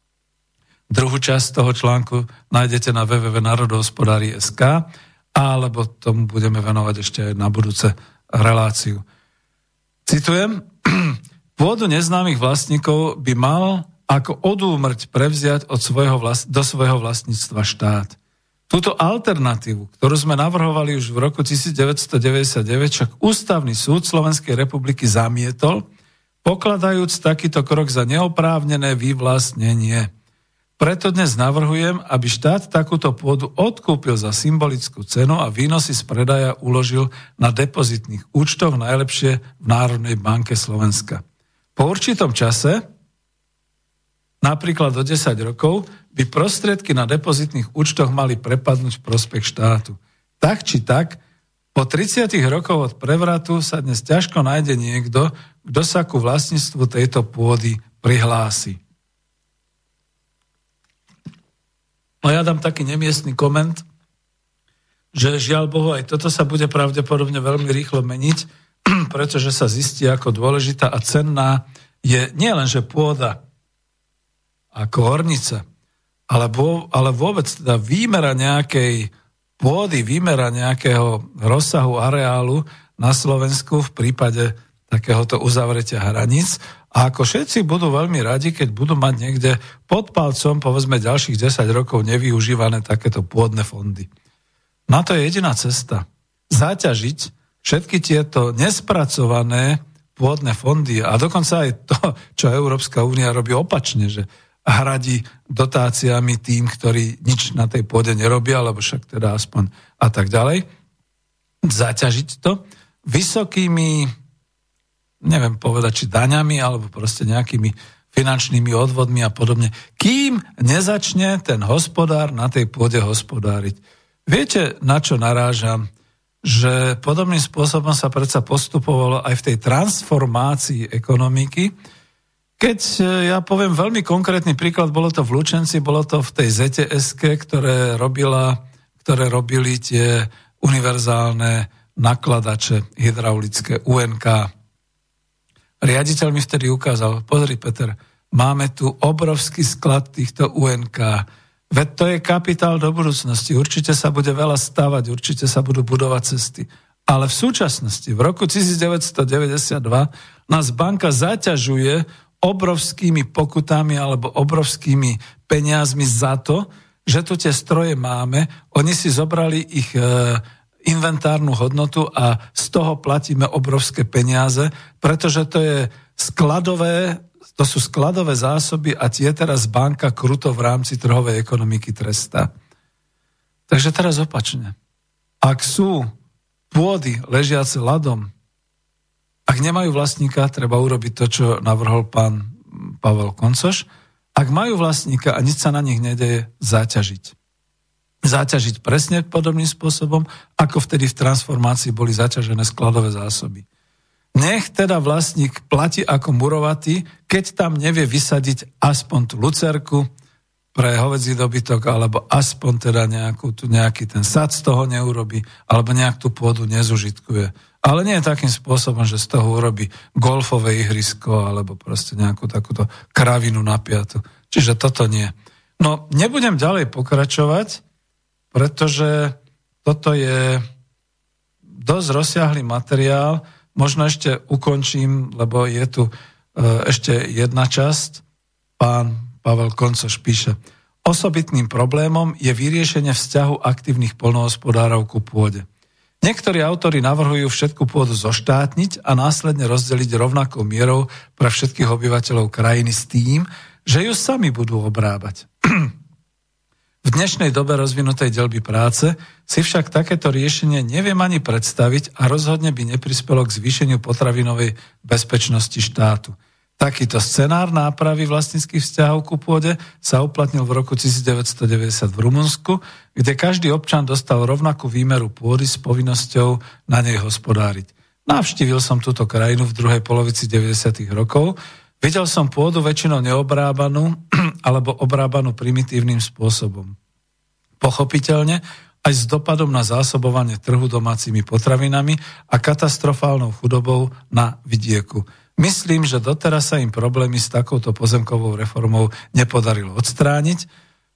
Speaker 2: Druhú časť toho článku nájdete na www.narodohospodári.sk alebo tomu budeme venovať ešte aj na budúce reláciu. Citujem, pôdu neznámych vlastníkov by mal ako odúmrť prevziať do svojho vlastníctva štát. Túto alternatívu, ktorú sme navrhovali už v roku 1999, však Ústavný súd Slovenskej republiky zamietol, pokladajúc takýto krok za neoprávnené vyvlastnenie. Preto dnes navrhujem, aby štát takúto pôdu odkúpil za symbolickú cenu a výnosy z predaja uložil na depozitných účtoch, najlepšie v Národnej banke Slovenska. Po určitom čase, napríklad do 10 rokov, by prostriedky na depozitných účtoch mali prepadnúť v prospech štátu. Tak či tak, po 30 rokoch od prevratu sa dnes ťažko nájde niekto, kto sa ku vlastníctvu tejto pôdy prihlási. No ja dám taký nemiestny koment, že žiaľ Bohu, aj toto sa bude pravdepodobne veľmi rýchlo meniť, pretože sa zistí, ako dôležitá a cenná je nielenže pôda ako ornica, ale vôbec teda výmera nejakej pôdy, výmera nejakého rozsahu areálu na Slovensku v prípade takéhoto uzavretia hraníc. A ako všetci budú veľmi radi, keď budú mať niekde pod palcom, povedzme ďalších 10 rokov nevyužívané takéto pôdne fondy. Na to je jediná cesta. Zaťažiť všetky tieto nespracované pôdne fondy a dokonca aj to, čo Európska únia robí opačne, že hradí dotáciami tým, ktorí nič na tej pôde nerobia, alebo však teda aspoň a tak ďalej. Zaťažiť to vysokými, neviem povedať, či daňami, alebo proste nejakými finančnými odvodmi a podobne, kým nezačne ten hospodár na tej pôde hospodáriť. Viete, na čo narážam? Že podobným spôsobom sa predsa postupovalo aj v tej transformácii ekonomiky. Keď ja poviem veľmi konkrétny príklad, bolo to v Lučenci, bolo to v tej ZTS-ke, ktoré robili tie univerzálne nakladače hydraulické UNK. Riaditeľ mi vtedy ukázal, pozri Peter, máme tu obrovský sklad týchto UNK, veď to je kapitál do budúcnosti, určite sa bude veľa stavať, určite sa budú budovať cesty. Ale v súčasnosti, v roku 1992, nás banka zaťažuje obrovskými pokutami alebo obrovskými peniazmi za to, že tu tie stroje máme, oni si zobrali ich inventárnu hodnotu a z toho platíme obrovské peniaze, pretože to sú skladové zásoby a tie teraz banka kruto v rámci trhovej ekonomiky trestá. Takže teraz opačne. Ak sú pôdy ležiace ľadom, ak nemajú vlastníka, treba urobiť to, čo navrhol pán Pavel Koncoš. Ak majú vlastníka a nič sa na nich nedeje, zaťažiť. Zaťažiť presne podobným spôsobom, ako vtedy v transformácii boli zaťažené skladové zásoby. Nech teda vlastník platí ako murovatý, keď tam nevie vysadiť aspoň tú lucerku pre hovädzí dobytok, alebo aspoň teda nejaký ten sad z toho neurobi, alebo nejak tú pôdu nezužitkuje. Ale nie je takým spôsobom, že z toho urobí golfové ihrisko, alebo proste nejakú takúto kravinu na piatu. Čiže toto nie. No, nebudem ďalej pokračovať, pretože toto je dosť rozsiahly materiál. Možno ešte ukončím, lebo je tu ešte jedna časť. Pán Pavel Koncoš píše: osobitným problémom je vyriešenie vzťahu aktívnych poľnohospodárov ku pôde. Niektorí autori navrhujú všetku pôdu zoštátniť a následne rozdeliť rovnakou mierou pre všetkých obyvateľov krajiny s tým, že ju sami budú obrábať. V dnešnej dobe rozvinutej deľby práce si však takéto riešenie neviem ani predstaviť a rozhodne by neprispelo k zvýšeniu potravinovej bezpečnosti štátu. Takýto scenár nápravy vlastníckych vzťahov ku pôde sa uplatnil v roku 1990 v Rumunsku, kde každý občan dostal rovnakú výmeru pôdy s povinnosťou na nej hospodáriť. Navštívil som túto krajinu v druhej polovici 90. rokov. Videl som pôdu väčšinou neobrábanú alebo obrábanú primitívnym spôsobom. Pochopiteľne aj s dopadom na zásobovanie trhu domácimi potravinami a katastrofálnou chudobou na vidieku. Myslím, že doteraz sa im problémy s takouto pozemkovou reformou nepodarilo odstrániť.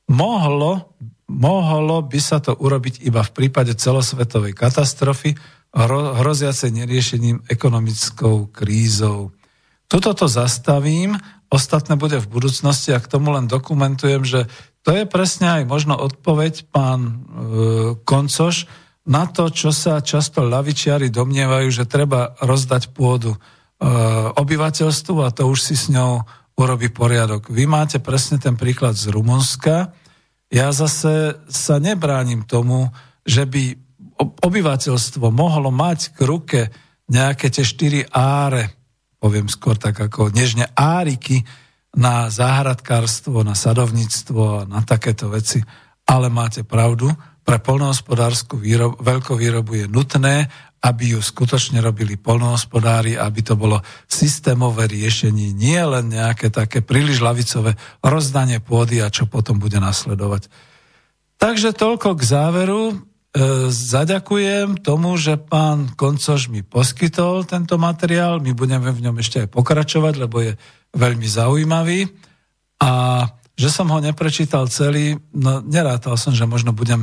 Speaker 2: Mohlo by sa to urobiť iba v prípade celosvetovej katastrofy, hroziacej neriešením ekonomickou krízou. Tuto to zastavím, ostatné bude v budúcnosti a k tomu len dokumentujem, že to je presne aj možno odpoveď, pán Koncoš, na to, čo sa často ľavičiari domnievajú, že treba rozdať pôdu obyvateľstvu a to už si s ňou urobí poriadok. Vy máte presne ten príklad z Rumunska. Ja zase sa nebránim tomu, že by obyvateľstvo mohlo mať k ruke nejaké tie 4 áre, poviem skôr tak ako nežne áriky na záhradkárstvo, na sadovníctvo a na takéto veci. Ale máte pravdu, pre poľnohospodárskú veľkovýrobu je nutné, aby ju skutočne robili poľnohospodári, aby to bolo systémové riešenie, nie len nejaké také príliš ľavicové rozdanie pôdy a čo potom bude nasledovať. Takže toľko k záveru. Zaďakujem tomu, že pán Koncoš mi poskytol tento materiál. My budeme v ňom ešte aj pokračovať, lebo je veľmi zaujímavý. A že som ho neprečítal celý, no nerátal som, že možno budem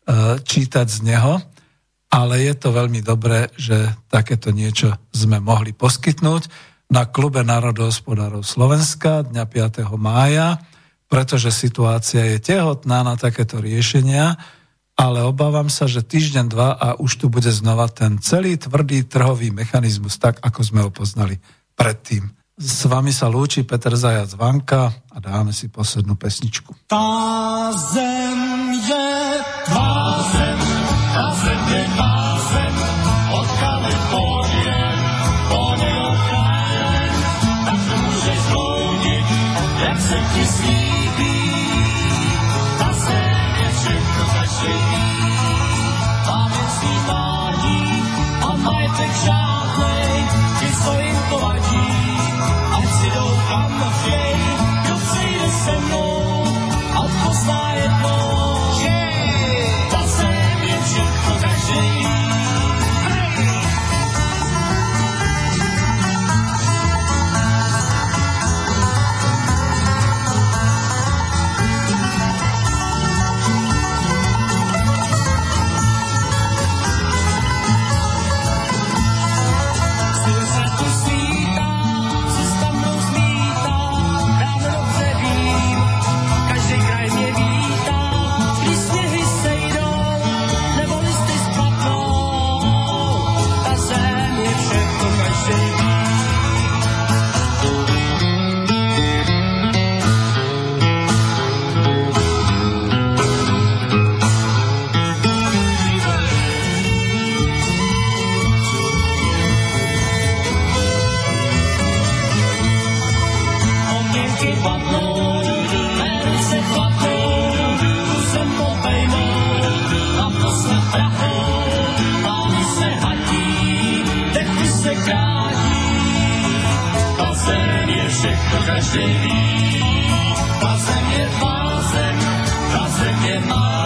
Speaker 2: čítať z neho, ale je to veľmi dobré, že takéto niečo sme mohli poskytnúť na Klube národohospodárov Slovenska dňa 5. mája, pretože situácia je tehotná na takéto riešenia, ale obávam sa, že týždeň, dva a už tu bude znova ten celý tvrdý trhový mechanizmus, tak ako sme ho poznali predtým. S vami sa lúči Peter Zajac Vanka a dáme si poslednú pesničku.
Speaker 1: Tá zem je tvá zem, tá zem je tvá zem, od Kalifornie po Neopren, tak to môžeš blúdiť, jak se ti slíbí. Tá zem je všechno zaživí, má věcí mládí a majetek žádnej, ti svojim to vadí. Ať si jdou kam chtěj, kdo přijde se mnou, ať pozná jednou, že ta zem je všechno každý. Všechno každý ví, ta zem je tvá zem, ta zem je má